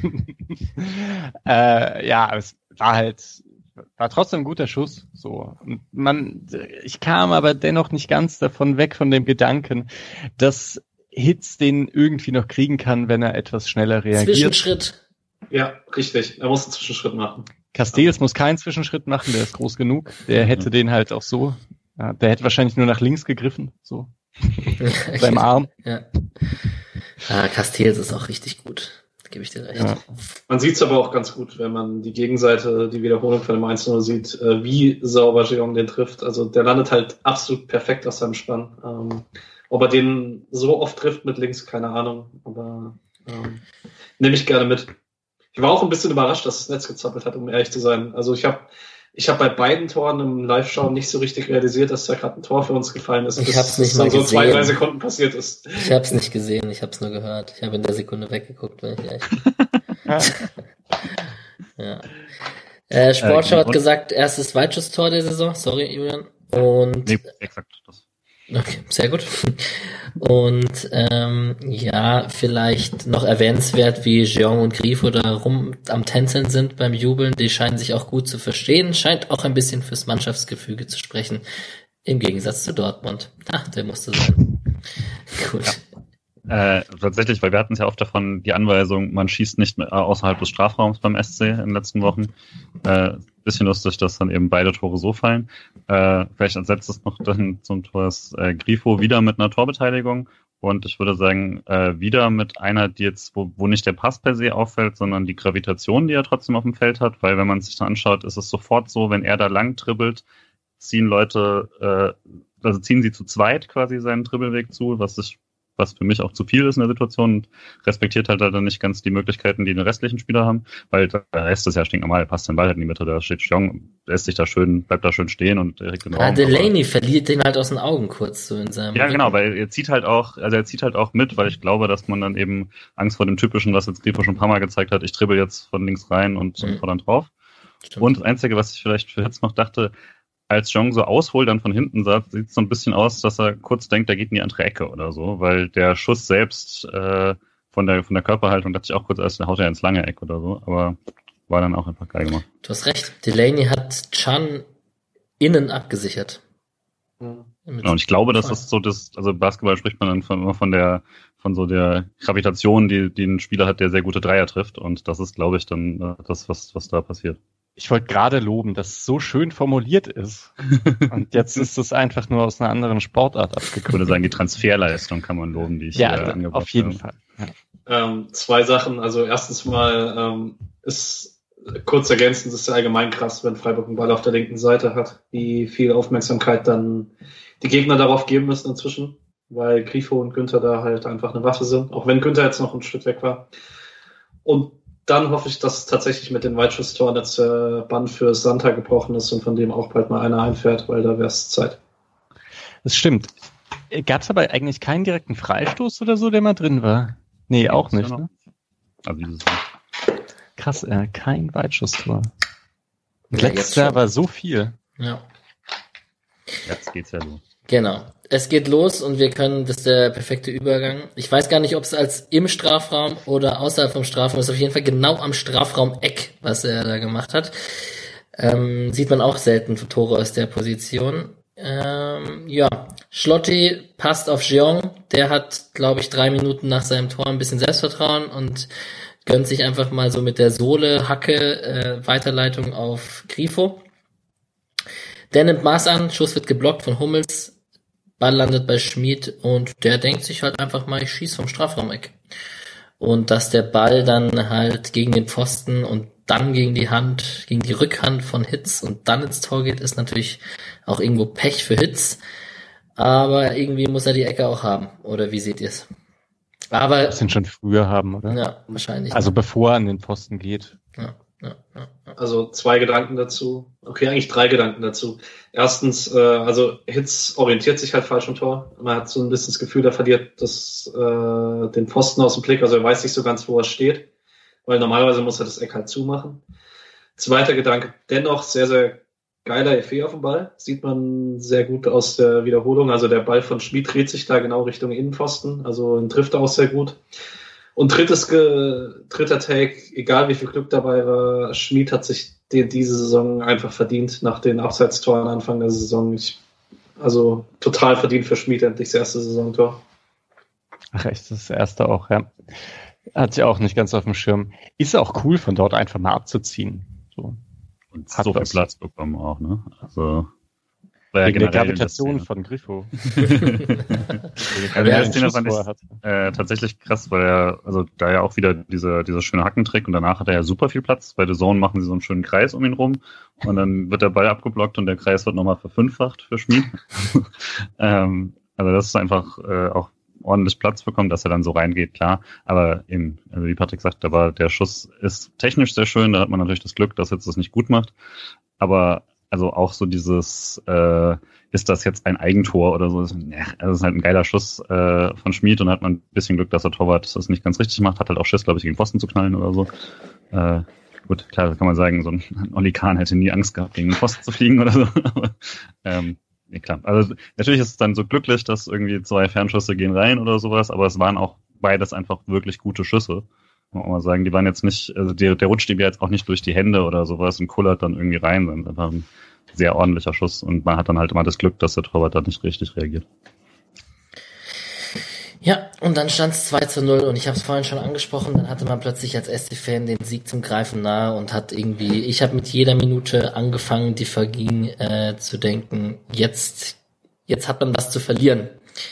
Ja, es war trotzdem ein guter Schuss. So, ich kam aber dennoch nicht ganz davon weg von dem Gedanken, dass Hitz den irgendwie noch kriegen kann, wenn er etwas schneller reagiert. Zwischenschritt. Ja, richtig. Er muss einen Zwischenschritt machen. Castells muss keinen Zwischenschritt machen, der ist groß genug. Der hätte den halt auch so. Ja, der hätte wahrscheinlich nur nach links gegriffen, so. Beim Arm. Ja. Castells ist auch richtig gut. Gebe ich dir recht. Ja. Man sieht es aber auch ganz gut, wenn man die Gegenseite, die Wiederholung von dem 1-0 sieht, wie sauber Jeong den trifft. Also der landet halt absolut perfekt aus seinem Spann. Ob er den so oft trifft mit links, keine Ahnung. Aber nehme ich gerne mit. Ich war auch ein bisschen überrascht, dass das Netz gezappelt hat, um ehrlich zu sein. Also ich hab bei beiden Toren im Live-Schauen nicht so richtig realisiert, dass da gerade ein Tor für uns gefallen ist. Ich hab's nicht mal gesehen. So 2-3 gesehen. Sekunden passiert ist. Ich hab's nicht gesehen, ich hab's nur gehört. Ich habe in der Sekunde weggeguckt, wenn ich ehrlich bin. Ja. Sportschau hat gesagt, erstes Weitschusstor der Saison. Sorry, Julian. Und nee, exakt das. Okay, sehr gut. Und ja, vielleicht noch erwähnenswert, wie Jeong und Grifo da rum am Tänzeln sind beim Jubeln. Die scheinen sich auch gut zu verstehen. Scheint auch ein bisschen fürs Mannschaftsgefüge zu sprechen. Im Gegensatz zu Dortmund. Der musste sein. Gut. Ja. Tatsächlich, weil wir hatten es ja oft davon, die Anweisung, man schießt nicht mehr außerhalb des Strafraums beim SC in den letzten Wochen. Bisschen lustig, dass dann eben beide Tore so fallen. Vielleicht als letztes noch dann zum Tor ist Grifo wieder mit einer Torbeteiligung und ich würde sagen, wieder mit einer, die jetzt, wo nicht der Pass per se auffällt, sondern die Gravitation, die er trotzdem auf dem Feld hat, weil wenn man sich dann anschaut, ist es sofort so, wenn er da lang dribbelt, ziehen sie zu zweit quasi seinen Dribbelweg zu, was für mich auch zu viel ist in der Situation und respektiert halt dann nicht ganz die Möglichkeiten, die restlichen Spieler haben, weil der Rest ist ja stinknormal, passt den Ball halt in die Mitte, da steht Jeong, bleibt da schön stehen und direkt in den Raum. Delaney verliert den halt aus den Augen kurz so in seinem Ja, genau, weil er zieht halt auch mit, weil ich glaube, dass man dann eben Angst vor dem Typischen, was jetzt Grifo schon ein paar Mal gezeigt hat, ich dribbel jetzt von links rein und vor dann drauf. Stimmt. Und das Einzige, was ich vielleicht für jetzt noch dachte, als Jeong so ausholt, dann von hinten sieht es so ein bisschen aus, dass er kurz denkt, er geht in die andere Ecke oder so, weil der Schuss selbst von der Körperhaltung dachte ich auch kurz, als der haut er ins lange Eck oder so, aber war dann auch einfach geil gemacht. Du hast recht, Delaney hat Can innen abgesichert. Genau, und ich glaube, dass das so also Basketball spricht man dann immer von der Gravitation, die ein Spieler hat, der sehr gute Dreier trifft und das ist, glaube ich, dann das, was da passiert. Ich wollte gerade loben, dass es so schön formuliert ist. Und jetzt ist es einfach nur aus einer anderen Sportart abgekommen. Ich würde sagen, die Transferleistung kann man loben, die ich hier angebracht habe. Auf jeden Fall. Ja. 2 Sachen. Also erstens mal ist kurz ergänzend, das ist ja allgemein krass, wenn Freiburg einen Ball auf der linken Seite hat, wie viel Aufmerksamkeit dann die Gegner darauf geben müssen inzwischen, weil Grifo und Günther da halt einfach eine Waffe sind, auch wenn Günther jetzt noch ein Stück weg war. Und dann hoffe ich, dass tatsächlich mit den Weitschusstoren jetzt der Bann für Santa gebrochen ist und von dem auch bald mal einer einfährt, weil da wäre es Zeit. Das stimmt. Gab es aber eigentlich keinen direkten Freistoß oder so, der mal drin war? Nee, auch nicht. Ne? Also dieses Krass, kein Weitschusstor. Ja, Letztes Jahr war so viel. Ja. Jetzt geht's ja los. Genau. Es geht los und wir können, das ist der perfekte Übergang. Ich weiß gar nicht, ob es als im Strafraum oder außerhalb vom Strafraum ist. Auf jeden Fall genau am Strafraum-Eck, was er da gemacht hat. Sieht man auch selten Tore aus der Position. Ja, Schlotti passt auf Jeong. Der hat, glaube ich, 3 Minuten nach seinem Tor ein bisschen Selbstvertrauen und gönnt sich einfach mal so mit der Sohle, Hacke, Weiterleitung auf Grifo. Der nimmt Maß an, Schuss wird geblockt von Hummels, Ball landet bei Schmid und der denkt sich halt einfach mal, ich schieß vom Strafraum-Eck. Und dass der Ball dann halt gegen den Pfosten und dann gegen die Rückhand von Hitz und dann ins Tor geht, ist natürlich auch irgendwo Pech für Hitz. Aber irgendwie muss er die Ecke auch haben. Oder wie seht ihr es? Aber Das sind schon früher haben, oder? ja, wahrscheinlich. Also bevor er an den Pfosten geht. Ja. Also 2 Gedanken dazu. Okay, eigentlich 3 Gedanken dazu. Erstens, also Hitz orientiert sich halt falsch im Tor. Man hat so ein bisschen das Gefühl, er verliert den Pfosten aus dem Blick. Also er weiß nicht so ganz, wo er steht. Weil normalerweise muss er das Eck halt zumachen. Zweiter Gedanke, dennoch sehr, sehr geiler Effet auf dem Ball. Sieht man sehr gut aus der Wiederholung. Also der Ball von Schmid dreht sich da genau Richtung Innenpfosten. Also ihn trifft er auch sehr gut. Und dritter Take, egal wie viel Glück dabei war, Schmid hat sich diese Saison einfach verdient nach den Abseitstoren Anfang der Saison. Also total verdient für Schmid, endlich das erste Saisontor. Ach echt, das erste auch, ja. Hat sie auch nicht ganz auf dem Schirm. Ist auch cool, von dort einfach mal abzuziehen. So. Und Hat so viel was. Platz bekommen auch, ne? Also war Wegen der generell Gravitation das von Grifo. Also Ja, der Szene fand ich hat. tatsächlich krass, weil er, also da ja auch wieder dieser schöne Hackentrick und danach hat er ja super viel Platz. Bei The Zone machen sie so einen schönen Kreis um ihn rum und dann wird der Ball abgeblockt und der Kreis wird nochmal verfünffacht für Schmid. Also das ist einfach auch ordentlich Platz bekommen, dass er dann so reingeht, klar. Aber eben, also wie Patrick sagt, der Schuss ist technisch sehr schön, da hat man natürlich das Glück, dass jetzt das nicht gut macht. Aber also auch so dieses, ist das jetzt ein Eigentor oder so? Also es ist halt ein geiler Schuss von Schmid und hat man ein bisschen Glück, dass der Torwart das nicht ganz richtig macht. Hat halt auch Schiss, glaube ich, gegen Pfosten zu knallen oder so. Gut, klar, da kann man sagen, so ein Oli Kahn hätte nie Angst gehabt, gegen den Pfosten zu fliegen oder so. Aber, nee, klar. Also natürlich ist es dann so glücklich, dass irgendwie 2 Fernschüsse gehen rein oder sowas, aber es waren auch beides einfach wirklich gute Schüsse. Muss man mal sagen, die waren jetzt nicht, also der rutscht ihm ja jetzt auch nicht durch die Hände oder sowas und kullert dann irgendwie rein, sondern einfach ein sehr ordentlicher Schuss und man hat dann halt immer das Glück, dass der Torwart da nicht richtig reagiert. Ja, und dann stand es 2:0 und ich habe es vorhin schon angesprochen, dann hatte man plötzlich als SC-Fan den Sieg zum Greifen nahe und hat irgendwie, ich habe mit jeder Minute angefangen, die verging, zu denken, jetzt hat man was zu verlieren.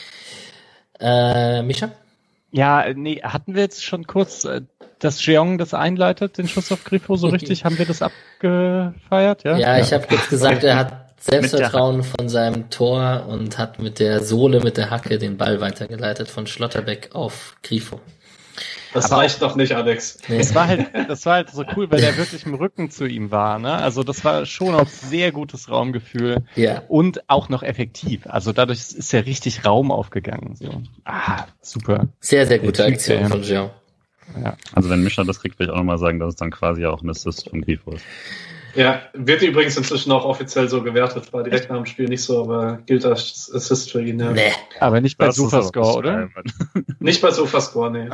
Mischa? Ja, nee, hatten wir jetzt schon kurz, dass Jeong das einleitet, den Schuss auf Grifo, so richtig? Haben wir das abgefeiert? Ja, Ich habe kurz gesagt, er hat Selbstvertrauen von seinem Tor und hat mit der Sohle, mit der Hacke den Ball weitergeleitet von Schlotterbeck auf Grifo. Das reicht doch nicht, Alex. Nee. Das war halt so cool, weil der wirklich im Rücken zu ihm war, ne? Also das war schon auch sehr gutes Raumgefühl. Ja. Und auch noch effektiv. Also dadurch ist ja richtig Raum aufgegangen, so. Super. Sehr, sehr gute Der Typ, Aktion der- von Jean. Ja. Also wenn Mischa das kriegt, will ich auch nochmal sagen, dass es dann quasi auch ein Assist von Grifo ist. Ja, wird übrigens inzwischen auch offiziell so gewertet. War direkt nach dem Spiel nicht so, aber gilt als Assist für ihn. Ja. Nee. Aber nicht bei Das ist aber Sofascore, oder? Nicht bei Sofascore, nee.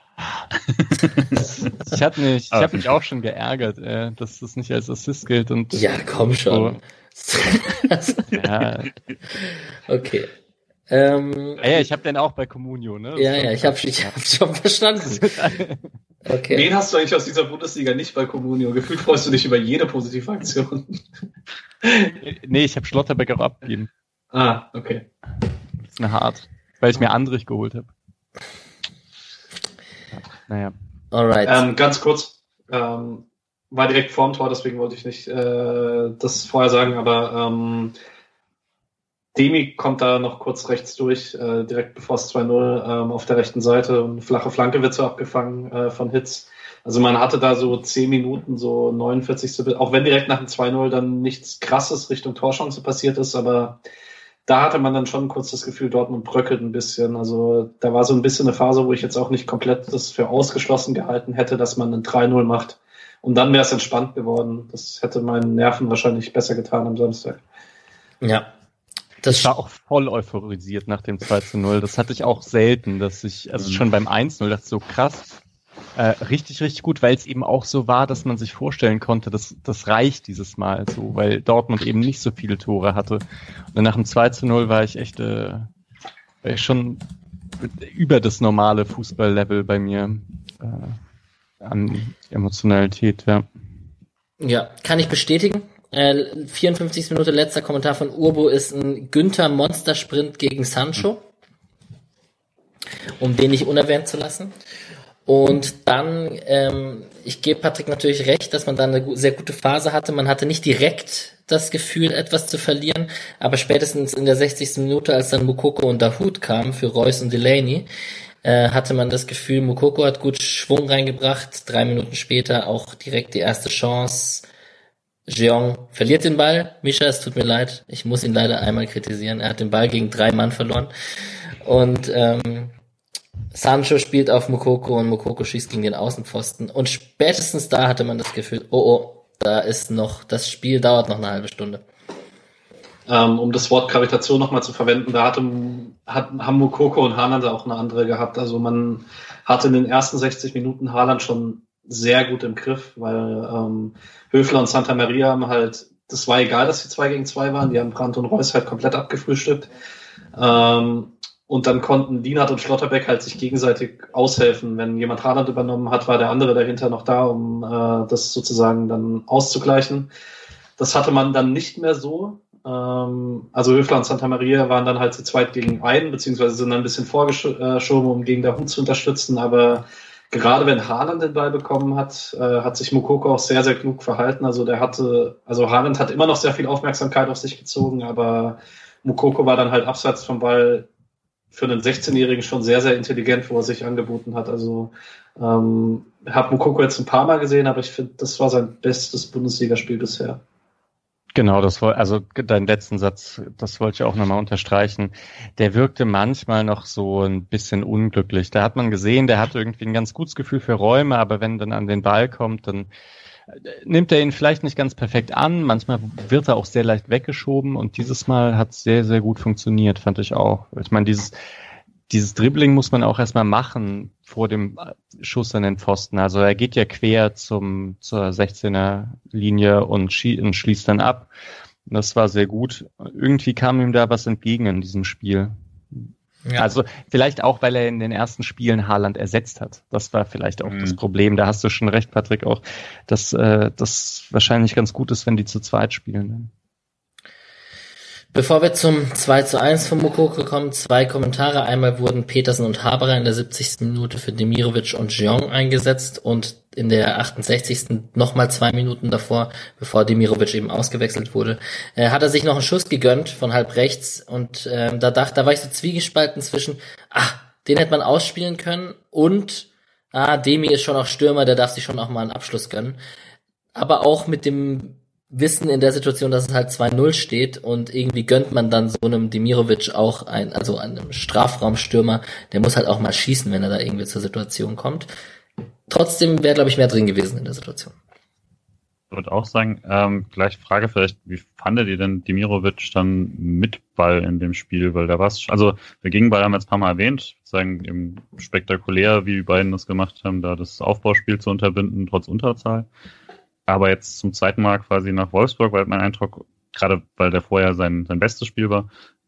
Ich hab mich auch schon geärgert, dass das nicht als Assist gilt und Ja, komm schon. ja. Okay. Ich habe den auch bei Communio, ne? Ich hab schon verstanden. Okay. Wen hast du eigentlich aus dieser Bundesliga nicht bei Comunio? Gefühlt freust du dich über jede positive Aktion. Nee, ich habe Schlotterbeck auch abgegeben. Okay. Das ist eine hart, weil ich mir Andrich geholt habe. Naja. Alright. Ganz kurz. war direkt vorm Tor, deswegen wollte ich nicht das vorher sagen, aber Demi kommt da noch kurz rechts durch, direkt bevor es 2-0 auf der rechten Seite, und flache Flanke wird so abgefangen von Hitz. Also man hatte da so 10 Minuten, so 49. Auch wenn direkt nach dem 2-0 dann nichts Krasses Richtung Torchance passiert ist, aber da hatte man dann schon kurz das Gefühl, Dortmund bröckelt ein bisschen. Also da war so ein bisschen eine Phase, wo ich jetzt auch nicht komplett das für ausgeschlossen gehalten hätte, dass man einen 3-0 macht. Und dann wäre es entspannt geworden. Das hätte meinen Nerven wahrscheinlich besser getan am Samstag. Ja. Das war auch voll euphorisiert nach dem 2-0. Das hatte ich auch selten, dass ich, also schon beim 1-0 dachte so krass, richtig, richtig gut, weil es eben auch so war, dass man sich vorstellen konnte, dass das reicht dieses Mal so, weil Dortmund eben nicht so viele Tore hatte. Und dann nach dem 2-0 war ich echt schon über das normale Fußballlevel bei mir an Emotionalität, ja. Ja, kann ich bestätigen. 54. Minute, letzter Kommentar von Urbo ist ein Günther-Monstersprint gegen Sancho, um den nicht unerwähnt zu lassen. Und dann, ich gebe Patrick natürlich recht, dass man da eine sehr gute Phase hatte. Man hatte nicht direkt das Gefühl, etwas zu verlieren, aber spätestens in der 60. Minute, als dann Moukoko und Dahoud kamen für Reus und Delaney, hatte man das Gefühl, Moukoko hat gut Schwung reingebracht. 3 Minuten später auch direkt die erste Chance. Jeong verliert den Ball. Mischa, es tut mir leid, ich muss ihn leider einmal kritisieren. Er hat den Ball gegen 3 Mann verloren. Und Sancho spielt auf Moukoko und Moukoko schießt gegen den Außenpfosten. Und spätestens da hatte man das Gefühl, da ist noch, das Spiel dauert noch eine halbe Stunde. Um das Wort Gravitation nochmal zu verwenden, da haben Moukoko und Haaland auch eine andere gehabt. Also man hatte in den ersten 60 Minuten Haaland schon sehr gut im Griff, weil Höfler und Santa Maria haben halt, das war egal, dass sie 2 gegen 2 waren, die haben Brandt und Reus halt komplett abgefrühstückt. Und dann konnten Lienhardt und Schlotterbeck halt sich gegenseitig aushelfen. Wenn jemand Haaland übernommen hat, war der andere dahinter noch da, um das sozusagen dann auszugleichen. Das hatte man dann nicht mehr so. Also Höfler und Santa Maria waren dann halt zu zweit gegen einen, beziehungsweise sind dann ein bisschen vorgeschoben, um gegen Dahoud zu unterstützen. Aber gerade wenn Haaland den Ball bekommen hat, hat sich Moukoko auch sehr, sehr klug verhalten. Also Haaland hat immer noch sehr viel Aufmerksamkeit auf sich gezogen, aber Moukoko war dann halt abseits vom Ball für einen 16-Jährigen schon sehr, sehr intelligent, wo er sich angeboten hat. Also habe Moukoko jetzt ein paar Mal gesehen, aber ich finde, das war sein bestes Bundesligaspiel bisher. Genau, also deinen letzten Satz, das wollte ich auch nochmal unterstreichen. Der wirkte manchmal noch so ein bisschen unglücklich. Da hat man gesehen, der hat irgendwie ein ganz gutes Gefühl für Räume, aber wenn dann an den Ball kommt, dann nimmt er ihn vielleicht nicht ganz perfekt an. Manchmal wird er auch sehr leicht weggeschoben und dieses Mal hat es sehr, sehr gut funktioniert, fand ich auch. Ich meine, dieses Dribbling muss man auch erstmal machen vor dem Schuss an den Pfosten. Also er geht ja quer zur 16er Linie und schließt dann ab. Und das war sehr gut. Irgendwie kam ihm da was entgegen in diesem Spiel. Ja. Also vielleicht auch, weil er in den ersten Spielen Haaland ersetzt hat. Das war vielleicht auch das Problem. Da hast du schon recht, Patrick, auch, dass das wahrscheinlich ganz gut ist, wenn die zu zweit spielen. Bevor wir zum 2:1 von Moukoko kommen, 2 Kommentare. Einmal wurden Petersen und Haberer in der 70. Minute für Demirovic und Jeong eingesetzt und in der 68. nochmal 2 Minuten davor, bevor Demirovic eben ausgewechselt wurde, hat er sich noch einen Schuss gegönnt von halb rechts und da war ich so zwiegespalten zwischen, den hätte man ausspielen können und Demi ist schon auch Stürmer, der darf sich schon auch mal einen Abschluss gönnen. Aber auch mit dem Wissen in der Situation, dass es halt 2-0 steht und irgendwie gönnt man dann so einem Demirovic auch einem Strafraumstürmer, der muss halt auch mal schießen, wenn er da irgendwie zur Situation kommt. Trotzdem wäre, glaube ich, mehr drin gewesen in der Situation. Ich würde auch sagen, gleich Frage vielleicht, wie fandet ihr denn Demirovic dann mit Ball in dem Spiel? Weil da war es, also der Gegenball haben wir jetzt ein paar Mal erwähnt, ich würde sagen, eben spektakulär, wie die beiden das gemacht haben, da das Aufbauspiel zu unterbinden, trotz Unterzahl. Aber jetzt zum zweiten Mal quasi nach Wolfsburg, weil mein Eindruck, gerade weil der vorher sein bestes Spiel war,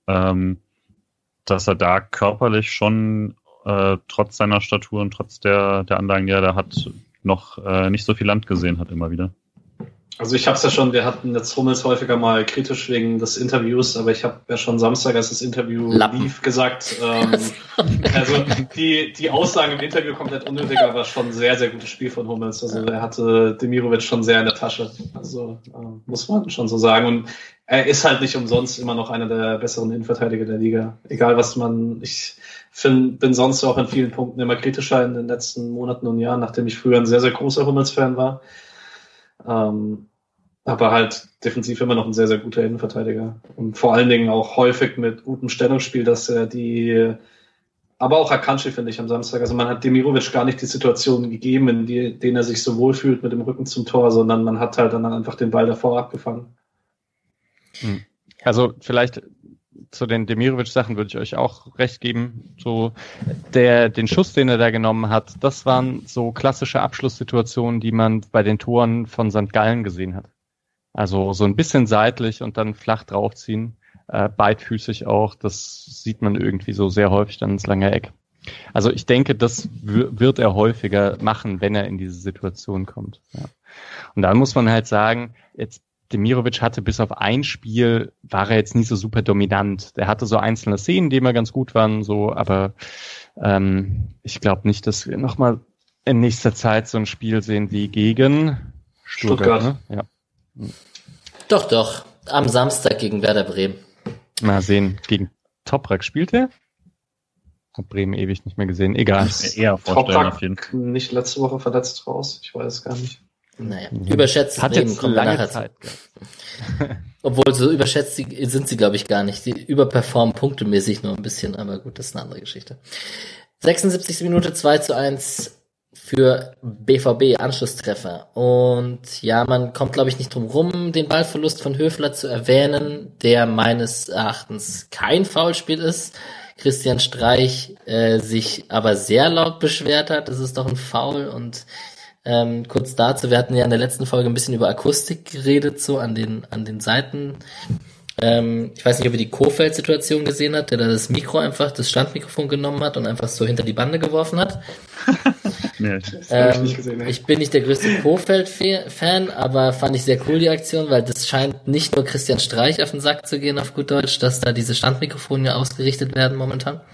dass er da körperlich schon trotz seiner Statur und trotz der Anlagen, die er da hat, noch nicht so viel Land gesehen hat immer wieder. Also ich habe es ja schon, wir hatten jetzt Hummels häufiger mal kritisch wegen des Interviews, aber ich habe ja schon Samstag, als das Interview lief, gesagt, also die Aussagen im Interview komplett unnötig, aber schon ein sehr, sehr gutes Spiel von Hummels. Also er hatte Demirovic schon sehr in der Tasche, also muss man schon so sagen. Und er ist halt nicht umsonst immer noch einer der besseren Innenverteidiger der Liga. Egal was ich bin sonst auch in vielen Punkten immer kritischer in den letzten Monaten und Jahren, nachdem ich früher ein sehr, sehr großer Hummels-Fan war. Aber halt defensiv immer noch ein sehr, sehr guter Innenverteidiger. Und vor allen Dingen auch häufig mit gutem Stellungsspiel, dass er aber auch Akanji, finde ich, am Samstag. Also man hat Demirovic gar nicht die Situationen gegeben, in denen er sich so wohlfühlt mit dem Rücken zum Tor, sondern man hat halt dann einfach den Ball davor abgefangen. Also vielleicht zu den Demirovic-Sachen würde ich euch auch recht geben. So den Schuss, den er da genommen hat, das waren so klassische Abschlusssituationen, die man bei den Toren von St. Gallen gesehen hat. Also so ein bisschen seitlich und dann flach draufziehen, beidfüßig auch, das sieht man irgendwie so sehr häufig dann ins lange Eck. Also ich denke, das wird er häufiger machen, wenn er in diese Situation kommt. Ja. Und dann muss man halt sagen, jetzt Demirovic hatte bis auf ein Spiel, war er jetzt nicht so super dominant. Der hatte so einzelne Szenen, die immer ganz gut waren, so, aber ich glaube nicht, dass wir nochmal in nächster Zeit so ein Spiel sehen wie gegen Stuttgart. Ne? Ja. Doch. Am Samstag gegen Werder Bremen. Mal sehen. Gegen Toprak spielt er? Hab Bremen ewig nicht mehr gesehen. Egal. Eher vorstellen auf jeden Fall. Nicht letzte Woche verletzt raus. Ich weiß es gar nicht. Naja, überschätzt hat Bremen, jetzt kommen wir nachher Zeit. Obwohl, so überschätzt sind sie, glaube ich, gar nicht. Die überperformen punktemäßig nur ein bisschen, aber gut, das ist eine andere Geschichte. 76. Minute 2:1 für BVB, Anschlusstreffer. Und ja, man kommt, glaube ich, nicht drum rum, den Ballverlust von Höfler zu erwähnen, der meines Erachtens kein Foulspiel ist. Christian Streich sich aber sehr laut beschwert hat, das ist doch ein Foul. Und kurz dazu, wir hatten ja in der letzten Folge ein bisschen über Akustik geredet, so an den Seiten. Ich weiß nicht, ob ihr die Kohfeldt-Situation gesehen habt, der da das Standmikrofon genommen hat und einfach so hinter die Bande geworfen hat. Nee, ich bin nicht der größte Kohfeldt-Fan, aber fand ich sehr cool, die Aktion, weil das scheint nicht nur Christian Streich auf den Sack zu gehen, auf gut Deutsch, dass da diese Standmikrofone ja ausgerichtet werden momentan.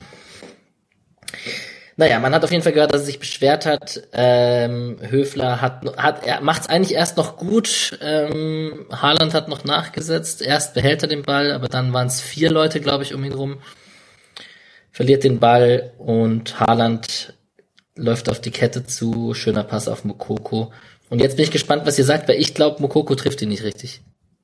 Naja, man hat auf jeden Fall gehört, dass er sich beschwert hat. Höfler er macht's eigentlich erst noch gut. Haaland hat noch nachgesetzt. Erst behält er den Ball, aber dann waren es 4 Leute, glaube ich, um ihn rum. Verliert den Ball und Haaland läuft auf die Kette zu. Schöner Pass auf Moukoko. Und jetzt bin ich gespannt, was ihr sagt, weil ich glaube, Moukoko trifft ihn nicht richtig.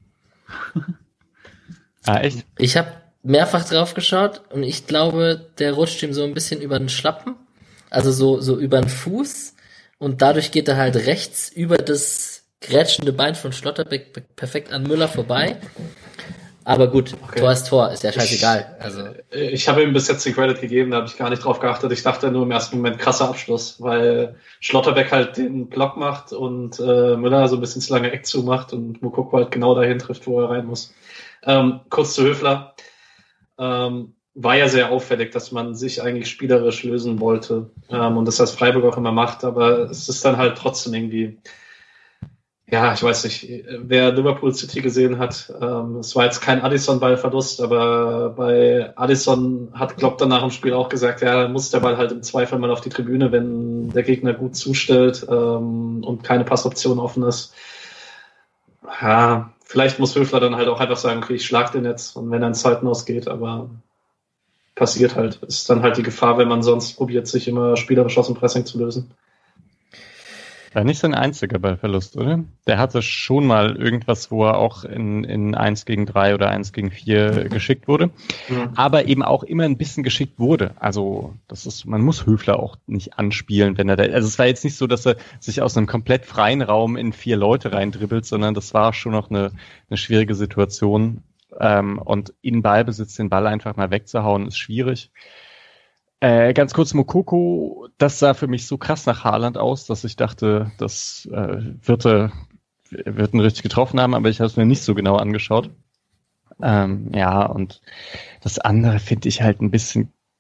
Echt? Ich habe mehrfach drauf geschaut und ich glaube, der rutscht ihm so ein bisschen über den Schlappen. Also so über den Fuß und dadurch geht er halt rechts über das grätschende Bein von Schlotterbeck perfekt an Müller vorbei. Aber gut, okay. Tor ist Tor, ist ja scheißegal. Ich habe ihm bis jetzt den Credit gegeben, da habe ich gar nicht drauf geachtet. Ich dachte nur im ersten Moment krasser Abschluss, weil Schlotterbeck halt den Block macht und Müller so ein bisschen zu lange Eck zumacht und Moukoko halt genau dahin trifft, wo er rein muss. Kurz zu Höfler. War ja sehr auffällig, dass man sich eigentlich spielerisch lösen wollte und das als Freiburg auch immer macht, aber es ist dann halt trotzdem irgendwie, ja, ich weiß nicht, wer Liverpool City gesehen hat, es war jetzt kein Addison-Ballverlust, aber bei Addison hat Klopp dann nach dem Spiel auch gesagt, ja, dann muss der Ball halt im Zweifel mal auf die Tribüne, wenn der Gegner gut zustellt und keine Passoption offen ist. Ja, vielleicht muss Höfler dann halt auch einfach sagen, okay, ich schlag den jetzt und wenn er ins Zeitmaus geht, aber passiert halt. Ist dann halt die Gefahr, wenn man sonst probiert, sich immer spielerisch aus dem Pressing zu lösen. War nicht sein einziger Ballverlust, oder? Der hatte schon mal irgendwas, wo er auch in 1 gegen 3 oder 1 gegen 4 geschickt wurde. Mhm. Aber eben auch immer ein bisschen geschickt wurde. Also, man muss Höfler auch nicht anspielen, wenn er also es war jetzt nicht so, dass er sich aus einem komplett freien Raum in 4 Leute reindribbelt, sondern das war schon noch eine schwierige Situation. Und in Ballbesitz den Ball einfach mal wegzuhauen, ist schwierig. Ganz kurz, Moukoko, das sah für mich so krass nach Haaland aus, dass ich dachte, das wird ihn richtig getroffen haben, aber ich habe es mir nicht so genau angeschaut. Ja, und das andere finde ich halt ein bisschen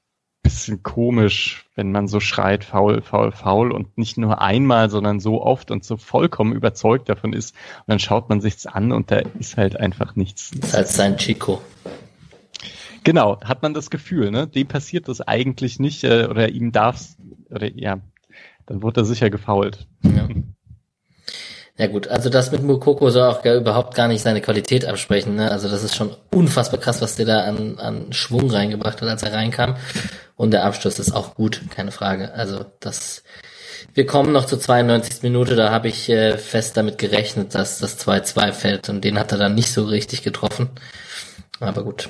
bisschen komisch, wenn man so schreit, faul, faul, faul und nicht nur einmal, sondern so oft und so vollkommen überzeugt davon ist. Und dann schaut man sich's an und da ist halt einfach nichts. Das ist halt sein Chico. Genau, hat man das Gefühl, ne? Dem passiert das eigentlich nicht, oder ihm darf's, oder ja, dann wurde er sicher gefoult. Ja. Ja gut, also das mit Moukoko soll auch überhaupt gar nicht seine Qualität absprechen, ne? Also das ist schon unfassbar krass, was der da an Schwung reingebracht hat, als er reinkam. Und der Abschluss ist auch gut, keine Frage. Also wir kommen noch zur 92. Minute, da habe ich fest damit gerechnet, dass das 2-2 fällt und den hat er dann nicht so richtig getroffen. Aber gut.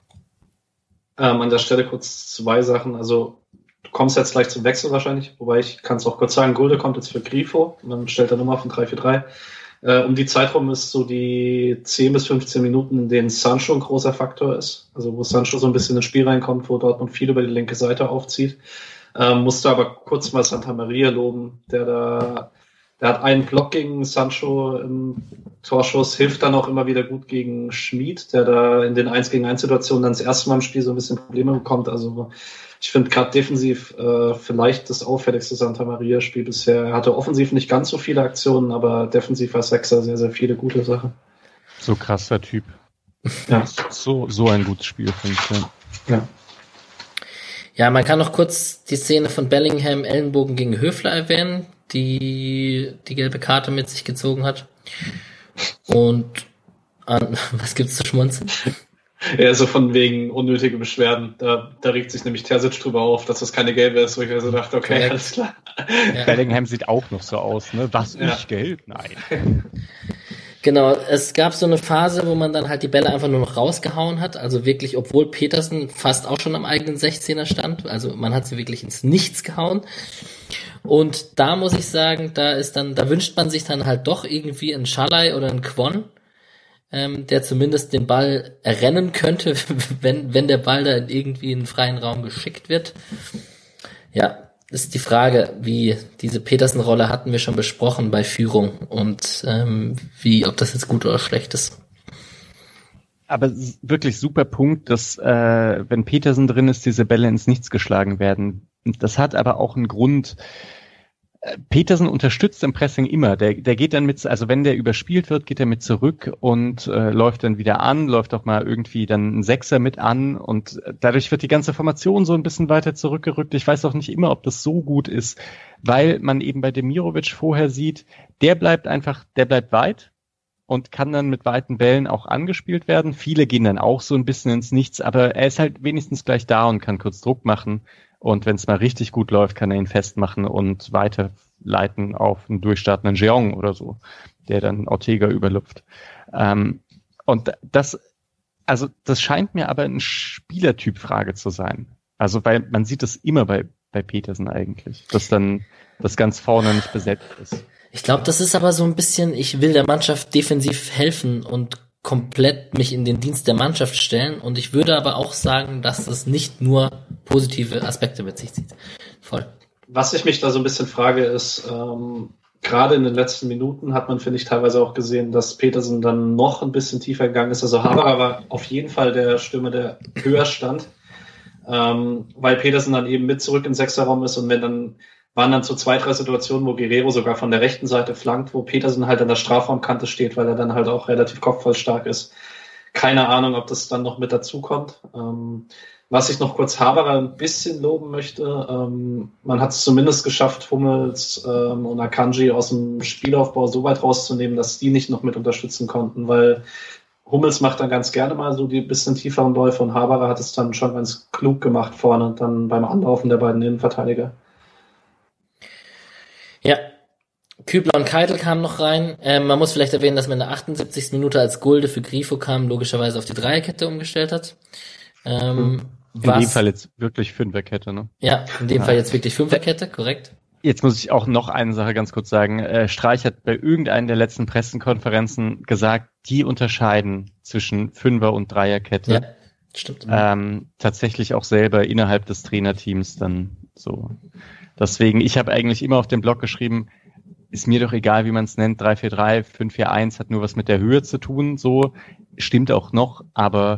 An der Stelle kurz 2 Sachen. Also du kommst jetzt gleich zum Wechsel wahrscheinlich, wobei ich kann es auch kurz sagen, Gulde kommt jetzt für Grifo und dann stellt er Nummer von 3-4-3. Um die Zeit rum ist so die 10 bis 15 Minuten, in denen Sancho ein großer Faktor ist. Also wo Sancho so ein bisschen ins Spiel reinkommt, wo Dortmund viel über die linke Seite aufzieht. Musste aber kurz mal Santa Maria loben, der hat einen Block gegen Sancho im Torschuss, hilft dann auch immer wieder gut gegen Schmid, der da in den 1-gegen-1-Situationen dann das erste Mal im Spiel so ein bisschen Probleme bekommt. Also ich finde gerade defensiv vielleicht das auffälligste Santa Maria-Spiel bisher. Er hatte offensiv nicht ganz so viele Aktionen, aber defensiv als Sechser sehr, sehr viele gute Sachen. So krasser Typ. Ja. So ein gutes Spiel, finde ich. Ja. Ja, man kann noch kurz die Szene von Bellingham Ellenbogen gegen Höfler erwähnen, die gelbe Karte mit sich gezogen hat. Und was gibt's zu schmunzeln? Ja, so von wegen unnötige Beschwerden. Da regt sich nämlich Terzic drüber auf, dass das keine gelbe ist, wo ich mir so dachte, okay, alles klar. Ja. Bellingham sieht auch noch so aus, ne? Was, ich gelb? Nein. Genau, es gab so eine Phase, wo man dann halt die Bälle einfach nur noch rausgehauen hat, also wirklich, obwohl Petersen fast auch schon am eigenen 16er stand, also man hat sie wirklich ins Nichts gehauen. Und da muss ich sagen, da wünscht man sich dann halt doch irgendwie einen Schalai oder einen Kwon, der zumindest den Ball errennen könnte, wenn der Ball da irgendwie in den freien Raum geschickt wird. Ja, ist die Frage, wie diese Petersen-Rolle hatten wir schon besprochen bei Führung und ob das jetzt gut oder schlecht ist. Aber wirklich super Punkt, dass wenn Petersen drin ist, diese Bälle ins Nichts geschlagen werden. Das hat aber auch einen Grund. Petersen unterstützt im Pressing immer. Der geht dann mit, also wenn der überspielt wird, geht er mit zurück und läuft dann wieder an, läuft auch mal irgendwie dann ein Sechser mit an und dadurch wird die ganze Formation so ein bisschen weiter zurückgerückt. Ich weiß auch nicht immer, ob das so gut ist, weil man eben bei Demirovic vorher sieht, der bleibt weit und kann dann mit weiten Bällen auch angespielt werden. Viele gehen dann auch so ein bisschen ins Nichts, aber er ist halt wenigstens gleich da und kann kurz Druck machen. Und wenn es mal richtig gut läuft, kann er ihn festmachen und weiterleiten auf einen durchstartenden Jeong oder so, der dann Ortega überlupft. Und das scheint mir aber ein Spielertyp-Frage zu sein. Also, weil man sieht es immer bei Petersen eigentlich, dass dann das ganz vorne nicht besetzt ist. Ich glaube, das ist aber so ein bisschen, ich will der Mannschaft defensiv helfen und komplett mich in den Dienst der Mannschaft stellen und ich würde aber auch sagen, dass das nicht nur positive Aspekte mit sich zieht. Voll. Was ich mich da so ein bisschen frage ist, gerade in den letzten Minuten hat man, finde ich, teilweise auch gesehen, dass Petersen dann noch ein bisschen tiefer gegangen ist. Also Haberer war auf jeden Fall der Stürmer, der höher stand, weil Petersen dann eben mit zurück im Sechserraum ist und waren dann so 2, 3 Situationen, wo Guerrero sogar von der rechten Seite flankt, wo Petersen halt an der Strafraumkante steht, weil er dann halt auch relativ kopfballstark ist. Keine Ahnung, ob das dann noch mit dazu kommt. Was ich noch kurz Haberer ein bisschen loben möchte, man hat es zumindest geschafft, Hummels und Akanji aus dem Spielaufbau so weit rauszunehmen, dass die nicht noch mit unterstützen konnten, weil Hummels macht dann ganz gerne mal so die bisschen tieferen Läufe und Haberer hat es dann schon ganz klug gemacht vorne, dann beim Anlaufen der beiden Innenverteidiger. Ja, Kübler und Keitel kamen noch rein. Man muss vielleicht erwähnen, dass man in der 78. Minute als Gulde für Grifo kam, logischerweise auf die Dreierkette umgestellt hat. In dem Fall jetzt wirklich Fünferkette, ne? Ja, in dem Fall jetzt wirklich Fünferkette, korrekt. Jetzt muss ich auch noch eine Sache ganz kurz sagen. Streich hat bei irgendeiner der letzten Pressekonferenzen gesagt, die unterscheiden zwischen Fünfer- und Dreierkette. Ja, stimmt. Tatsächlich auch selber innerhalb des Trainerteams dann so. Deswegen, ich habe eigentlich immer auf dem Blog geschrieben, ist mir doch egal, wie man es nennt, 3-4-3, 5-4-1 hat nur was mit der Höhe zu tun, so, stimmt auch noch, aber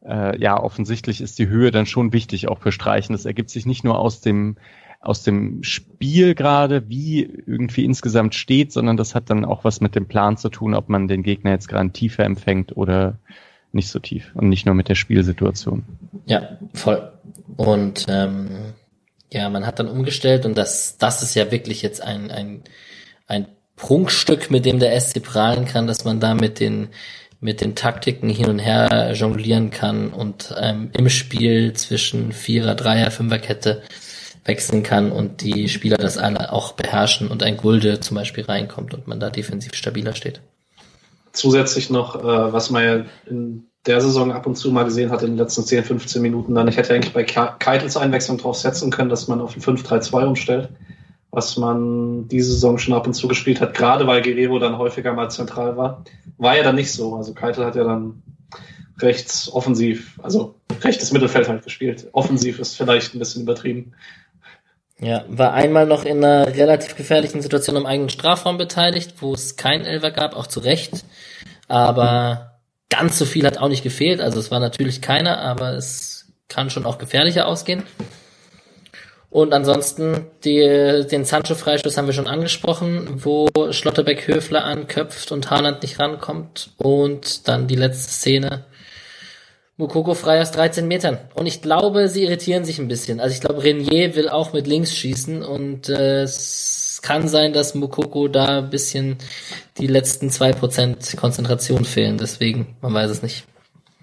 offensichtlich ist die Höhe dann schon wichtig, auch für Streichen. Das ergibt sich nicht nur aus dem Spiel gerade, wie irgendwie insgesamt steht, sondern das hat dann auch was mit dem Plan zu tun, ob man den Gegner jetzt gerade tiefer empfängt oder nicht so tief und nicht nur mit der Spielsituation. Ja, voll. Und man hat dann umgestellt und das ist ja wirklich jetzt ein Prunkstück, mit dem der SC prahlen kann, dass man da mit den Taktiken hin und her jonglieren kann und im Spiel zwischen Vierer-, Dreier-, Fünferkette wechseln kann und die Spieler das alle auch beherrschen und ein Gulde zum Beispiel reinkommt und man da defensiv stabiler steht. Zusätzlich noch, was man ja in der Saison ab und zu mal gesehen hat in den letzten 10, 15 Minuten, dann ich hätte eigentlich bei Keitels Einwechslung drauf setzen können, dass man auf ein 5-3-2 umstellt, was man diese Saison schon ab und zu gespielt hat, gerade weil Guerrero dann häufiger mal zentral war. War ja dann nicht so, also Keitel hat ja dann rechts offensiv, also rechtes Mittelfeld halt gespielt. Offensiv ist vielleicht ein bisschen übertrieben. Ja, war einmal noch in einer relativ gefährlichen Situation im eigenen Strafraum beteiligt, wo es keinen Elfer gab, auch zu Recht. Aber ganz so viel hat auch nicht gefehlt. Also es war natürlich keiner, aber es kann schon auch gefährlicher ausgehen. Und ansonsten den Sancho-Freistoß haben wir schon angesprochen, wo Schlotterbeck-Höfler anköpft und Haaland nicht rankommt. Und dann die letzte Szene. Moukoko frei aus 13 Metern. Und ich glaube, sie irritieren sich ein bisschen. Also ich glaube, Renier will auch mit links schießen und es kann sein, dass Moukoko da ein bisschen die letzten 2% Konzentration fehlen. Deswegen, man weiß es nicht.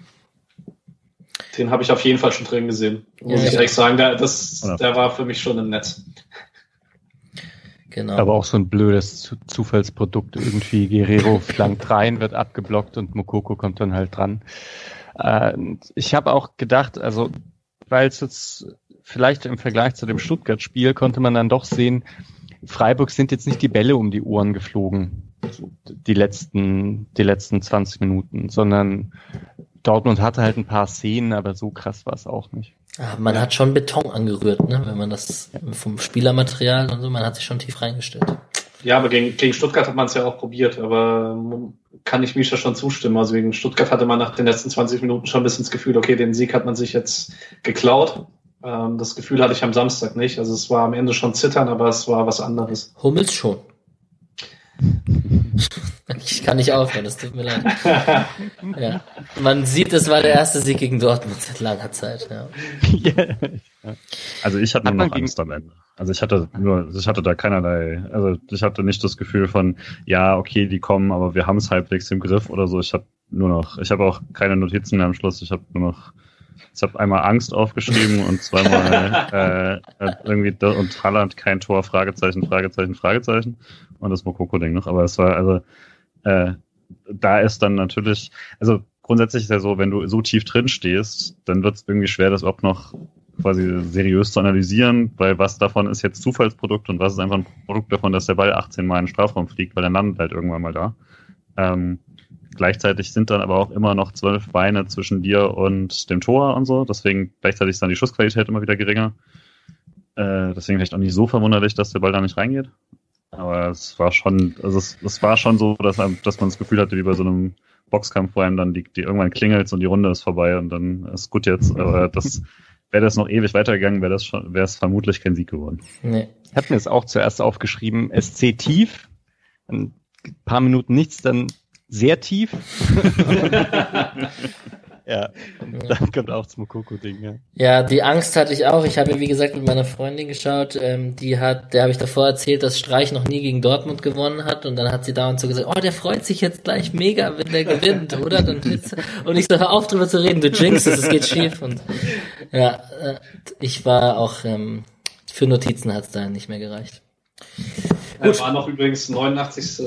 Den habe ich auf jeden Fall schon drin gesehen. Muss ich ehrlich sagen, der war für mich schon im Netz. Genau. Aber auch so ein blödes Zufallsprodukt. Irgendwie Guerrero flankt rein, wird abgeblockt und Moukoko kommt dann halt dran. Ich habe auch gedacht, also weil es jetzt vielleicht im Vergleich zu dem Stuttgart-Spiel konnte man dann doch sehen, Freiburg sind jetzt nicht die Bälle um die Ohren geflogen, die letzten 20 Minuten, sondern Dortmund hatte halt ein paar Szenen, aber so krass war es auch nicht. Man hat schon Beton angerührt, ne? Wenn man das vom Spielermaterial und so, man hat sich schon tief reingestellt. Ja, aber gegen Stuttgart hat man es ja auch probiert, aber kann ich Mischa schon zustimmen. Also gegen Stuttgart hatte man nach den letzten 20 Minuten schon ein bisschen das Gefühl, okay, den Sieg hat man sich jetzt geklaut. Das Gefühl hatte ich am Samstag nicht. Also es war am Ende schon Zittern, aber es war was anderes. Hummels schon. Ich kann nicht aufhören, das tut mir leid. Ja. Man sieht, es war der erste Sieg gegen Dortmund seit langer Zeit. Ja. Also ich hatte nur noch Angst am Ende. Also ich hatte da keinerlei, also ich hatte nicht das Gefühl von, ja, okay, die kommen, aber wir haben es halbwegs im Griff oder so. Ich habe auch keine Notizen mehr am Schluss. Ich habe einmal Angst aufgeschrieben und zweimal irgendwie und Haaland kein Tor, Fragezeichen. Und das Moukoko-Ding noch. Aber es war, also da ist dann natürlich, also grundsätzlich ist ja so, wenn du so tief drin stehst, dann wird es irgendwie schwer, das überhaupt noch quasi seriös zu analysieren, weil was davon ist jetzt Zufallsprodukt und was ist einfach ein Produkt davon, dass der Ball 18 Mal in den Strafraum fliegt, weil der landet halt irgendwann mal da. Gleichzeitig sind dann aber auch immer noch 12 Beine zwischen dir und dem Tor und so, deswegen gleichzeitig ist dann die Schussqualität immer wieder geringer. Deswegen vielleicht auch nicht so verwunderlich, dass der Ball da nicht reingeht. Aber es war schon, also es war schon so, dass man das Gefühl hatte, wie bei so einem Boxkampf, wo einem dann die irgendwann klingelt und die Runde ist vorbei und dann ist gut jetzt. Aber wäre das noch ewig weitergegangen, wäre es vermutlich kein Sieg geworden. Nee. Ich habe mir das auch zuerst aufgeschrieben, SC tief, ein paar Minuten nichts, dann sehr tief. Ja, und dann kommt auch das Moukoko-Ding, ja. Ja, die Angst hatte ich auch. Ich habe, wie gesagt, mit meiner Freundin geschaut. Der habe ich davor erzählt, dass Streich noch nie gegen Dortmund gewonnen hat. Und dann hat sie da und so gesagt, oh, der freut sich jetzt gleich mega, wenn der gewinnt, oder? Und ich so, hör auf drüber zu reden, du jinxst es geht schief. Und ja, ich war auch, für Notizen hat es da nicht mehr gereicht. Gut. War noch übrigens 89.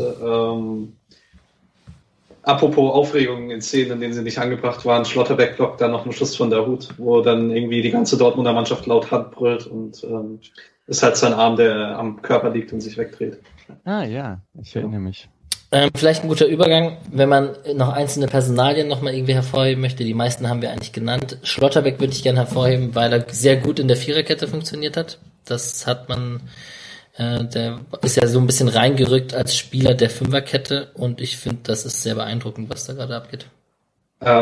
Apropos Aufregung in Szenen, in denen sie nicht angebracht waren, Schlotterbeck blockt da noch einen Schuss von der Hut, wo dann irgendwie die ganze Dortmunder Mannschaft laut Hand brüllt und ist halt sein Arm, der am Körper liegt und sich wegdreht. Ah ja, ich erinnere mich. Vielleicht ein guter Übergang, wenn man noch einzelne Personalien nochmal irgendwie hervorheben möchte. Die meisten haben wir eigentlich genannt. Schlotterbeck würde ich gerne hervorheben, weil er sehr gut in der Viererkette funktioniert hat. Das hat man... der ist ja so ein bisschen reingerückt als Spieler der Fünferkette und ich finde, das ist sehr beeindruckend, was da gerade abgeht.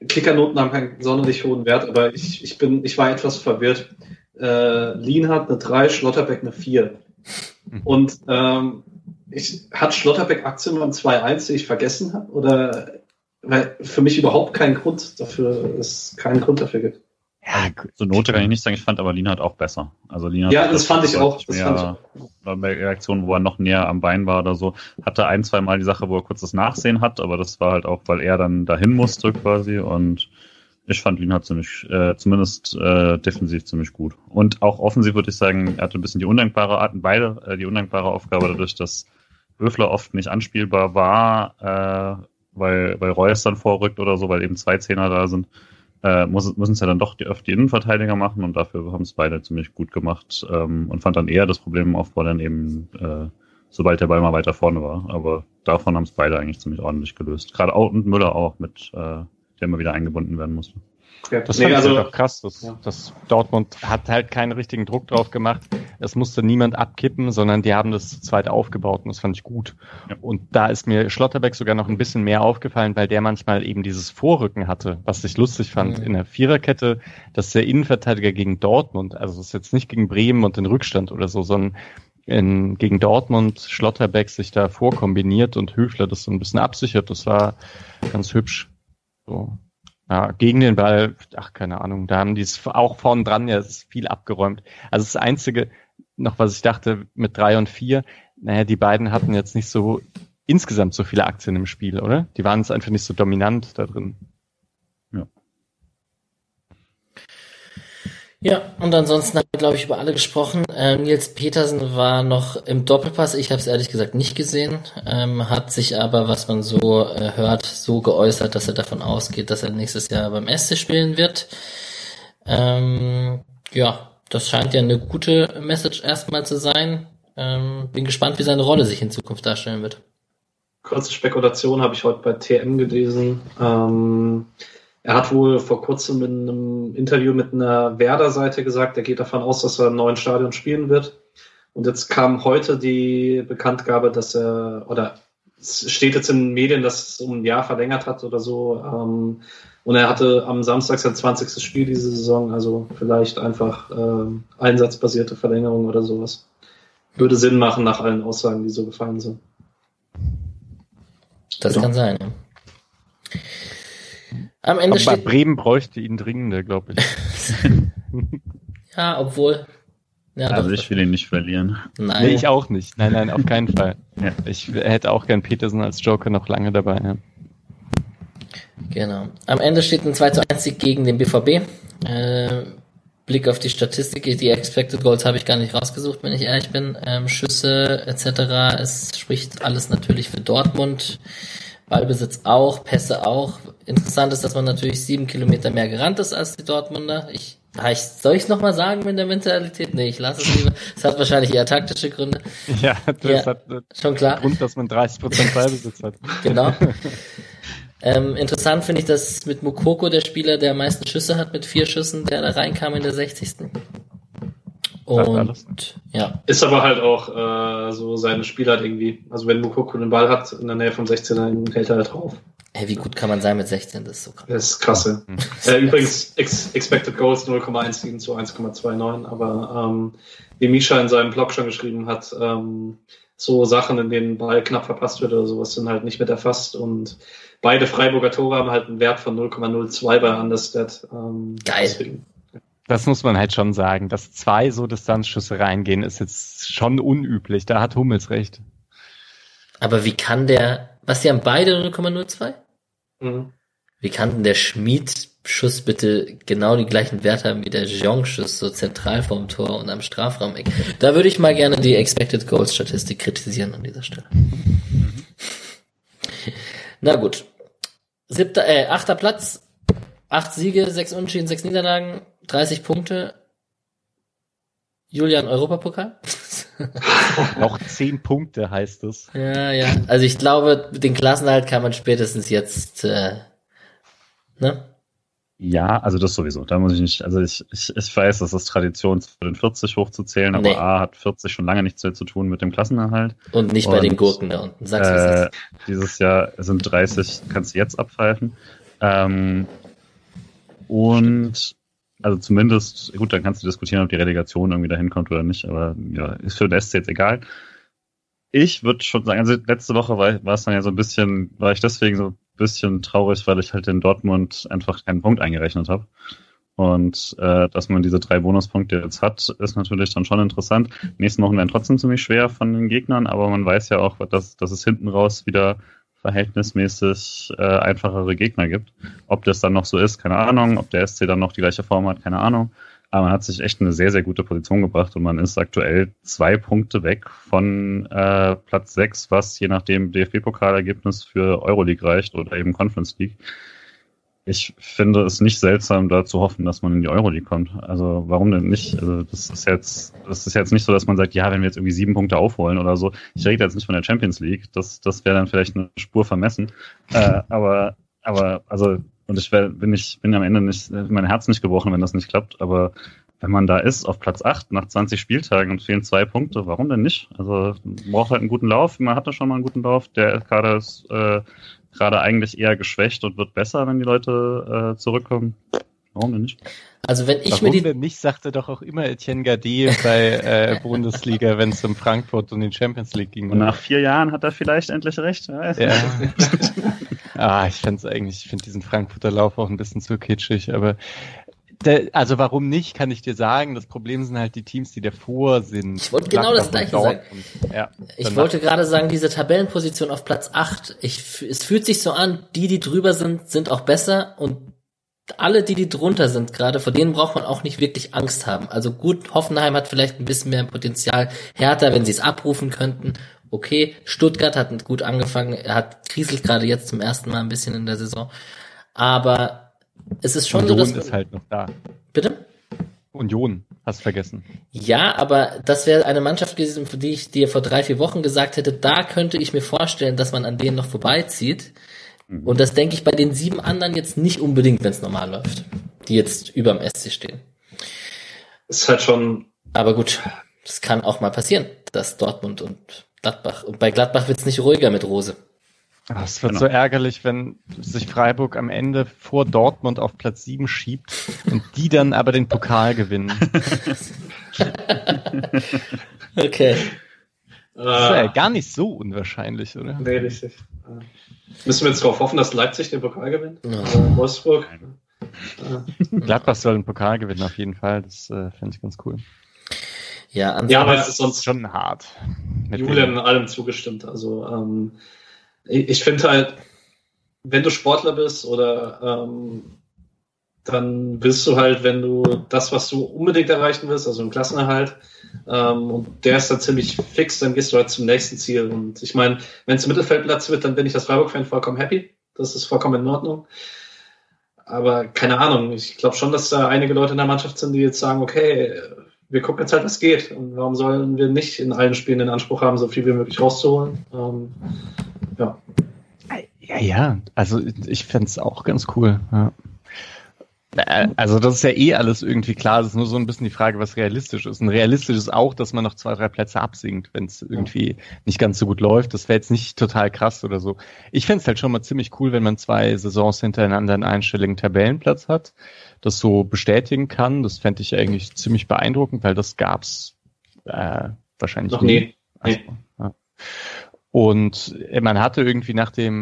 Kickernoten haben keinen sonderlich hohen Wert, aber ich war etwas verwirrt. Lienhardt eine 3, Schlotterbeck eine 4. Und hat Schlotterbeck Aktien beim 2-1, die ich vergessen habe? Oder weil für mich überhaupt keinen Grund dafür, es keinen Grund dafür gibt. Ja, so Note kann ich nicht sagen, ich fand aber Lienhardt auch besser. Also Lienhardt ja, das fand ich auch. Bei Reaktionen, wo er noch näher am Bein war oder so, hatte 1-2 Mal die Sache, wo er kurzes Nachsehen hat, aber das war halt auch, weil er dann dahin musste quasi, und ich fand Lienhardt zumindest defensiv ziemlich gut. Und auch offensiv würde ich sagen, er hatte ein bisschen die undankbare Aufgabe dadurch, dass Höfler oft nicht anspielbar war, weil Reus dann vorrückt oder so, weil eben 2 Zehner da sind. Müssen es ja dann doch auf die Innenverteidiger machen, und dafür haben es beide ziemlich gut gemacht, und fand dann eher das Problem im Aufbau dann eben, sobald der Ball mal weiter vorne war. Aber davon haben es beide eigentlich ziemlich ordentlich gelöst. Gerade auch und Müller auch, der immer wieder eingebunden werden musste. Ja, das fand ich halt auch krass. Das Dortmund hat halt keinen richtigen Druck drauf gemacht. Es musste niemand abkippen, sondern die haben das zu zweit aufgebaut, und das fand ich gut. Ja. Und da ist mir Schlotterbeck sogar noch ein bisschen mehr aufgefallen, weil der manchmal eben dieses Vorrücken hatte, was ich lustig fand. In der Viererkette, dass der Innenverteidiger gegen Dortmund, also das ist jetzt nicht gegen Bremen und den Rückstand oder so, sondern gegen Dortmund Schlotterbeck sich da vorkombiniert und Höfler das so ein bisschen absichert. Das war ganz hübsch. So. Ja, gegen den Ball, keine Ahnung, da haben die es auch vorn dran ja viel abgeräumt. Also das Einzige noch, was ich dachte, mit 3 und 4, die beiden hatten jetzt nicht so insgesamt so viele Aktien im Spiel, oder? Die waren jetzt einfach nicht so dominant da drin. Ja. Ja, und ansonsten haben wir, glaube ich, über alle gesprochen. Nils Petersen war noch im Doppelpass. Ich habe es ehrlich gesagt nicht gesehen, hat sich aber, was man so hört, so geäußert, dass er davon ausgeht, dass er nächstes Jahr beim SC spielen wird. Ja, das scheint ja eine gute Message erstmal zu sein. Bin gespannt, wie seine Rolle sich in Zukunft darstellen wird. Kurze Spekulation habe ich heute bei TM gelesen. Er hat wohl vor kurzem in einem Interview mit einer Werder-Seite gesagt, er geht davon aus, dass er im neuen Stadion spielen wird. Und jetzt kam heute die Bekanntgabe, dass es steht jetzt in den Medien, dass es um ein Jahr verlängert hat oder so. Und er hatte am Samstag sein 20. Spiel diese Saison, also vielleicht einfach einsatzbasierte Verlängerung oder sowas. Würde Sinn machen nach allen Aussagen, die so gefallen sind. Das kann sein, ja. Am Ende steht... Bremen bräuchte ihn dringender, glaube ich. Ja, obwohl... Ja, also ich will ihn nicht verlieren. Nein. Nee, ich auch nicht. Nein, auf keinen Fall. Ja. Ich hätte auch gern Petersen als Joker noch lange dabei. Ja. Genau. Am Ende steht ein 2-1 gegen den BVB. Blick auf die Statistik, die Expected Goals habe ich gar nicht rausgesucht, wenn ich ehrlich bin. Schüsse etc. Es spricht alles natürlich für Dortmund. Ballbesitz auch, Pässe auch. Interessant ist, dass man natürlich 7 Kilometer mehr gerannt ist als die Dortmunder. Soll ich es nochmal sagen mit der Mentalität? Nee, ich lasse es lieber. Es hat wahrscheinlich eher taktische Gründe. Ja, das hat schon klar. Grund, dass man 30% Ballbesitz hat. Genau. Interessant finde ich, dass mit Moukoko der Spieler, der am meisten Schüsse hat, mit 4 Schüssen, der da reinkam in der 60. Und ja. Ist aber halt auch so seine Spielart irgendwie. Also wenn Moukoko den Ball hat in der Nähe vom 16er, dann hält er halt drauf. Hey, wie gut kann man sein mit 16? Das ist so krass. Das ist krass. Übrigens, Expected Goals 0,17 zu 1,29. Aber wie Misha in seinem Blog schon geschrieben hat, so Sachen, in denen Ball knapp verpasst wird oder sowas, sind halt nicht mit erfasst. Und beide Freiburger Tore haben halt einen Wert von 0,02 bei Understat. Geil. Deswegen. Das muss man halt schon sagen. Dass 2 so Distanzschüsse reingehen, ist jetzt schon unüblich. Da hat Hummels recht. Aber wie kann was, die haben beide 0,02? Mhm. Wie kann denn der Schmid-Schuss bitte genau die gleichen Werte haben wie der Jeong-Schuss, so zentral vorm Tor und am Strafraum-Eck? Da würde ich mal gerne die Expected Goals-Statistik kritisieren an dieser Stelle. Mhm. Na gut. 8. Platz, 8 Siege, 6 Unentschieden, 6 Niederlagen, 30 Punkte. Julian, Europapokal? Noch 10 Punkte heißt es. Ja. Also ich glaube, den Klassenerhalt kann man spätestens jetzt, ne? Ja, also das sowieso. Da muss ich nicht, also ich weiß, das ist Tradition, zu den 40 hochzuzählen, aber hat 40 schon lange nichts mehr zu tun mit dem Klassenerhalt. Und nicht bei den Gurken da unten. Sag's dieses Jahr sind 30, kannst du jetzt abpfeifen. Und also zumindest, gut, dann kannst du diskutieren, ob die Relegation irgendwie dahin kommt oder nicht, aber ja, ist für den SC jetzt egal. Ich würde schon sagen, also letzte Woche war es dann ja so ein bisschen, war ich deswegen so ein bisschen traurig, weil ich halt in Dortmund einfach keinen Punkt eingerechnet habe. Und dass man diese 3 Bonuspunkte jetzt hat, ist natürlich dann schon interessant. Die nächsten Wochen werden trotzdem ziemlich schwer von den Gegnern, aber man weiß ja auch, dass es hinten raus wieder verhältnismäßig einfachere Gegner gibt. Ob das dann noch so ist, keine Ahnung. Ob der SC dann noch die gleiche Form hat, keine Ahnung. Aber man hat sich echt eine sehr, sehr gute Position gebracht und man ist aktuell 2 Punkte weg von Platz 6, was je nachdem DFB-Pokalergebnis für Euroleague reicht oder eben Conference League. Ich finde es nicht seltsam, da zu hoffen, dass man in die Euroleague kommt. Also warum denn nicht? Also das ist jetzt nicht so, dass man sagt, ja, wenn wir jetzt irgendwie 7 Punkte aufholen oder so. Ich rede jetzt nicht von der Champions League. Das wäre dann vielleicht eine Spur vermessen. Aber also und ich bin am Ende nicht mein Herz nicht gebrochen, wenn das nicht klappt. Aber wenn man da ist auf Platz 8 nach 20 Spieltagen und fehlen 2 Punkte, warum denn nicht? Also man braucht halt einen guten Lauf. Man hatte schon mal einen guten Lauf. Der Kader ist gerade eigentlich eher geschwächt und wird besser, wenn die Leute zurückkommen. Warum denn nicht? Also wenn ich Warum denn nicht, sagte doch auch immer Etienne Gardet bei Bundesliga, wenn es um Frankfurt und die Champions League ging. Und nach 4 Jahren hat er vielleicht endlich recht. Ja. Ich finde diesen Frankfurter Lauf auch ein bisschen zu kitschig, aber also warum nicht, kann ich dir sagen. Das Problem sind halt die Teams, die davor sind. Ich wollte genau das Gleiche sagen. Ja, ich wollte gerade sagen, diese Tabellenposition auf Platz 8, es fühlt sich so an, die drüber sind auch besser und alle, die drunter sind gerade, vor denen braucht man auch nicht wirklich Angst haben. Also gut, Hoffenheim hat vielleicht ein bisschen mehr Potenzial. Hertha, wenn sie es abrufen könnten, okay. Stuttgart hat gut angefangen, kriselt gerade jetzt zum ersten Mal ein bisschen in der Saison. Aber es ist schon Union so, dass ist halt noch da. Bitte? Union, hast vergessen. Ja, aber das wäre eine Mannschaft gewesen, für die ich dir vor 3-4 Wochen gesagt hätte, da könnte ich mir vorstellen, dass man an denen noch vorbeizieht. Und das denke ich bei den 7 anderen jetzt nicht unbedingt, wenn es normal läuft, die jetzt überm SC stehen. Ist halt schon... Aber gut, das kann auch mal passieren, dass Dortmund und Gladbach, und bei Gladbach wird's nicht ruhiger mit Rose. Es wird so ärgerlich, wenn sich Freiburg am Ende vor Dortmund auf Platz 7 schiebt und die dann aber den Pokal gewinnen. Okay. Das ist ja gar nicht so unwahrscheinlich, oder? Nee, richtig. Müssen wir jetzt darauf hoffen, dass Leipzig den Pokal gewinnt? Ja. Wolfsburg? Gladbach soll den Pokal gewinnen, auf jeden Fall. Das finde ich ganz cool. Ja, aber sonst schon hart. Julian in allem zugestimmt. Also ich finde halt, wenn du Sportler bist oder dann willst du halt, wenn du das, was du unbedingt erreichen willst, also einen Klassenerhalt, und der ist dann ziemlich fix, dann gehst du halt zum nächsten Ziel. Und ich meine, wenn es Mittelfeldplatz wird, dann bin ich als Freiburg-Fan vollkommen happy. Das ist vollkommen in Ordnung. Aber keine Ahnung, ich glaube schon, dass da einige Leute in der Mannschaft sind, die jetzt sagen, okay, wir gucken jetzt halt, was geht. Und warum sollen wir nicht in allen Spielen den Anspruch haben, so viel wie möglich rauszuholen? Ja, also ich fände es auch ganz cool. Ja. Also das ist ja eh alles irgendwie klar, das ist nur so ein bisschen die Frage, was realistisch ist. Und realistisch ist auch, dass man noch 2, 3 Plätze absinkt, wenn es irgendwie nicht ganz so gut läuft. Das wäre jetzt nicht total krass oder so. Ich fände es halt schon mal ziemlich cool, wenn man 2 Saisons hintereinander einen einstelligen Tabellenplatz hat, das so bestätigen kann. Das fände ich eigentlich ziemlich beeindruckend, weil das gab's wahrscheinlich noch nie. Also, ja. Und man hatte irgendwie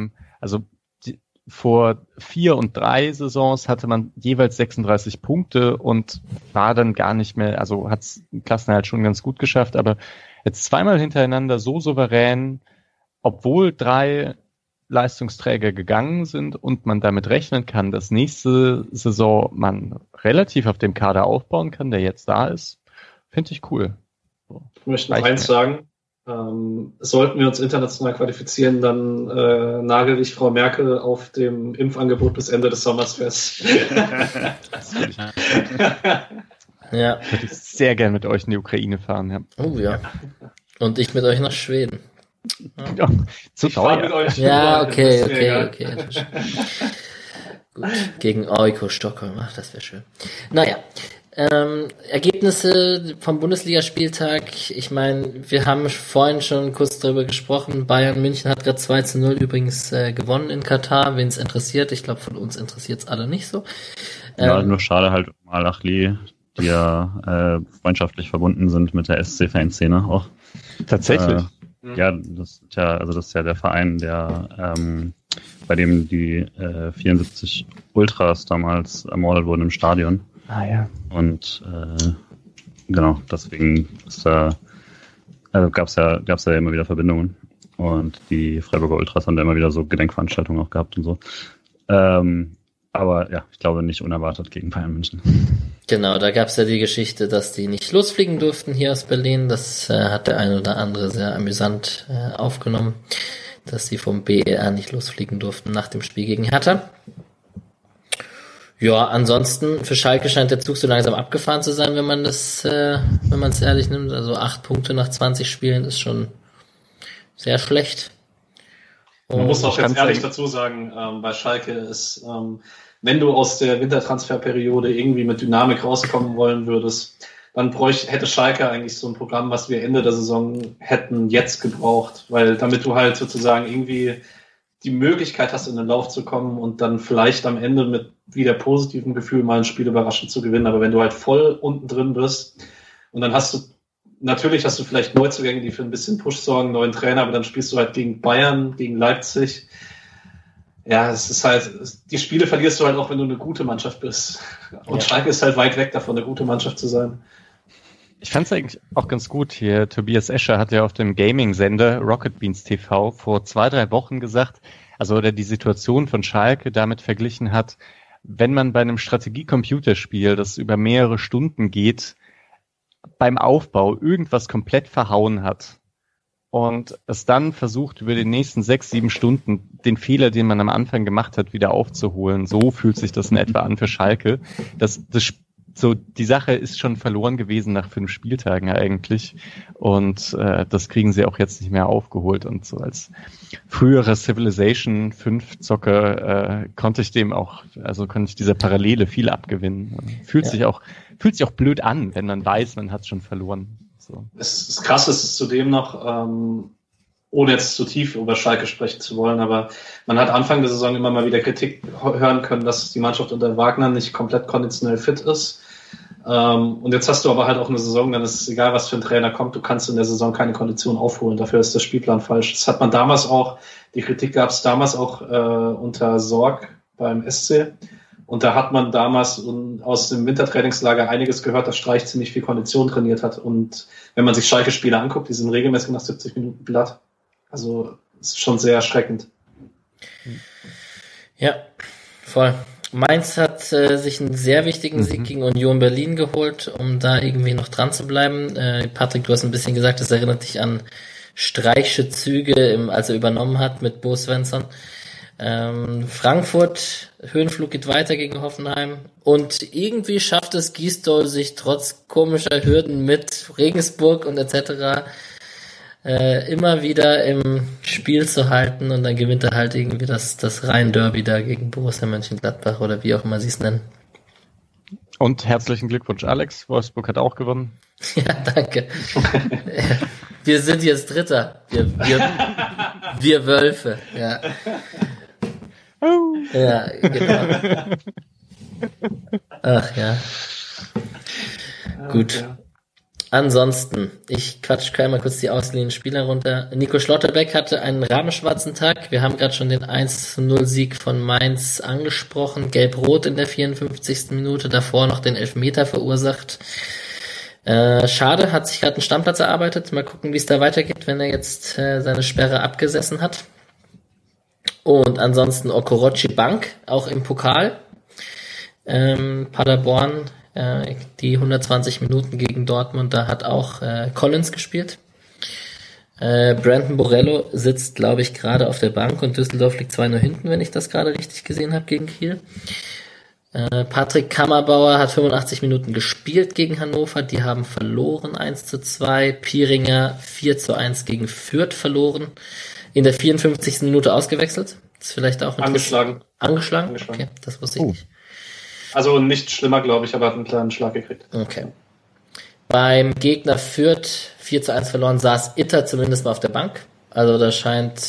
vor 4 und 3 Saisons hatte man jeweils 36 Punkte und war dann gar nicht mehr, also hat's den Klassenerhalt schon ganz gut geschafft, aber jetzt 2-mal hintereinander so souverän, obwohl 3 Leistungsträger gegangen sind und man damit rechnen kann, dass nächste Saison man relativ auf dem Kader aufbauen kann, der jetzt da ist, finde ich cool. So, ich möchte noch eins sagen. Sollten wir uns international qualifizieren, dann nagel ich Frau Merkel auf dem Impfangebot bis Ende des Sommers fest. Das würde Ja. ich sehr gern mit euch in die Ukraine fahren. Ja. Oh ja. Und ich mit euch nach Schweden. Ja, zu Ich fahre mit teuer. euch. Ja, Das ist mir egal. okay. Gut. Gegen Oiko Stockholm, ach, das wäre schön. Naja, Ergebnisse vom Bundesligaspieltag. Ich meine, wir haben vorhin schon kurz darüber gesprochen. Bayern München hat gerade 2-0 übrigens gewonnen in Katar. Wen es interessiert. Ich glaube, von uns interessiert es alle nicht so. Ja, nur schade halt Al-Ahly, die ja freundschaftlich verbunden sind mit der SC-Fanszene auch. Tatsächlich? Ja, das ist ja der Verein, der bei dem die 74 Ultras damals ermordet wurden im Stadion. Ah ja. Und genau, deswegen gab's ja immer wieder Verbindungen. Und die Freiburger Ultras haben da immer wieder so Gedenkveranstaltungen auch gehabt und so. Aber ja, ich glaube nicht unerwartet gegen Bayern München. Genau, da gab's ja die Geschichte, dass die nicht losfliegen durften hier aus Berlin. Das hat der ein oder andere sehr amüsant aufgenommen, dass sie vom BER nicht losfliegen durften nach dem Spiel gegen Hertha. Ja, ansonsten für Schalke scheint der Zug so langsam abgefahren zu sein, wenn man es ehrlich nimmt. Also 8 Punkte nach 20 Spielen ist schon sehr schlecht. Man muss auch jetzt ehrlich dazu sagen, bei Schalke ist, wenn du aus der Wintertransferperiode irgendwie mit Dynamik rauskommen wollen würdest, dann hätte Schalke eigentlich so ein Programm, was wir Ende der Saison hätten jetzt gebraucht, weil damit du halt sozusagen irgendwie die Möglichkeit hast, in den Lauf zu kommen und dann vielleicht am Ende mit wieder positivem Gefühl mal ein Spiel überraschend zu gewinnen. Aber wenn du halt voll unten drin bist und dann hast du vielleicht Neuzugänge, die für ein bisschen Push sorgen, neuen Trainer, aber dann spielst du halt gegen Bayern, gegen Leipzig. Ja, es ist halt, die Spiele verlierst du halt auch, wenn du eine gute Mannschaft bist. Und Schalke ist halt weit weg davon, eine gute Mannschaft zu sein. Ich fand es eigentlich auch ganz gut hier. Tobias Escher hat ja auf dem Gaming-Sender Rocket Beans TV vor 2-3 Wochen gesagt, also oder die Situation von Schalke damit verglichen hat, wenn man bei einem Strategie-Computerspiel, das über mehrere Stunden geht, beim Aufbau irgendwas komplett verhauen hat und es dann versucht, über die nächsten 6-7 Stunden den Fehler, den man am Anfang gemacht hat, wieder aufzuholen. So fühlt sich das in etwa an für Schalke. So, die Sache ist schon verloren gewesen nach 5 Spieltagen eigentlich und das kriegen sie auch jetzt nicht mehr aufgeholt und so als früherer Civilization 5 Zocker konnte ich dieser Parallele viel abgewinnen. Fühlt sich auch blöd an, wenn man weiß, man hat schon verloren. So. Es ist krass, es ist zudem noch, ohne jetzt zu tief über Schalke sprechen zu wollen, aber man hat Anfang der Saison immer mal wieder Kritik hören können, dass die Mannschaft unter Wagner nicht komplett konditionell fit ist. Und jetzt hast du aber halt auch eine Saison, dann ist es egal, was für ein Trainer kommt, du kannst in der Saison keine Kondition aufholen, dafür ist der Spielplan falsch. Das hat man damals auch, die Kritik gab es damals auch unter Sorg beim SC. Und da hat man damals aus dem Wintertrainingslager einiges gehört, dass Streich ziemlich viel Kondition trainiert hat. Und wenn man sich Schalke-Spiele anguckt, die sind regelmäßig nach 70 Minuten platt. Also ist schon sehr erschreckend. Ja, voll. Mainz hat sich einen sehr wichtigen Sieg gegen Union Berlin geholt, um da irgendwie noch dran zu bleiben. Patrick, du hast ein bisschen gesagt, das erinnert dich an Streichsche Züge, als er übernommen hat mit Bo Svensson. Frankfurt, Höhenflug geht weiter gegen Hoffenheim und irgendwie schafft es Gisdol, sich trotz komischer Hürden mit Regensburg und etc. Immer wieder im Spiel zu halten und dann gewinnt er halt irgendwie das Rhein-Derby da gegen Borussia Mönchengladbach oder wie auch immer sie es nennen. Und herzlichen Glückwunsch, Alex. Wolfsburg hat auch gewonnen. Ja, danke. Wir sind jetzt Dritter. Wir Wölfe. Ja. Ja, genau. Ach ja. Gut. Ansonsten, ich quatsch mal kurz die ausgeliehenen Spieler runter. Nico Schlotterbeck hatte einen rabenschwarzen Tag. Wir haben gerade schon den 1-0-Sieg von Mainz angesprochen. Gelb-Rot in der 54. Minute. Davor noch den Elfmeter verursacht. Schade, hat sich gerade einen Stammplatz erarbeitet. Mal gucken, wie es da weitergeht, wenn er jetzt seine Sperre abgesessen hat. Und ansonsten Okorochi Bank, auch im Pokal. Paderborn, die 120 Minuten gegen Dortmund, da hat auch Collins gespielt. Brandon Borello sitzt, glaube ich, gerade auf der Bank und Düsseldorf liegt 2-0 hinten, wenn ich das gerade richtig gesehen habe, gegen Kiel. Patrick Kammerbauer hat 85 Minuten gespielt gegen Hannover, die haben verloren 1-2. Pieringer 4-1 gegen Fürth verloren. In der 54. Minute ausgewechselt. Das ist vielleicht auch angeschlagen. Angeschlagen? Okay, das wusste ich nicht. Also nicht schlimmer, glaube ich, aber hat einen kleinen Schlag gekriegt. Okay. Beim Gegner Fürth 4:1 verloren, saß Itter zumindest mal auf der Bank. Also da scheint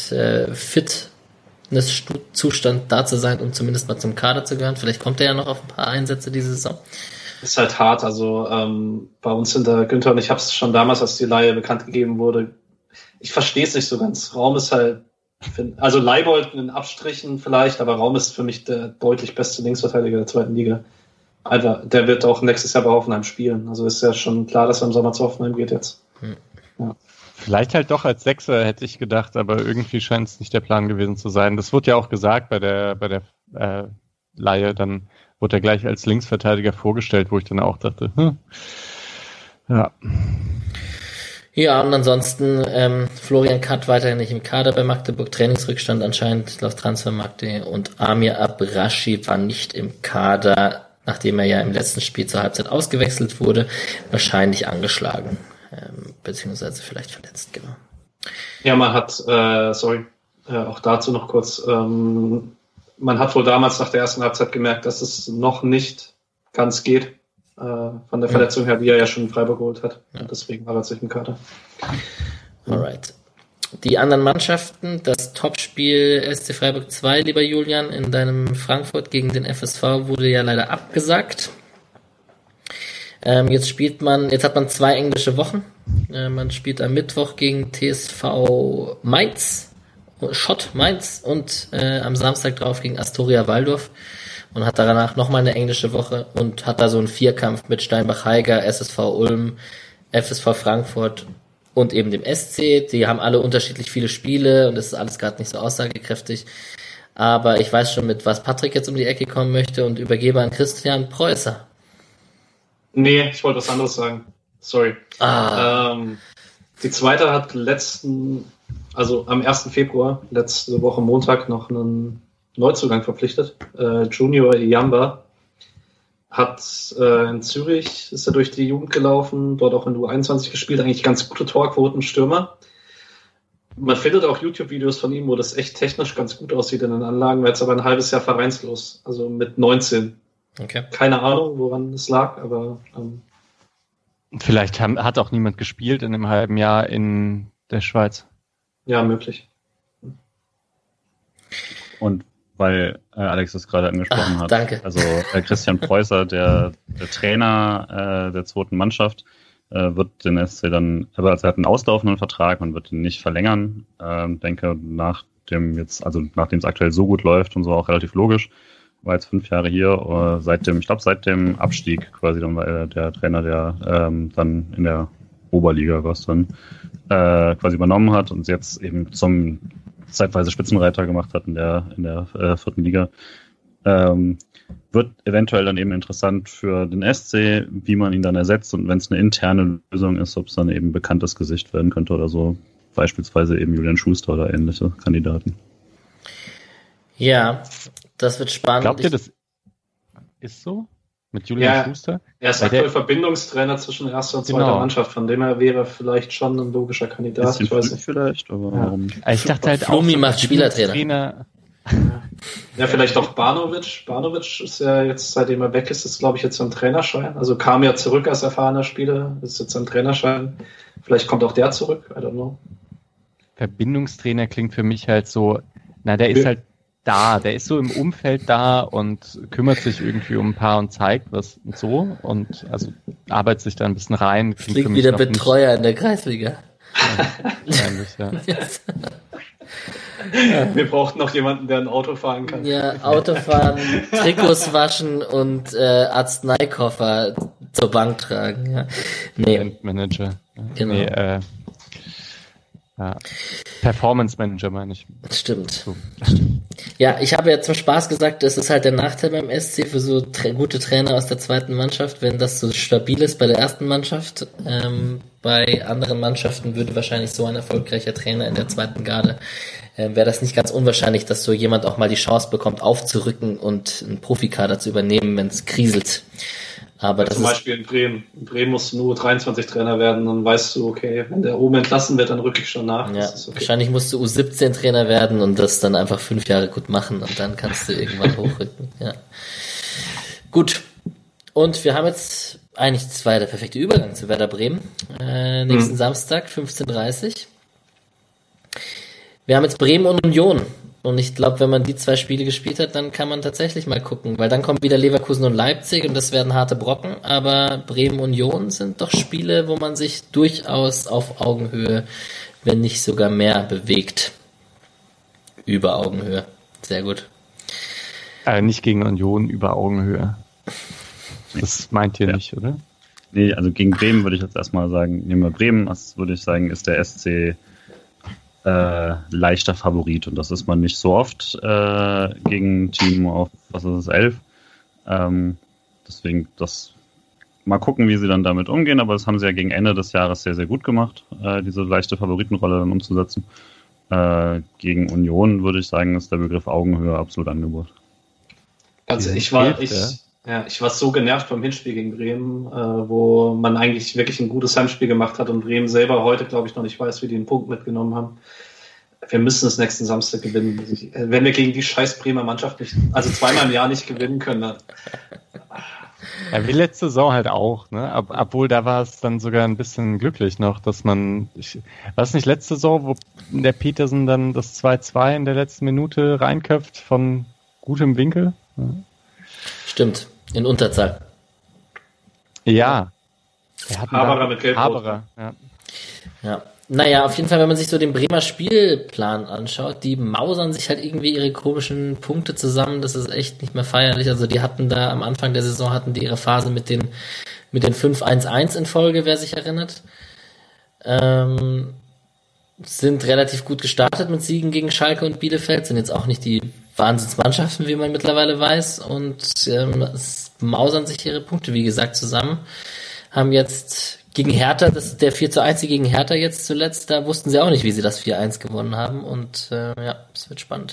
Fitnesszustand da zu sein, um zumindest mal zum Kader zu gehören. Vielleicht kommt er ja noch auf ein paar Einsätze diese Saison. Ist halt hart. Also bei uns sind da Günther und ich habe es schon damals, als die Leihe bekannt gegeben wurde, ich verstehe es nicht so ganz. Raum ist halt, also Leibold in Abstrichen vielleicht, aber Raum ist für mich der deutlich beste Linksverteidiger der zweiten Liga. Alter, der wird auch nächstes Jahr bei Hoffenheim spielen. Also ist ja schon klar, dass er im Sommer zu Hoffenheim geht jetzt. Ja. Vielleicht halt doch als Sechser, hätte ich gedacht, aber irgendwie scheint es nicht der Plan gewesen zu sein. Das wurde ja auch gesagt bei der Leihe, dann wurde er gleich als Linksverteidiger vorgestellt, wo ich dann auch dachte, ja. Ja, und ansonsten Florian Katt weiterhin nicht im Kader bei Magdeburg, Trainingsrückstand anscheinend laut Transfermarkt.de, und Amir Abrashi war nicht im Kader, nachdem er ja im letzten Spiel zur Halbzeit ausgewechselt wurde, wahrscheinlich angeschlagen, beziehungsweise vielleicht verletzt, genau. Ja, man hat, auch dazu noch kurz, man hat wohl damals nach der ersten Halbzeit gemerkt, dass es noch nicht ganz geht, von der Verletzung her, die er ja schon in Freiburg geholt hat. Ja. Und deswegen war er sich im Kader. Alright. Die anderen Mannschaften, das Topspiel SC Freiburg 2, lieber Julian, in deinem Frankfurt gegen den FSV wurde ja leider abgesagt. Jetzt hat man 2 englische Wochen. Man spielt am Mittwoch gegen TSV Mainz, Schott Mainz, und am Samstag drauf gegen Astoria Waldorf und hat danach nochmal eine englische Woche und hat da so einen Vierkampf mit Steinbach-Heiger, SSV Ulm, FSV Frankfurt und eben dem SC. Die haben alle unterschiedlich viele Spiele und das ist alles gerade nicht so aussagekräftig. Aber ich weiß schon, mit was Patrick jetzt um die Ecke kommen möchte, und übergebe an Christian Preußer. Nee, ich wollte was anderes sagen. Sorry. Die zweite hat am 1. Februar, letzte Woche Montag, noch einen Neuzugang verpflichtet. Junior Iyamba hat in Zürich, ist er durch die Jugend gelaufen, dort auch in U21 gespielt, eigentlich ganz gute Torquoten, Stürmer. Man findet auch YouTube-Videos von ihm, wo das echt technisch ganz gut aussieht in den Anlagen, war jetzt aber ein halbes Jahr vereinslos, also mit 19. Okay. Keine Ahnung, woran es lag, aber vielleicht hat auch niemand gespielt in einem halben Jahr in der Schweiz. Ja, möglich. Und weil Alex das gerade angesprochen hat. Danke. Also Christian Preußer, der Trainer der zweiten Mannschaft, wird den SC dann, aber er hat einen auslaufenden Vertrag, man wird ihn nicht verlängern. Denke, nachdem es aktuell so gut läuft und so, auch relativ logisch. War jetzt 5 Jahre hier, seit dem Abstieg quasi, dann war der Trainer, der dann in der Oberliga quasi übernommen hat und jetzt eben zum zeitweise Spitzenreiter gemacht hat in der 4. Liga. Wird eventuell dann eben interessant für den SC, wie man ihn dann ersetzt, und wenn es eine interne Lösung ist, ob es dann eben ein bekanntes Gesicht werden könnte oder so. Beispielsweise eben Julian Schuster oder ähnliche Kandidaten. Ja, das wird spannend. Glaubt ihr, das ist so? Mit Julian Schuster? Er ist aktuell Verbindungstrainer zwischen erster und zweiter Mannschaft, von dem her wäre vielleicht schon ein logischer Kandidat. Ich weiß nicht. Vielleicht, aber warum? Ich dachte halt Flumi auch, macht Spielertrainer. Ja, vielleicht auch Banovic. Banovic ist ja jetzt, seitdem er weg ist glaube ich jetzt am Trainerschein. Also kam ja zurück als erfahrener Spieler, ist jetzt am Trainerschein. Vielleicht kommt auch der zurück, I don't know. Verbindungstrainer klingt für mich halt so, der ist halt da, der ist so im Umfeld da und kümmert sich irgendwie um ein paar und zeigt was und so, und also arbeitet sich da ein bisschen rein. Fliegt wieder Betreuer in der Kreisliga. Ja. Wir brauchten noch jemanden, der ein Auto fahren kann. Ja, Autofahren, Trikots waschen und Arzneikoffer zur Bank tragen. Ja. Nee. Manager. Genau. Nee, Performance Manager meine ich. Stimmt. So. Ja, ich habe ja zum Spaß gesagt, das ist halt der Nachteil beim SC für so gute Trainer aus der zweiten Mannschaft, wenn das so stabil ist bei der ersten Mannschaft. Bei anderen Mannschaften würde wahrscheinlich so ein erfolgreicher Trainer in der zweiten Garde, wäre das nicht ganz unwahrscheinlich, dass so jemand auch mal die Chance bekommt, aufzurücken und einen Profikader zu übernehmen, wenn es kriselt. Aber das zum Beispiel in Bremen. In Bremen musst du nur 23 Trainer werden, dann weißt du, okay, wenn der oben entlassen wird, dann rücke ich schon nach. Ja, das ist okay. Wahrscheinlich musst du U17 Trainer werden und das dann einfach 5 Jahre gut machen und dann kannst du irgendwann hochrücken. Ja. Gut. Und wir haben jetzt eigentlich, das war ja der perfekte Übergang zu Werder Bremen. Nächsten Samstag, 15:30 Uhr. Wir haben jetzt Bremen und Union. Und ich glaube, wenn man die 2 Spiele gespielt hat, dann kann man tatsächlich mal gucken, weil dann kommen wieder Leverkusen und Leipzig und das werden harte Brocken, aber Bremen und Union sind doch Spiele, wo man sich durchaus auf Augenhöhe, wenn nicht sogar mehr, bewegt. Über Augenhöhe. Sehr gut. Nicht gegen Union, über Augenhöhe. Das meint ihr nicht, oder? Nee, also gegen Bremen würde ich jetzt erstmal sagen, nehmen wir Bremen, das würde ich sagen, ist der SC leichter Favorit und das ist man nicht so oft gegen ein Team auf, was ist es, 11. Deswegen mal gucken, wie sie dann damit umgehen, aber das haben sie ja gegen Ende des Jahres sehr, sehr gut gemacht, diese leichte Favoritenrolle dann umzusetzen. Gegen Union würde ich sagen, ist der Begriff Augenhöhe absolut angebracht. Also ich war so genervt beim Hinspiel gegen Bremen, wo man eigentlich wirklich ein gutes Heimspiel gemacht hat und Bremen selber heute, glaube ich, noch nicht weiß, wie die einen Punkt mitgenommen haben. Wir müssen es nächsten Samstag gewinnen. Wenn wir gegen die scheiß Bremer Mannschaft nicht, also zweimal im Jahr nicht gewinnen können. Dann. Ja, wie letzte Saison halt auch, ne? Obwohl da war es dann sogar ein bisschen glücklich noch, dass war es nicht letzte Saison, wo der Petersen dann das 2-2 in der letzten Minute reinköpft von gutem Winkel? Ja. Stimmt, in Unterzahl. Ja. Haberer mit Gelb. Haberer, ja. Ja. Naja, auf jeden Fall, wenn man sich so den Bremer Spielplan anschaut, die mausern sich halt irgendwie ihre komischen Punkte zusammen, das ist echt nicht mehr feierlich. Also die hatten da am Anfang der Saison ihre Phase mit den 5-1-1 in Folge, wer sich erinnert. Sind relativ gut gestartet mit Siegen gegen Schalke und Bielefeld, sind jetzt auch nicht die Wahnsinnsmannschaften, wie man mittlerweile weiß, und es mausern sich ihre Punkte, wie gesagt, zusammen. Haben jetzt gegen Hertha, das ist der 4-1 gegen Hertha jetzt zuletzt, da wussten sie auch nicht, wie sie das 4-1 gewonnen haben, und es wird spannend.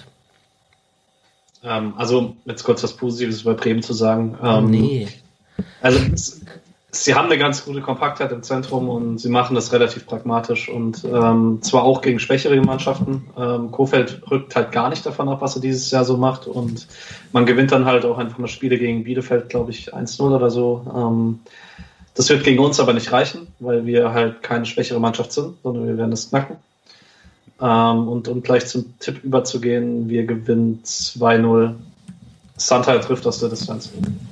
Also, jetzt kurz was Positives über Bremen zu sagen. Nee. Also, sie haben eine ganz gute Kompaktheit im Zentrum und sie machen das relativ pragmatisch und zwar auch gegen schwächere Mannschaften. Kohfeldt rückt halt gar nicht davon ab, was er dieses Jahr so macht, und man gewinnt dann halt auch einfach mal Spiele gegen Bielefeld, glaube ich, 1-0 oder so. Das wird gegen uns aber nicht reichen, weil wir halt keine schwächere Mannschaft sind, sondern wir werden das knacken. Und um gleich zum Tipp überzugehen, wir gewinnen 2-0. Santa trifft aus der Distanz.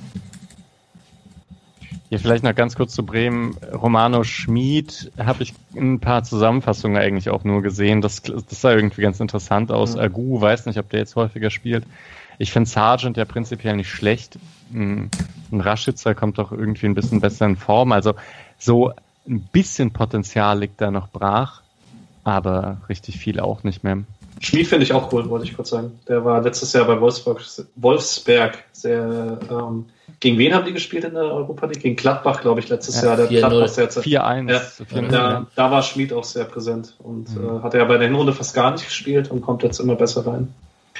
Hier vielleicht noch ganz kurz zu Bremen. Romano Schmid habe ich ein paar Zusammenfassungen eigentlich auch nur gesehen. Das sah irgendwie ganz interessant aus. Agu, weiß nicht, ob der jetzt häufiger spielt. Ich finde Sargent ja prinzipiell nicht schlecht. Ein Raschitzer kommt doch irgendwie ein bisschen besser in Form. Also so ein bisschen Potenzial liegt da noch brach, aber richtig viel auch nicht mehr. Schmid finde ich auch cool, wollte ich kurz sagen. Der war letztes Jahr bei Wolfsberg sehr... gegen wen haben die gespielt in der Europa League? Gegen Gladbach, glaube ich, letztes Jahr. Der 4-1. Da war Schmid auch sehr präsent und hat er bei der Hinrunde fast gar nicht gespielt und kommt jetzt immer besser rein.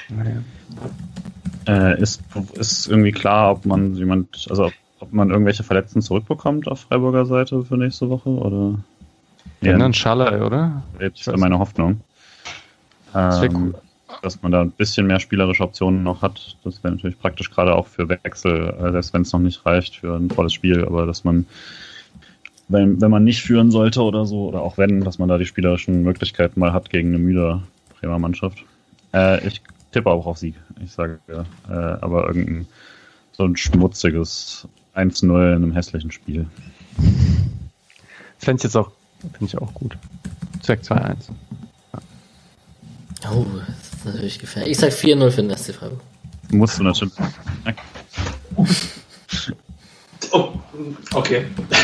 Ist irgendwie klar, ob man irgendwelche Verletzten zurückbekommt auf Freiburger Seite für nächste Woche, oder? Ja, dann Schaller, oder? Das ist meine Hoffnung. Cool. Dass man da ein bisschen mehr spielerische Optionen noch hat. Das wäre natürlich praktisch, gerade auch für Wechsel, selbst wenn es noch nicht reicht für ein volles Spiel, aber dass man, wenn man nicht führen sollte oder so, oder auch wenn, dass man da die spielerischen Möglichkeiten mal hat gegen eine müde Bremer Mannschaft. Ich tippe auch auf Sieg. Ich sage, aber so ein schmutziges 1-0 in einem hässlichen Spiel. Das finde ich auch gut. Zweck 2-1. Oh, das ist natürlich gefährlich. Ich sag 4-0 für den SC Freiburg. Musst du natürlich. Oh, okay.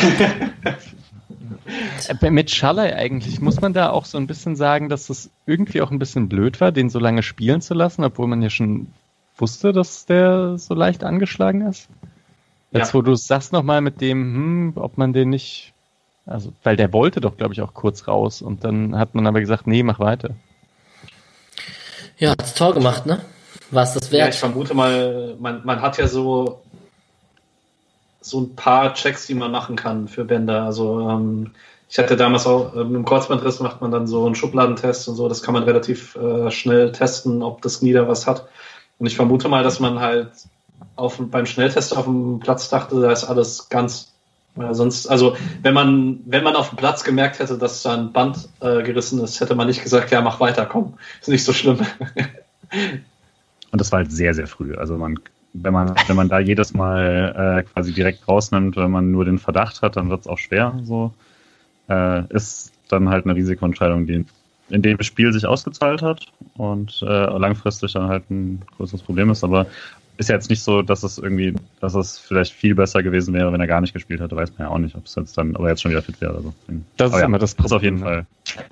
Mit Schaller eigentlich, muss man da auch so ein bisschen sagen, dass es irgendwie auch ein bisschen blöd war, den so lange spielen zu lassen, obwohl man ja schon wusste, dass der so leicht angeschlagen ist? Jetzt, wo du es sagst nochmal mit dem, ob man den nicht, also, weil der wollte doch, glaube ich, auch kurz raus und dann hat man aber gesagt, nee, mach weiter. Ja, hat das Tor gemacht, ne? War es das wert? Ja, ich vermute mal, man hat ja so ein paar Checks, die man machen kann für Bänder. Also ich hatte damals auch mit dem Kreuzbandriss macht man dann so einen Schubladentest und so. Das kann man relativ schnell testen, ob das Knie da was hat. Und ich vermute mal, dass man halt beim Schnelltest auf dem Platz dachte, da ist alles ganz. Sonst, also wenn man auf dem Platz gemerkt hätte, dass da ein Band gerissen ist, hätte man nicht gesagt, ja, mach weiter, komm, ist nicht so schlimm. Und das war halt sehr, sehr früh. Also wenn man da jedes Mal quasi direkt rausnimmt, wenn man nur den Verdacht hat, dann wird es auch schwer. So ist dann halt eine Risikoentscheidung, die in dem Spiel sich ausgezahlt hat und langfristig dann halt ein größeres Problem ist. Aber ist ja jetzt nicht so, dass es vielleicht viel besser gewesen wäre, wenn er gar nicht gespielt hätte. Weiß man ja auch nicht, ob es jetzt dann, aber jetzt schon wieder fit wäre oder so. Das ist immer das Problem. Das auf jeden Fall.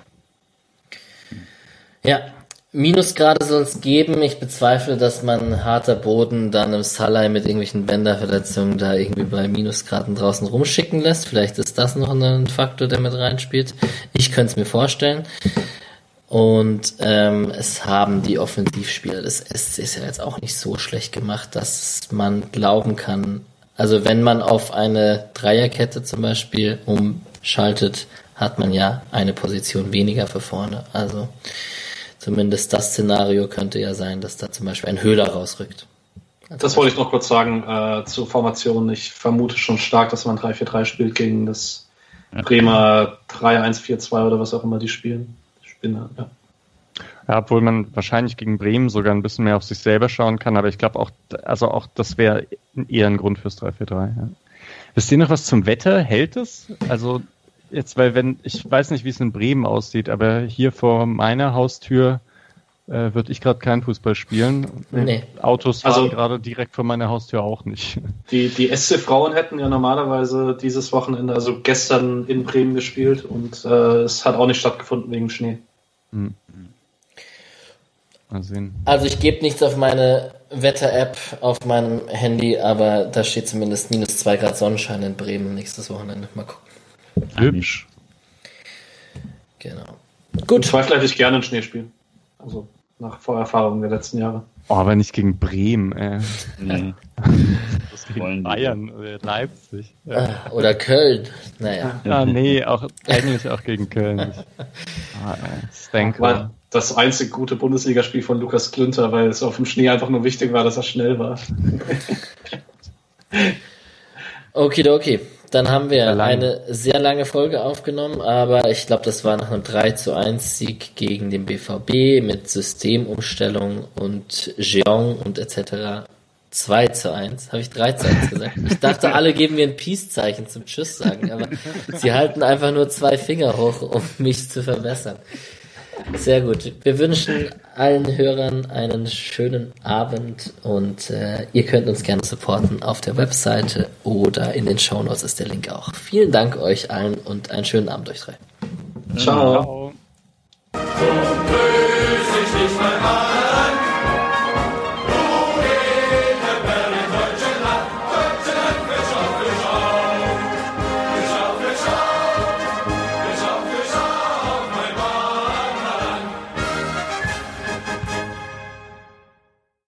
Ja, Minusgrade soll es geben. Ich bezweifle, dass man harter Boden dann im Salai mit irgendwelchen Bänderverletzungen da irgendwie bei Minusgraden draußen rumschicken lässt. Vielleicht ist das noch ein Faktor, der mit reinspielt. Ich könnte es mir vorstellen. Und es haben die Offensivspieler des SCs ja jetzt auch nicht so schlecht gemacht, dass man glauben kann, also wenn man auf eine Dreierkette zum Beispiel umschaltet, hat man ja eine Position weniger für vorne. Also zumindest das Szenario könnte ja sein, dass da zum Beispiel ein Höhler rausrückt. Das wollte ich noch kurz sagen zur Formation. Ich vermute schon stark, dass man 3-4-3 spielt gegen das Bremer 3-1-4-2 oder was auch immer die spielen. Ja. Ja, obwohl man wahrscheinlich gegen Bremen sogar ein bisschen mehr auf sich selber schauen kann, aber ich glaube auch das wäre eher ein Grund fürs 3-4-3. Ja. Wisst ihr noch was zum Wetter? Hält es? Also jetzt, weil ich weiß nicht, wie es in Bremen aussieht, aber hier vor meiner Haustür würde ich gerade keinen Fußball spielen. Nee. Autos fahren gerade direkt vor meiner Haustür auch nicht. Die SC Frauen hätten ja normalerweise dieses Wochenende, also gestern in Bremen gespielt und es hat auch nicht stattgefunden wegen Schnee. Mal sehen. Also ich gebe nichts auf meine Wetter-App auf meinem Handy, aber da steht zumindest -2 Grad Sonnenschein in Bremen nächstes Wochenende. Mal gucken. Hübsch. Genau. Gut. Im Zweifel hätte ich gerne ein Schneespiel. Also nach Vorerfahrungen der letzten Jahre. Oh, aber nicht gegen Bremen, Nee. Das gegen Bayern oder Leipzig. Ja. Oder Köln. Naja. Ja, nee, eigentlich auch gegen Köln nicht. War das einzig gute Bundesligaspiel von Lukas Klünter, weil es auf dem Schnee einfach nur wichtig war, dass er schnell war. Okay. Dann haben wir eine sehr lange Folge aufgenommen, aber ich glaube, das war nach einem 3-1 gegen den BVB mit Systemumstellung und Jeong und etc. 2-1. Habe ich 3-1 gesagt? Ich dachte, alle geben mir ein Peace-Zeichen zum Tschüss sagen, aber sie halten einfach nur 2 Finger hoch, um mich zu verbessern. Sehr gut. Wir wünschen allen Hörern einen schönen Abend und ihr könnt uns gerne supporten auf der Webseite oder in den Shownotes ist der Link auch. Vielen Dank euch allen und einen schönen Abend euch drei. Ciao. Ciao.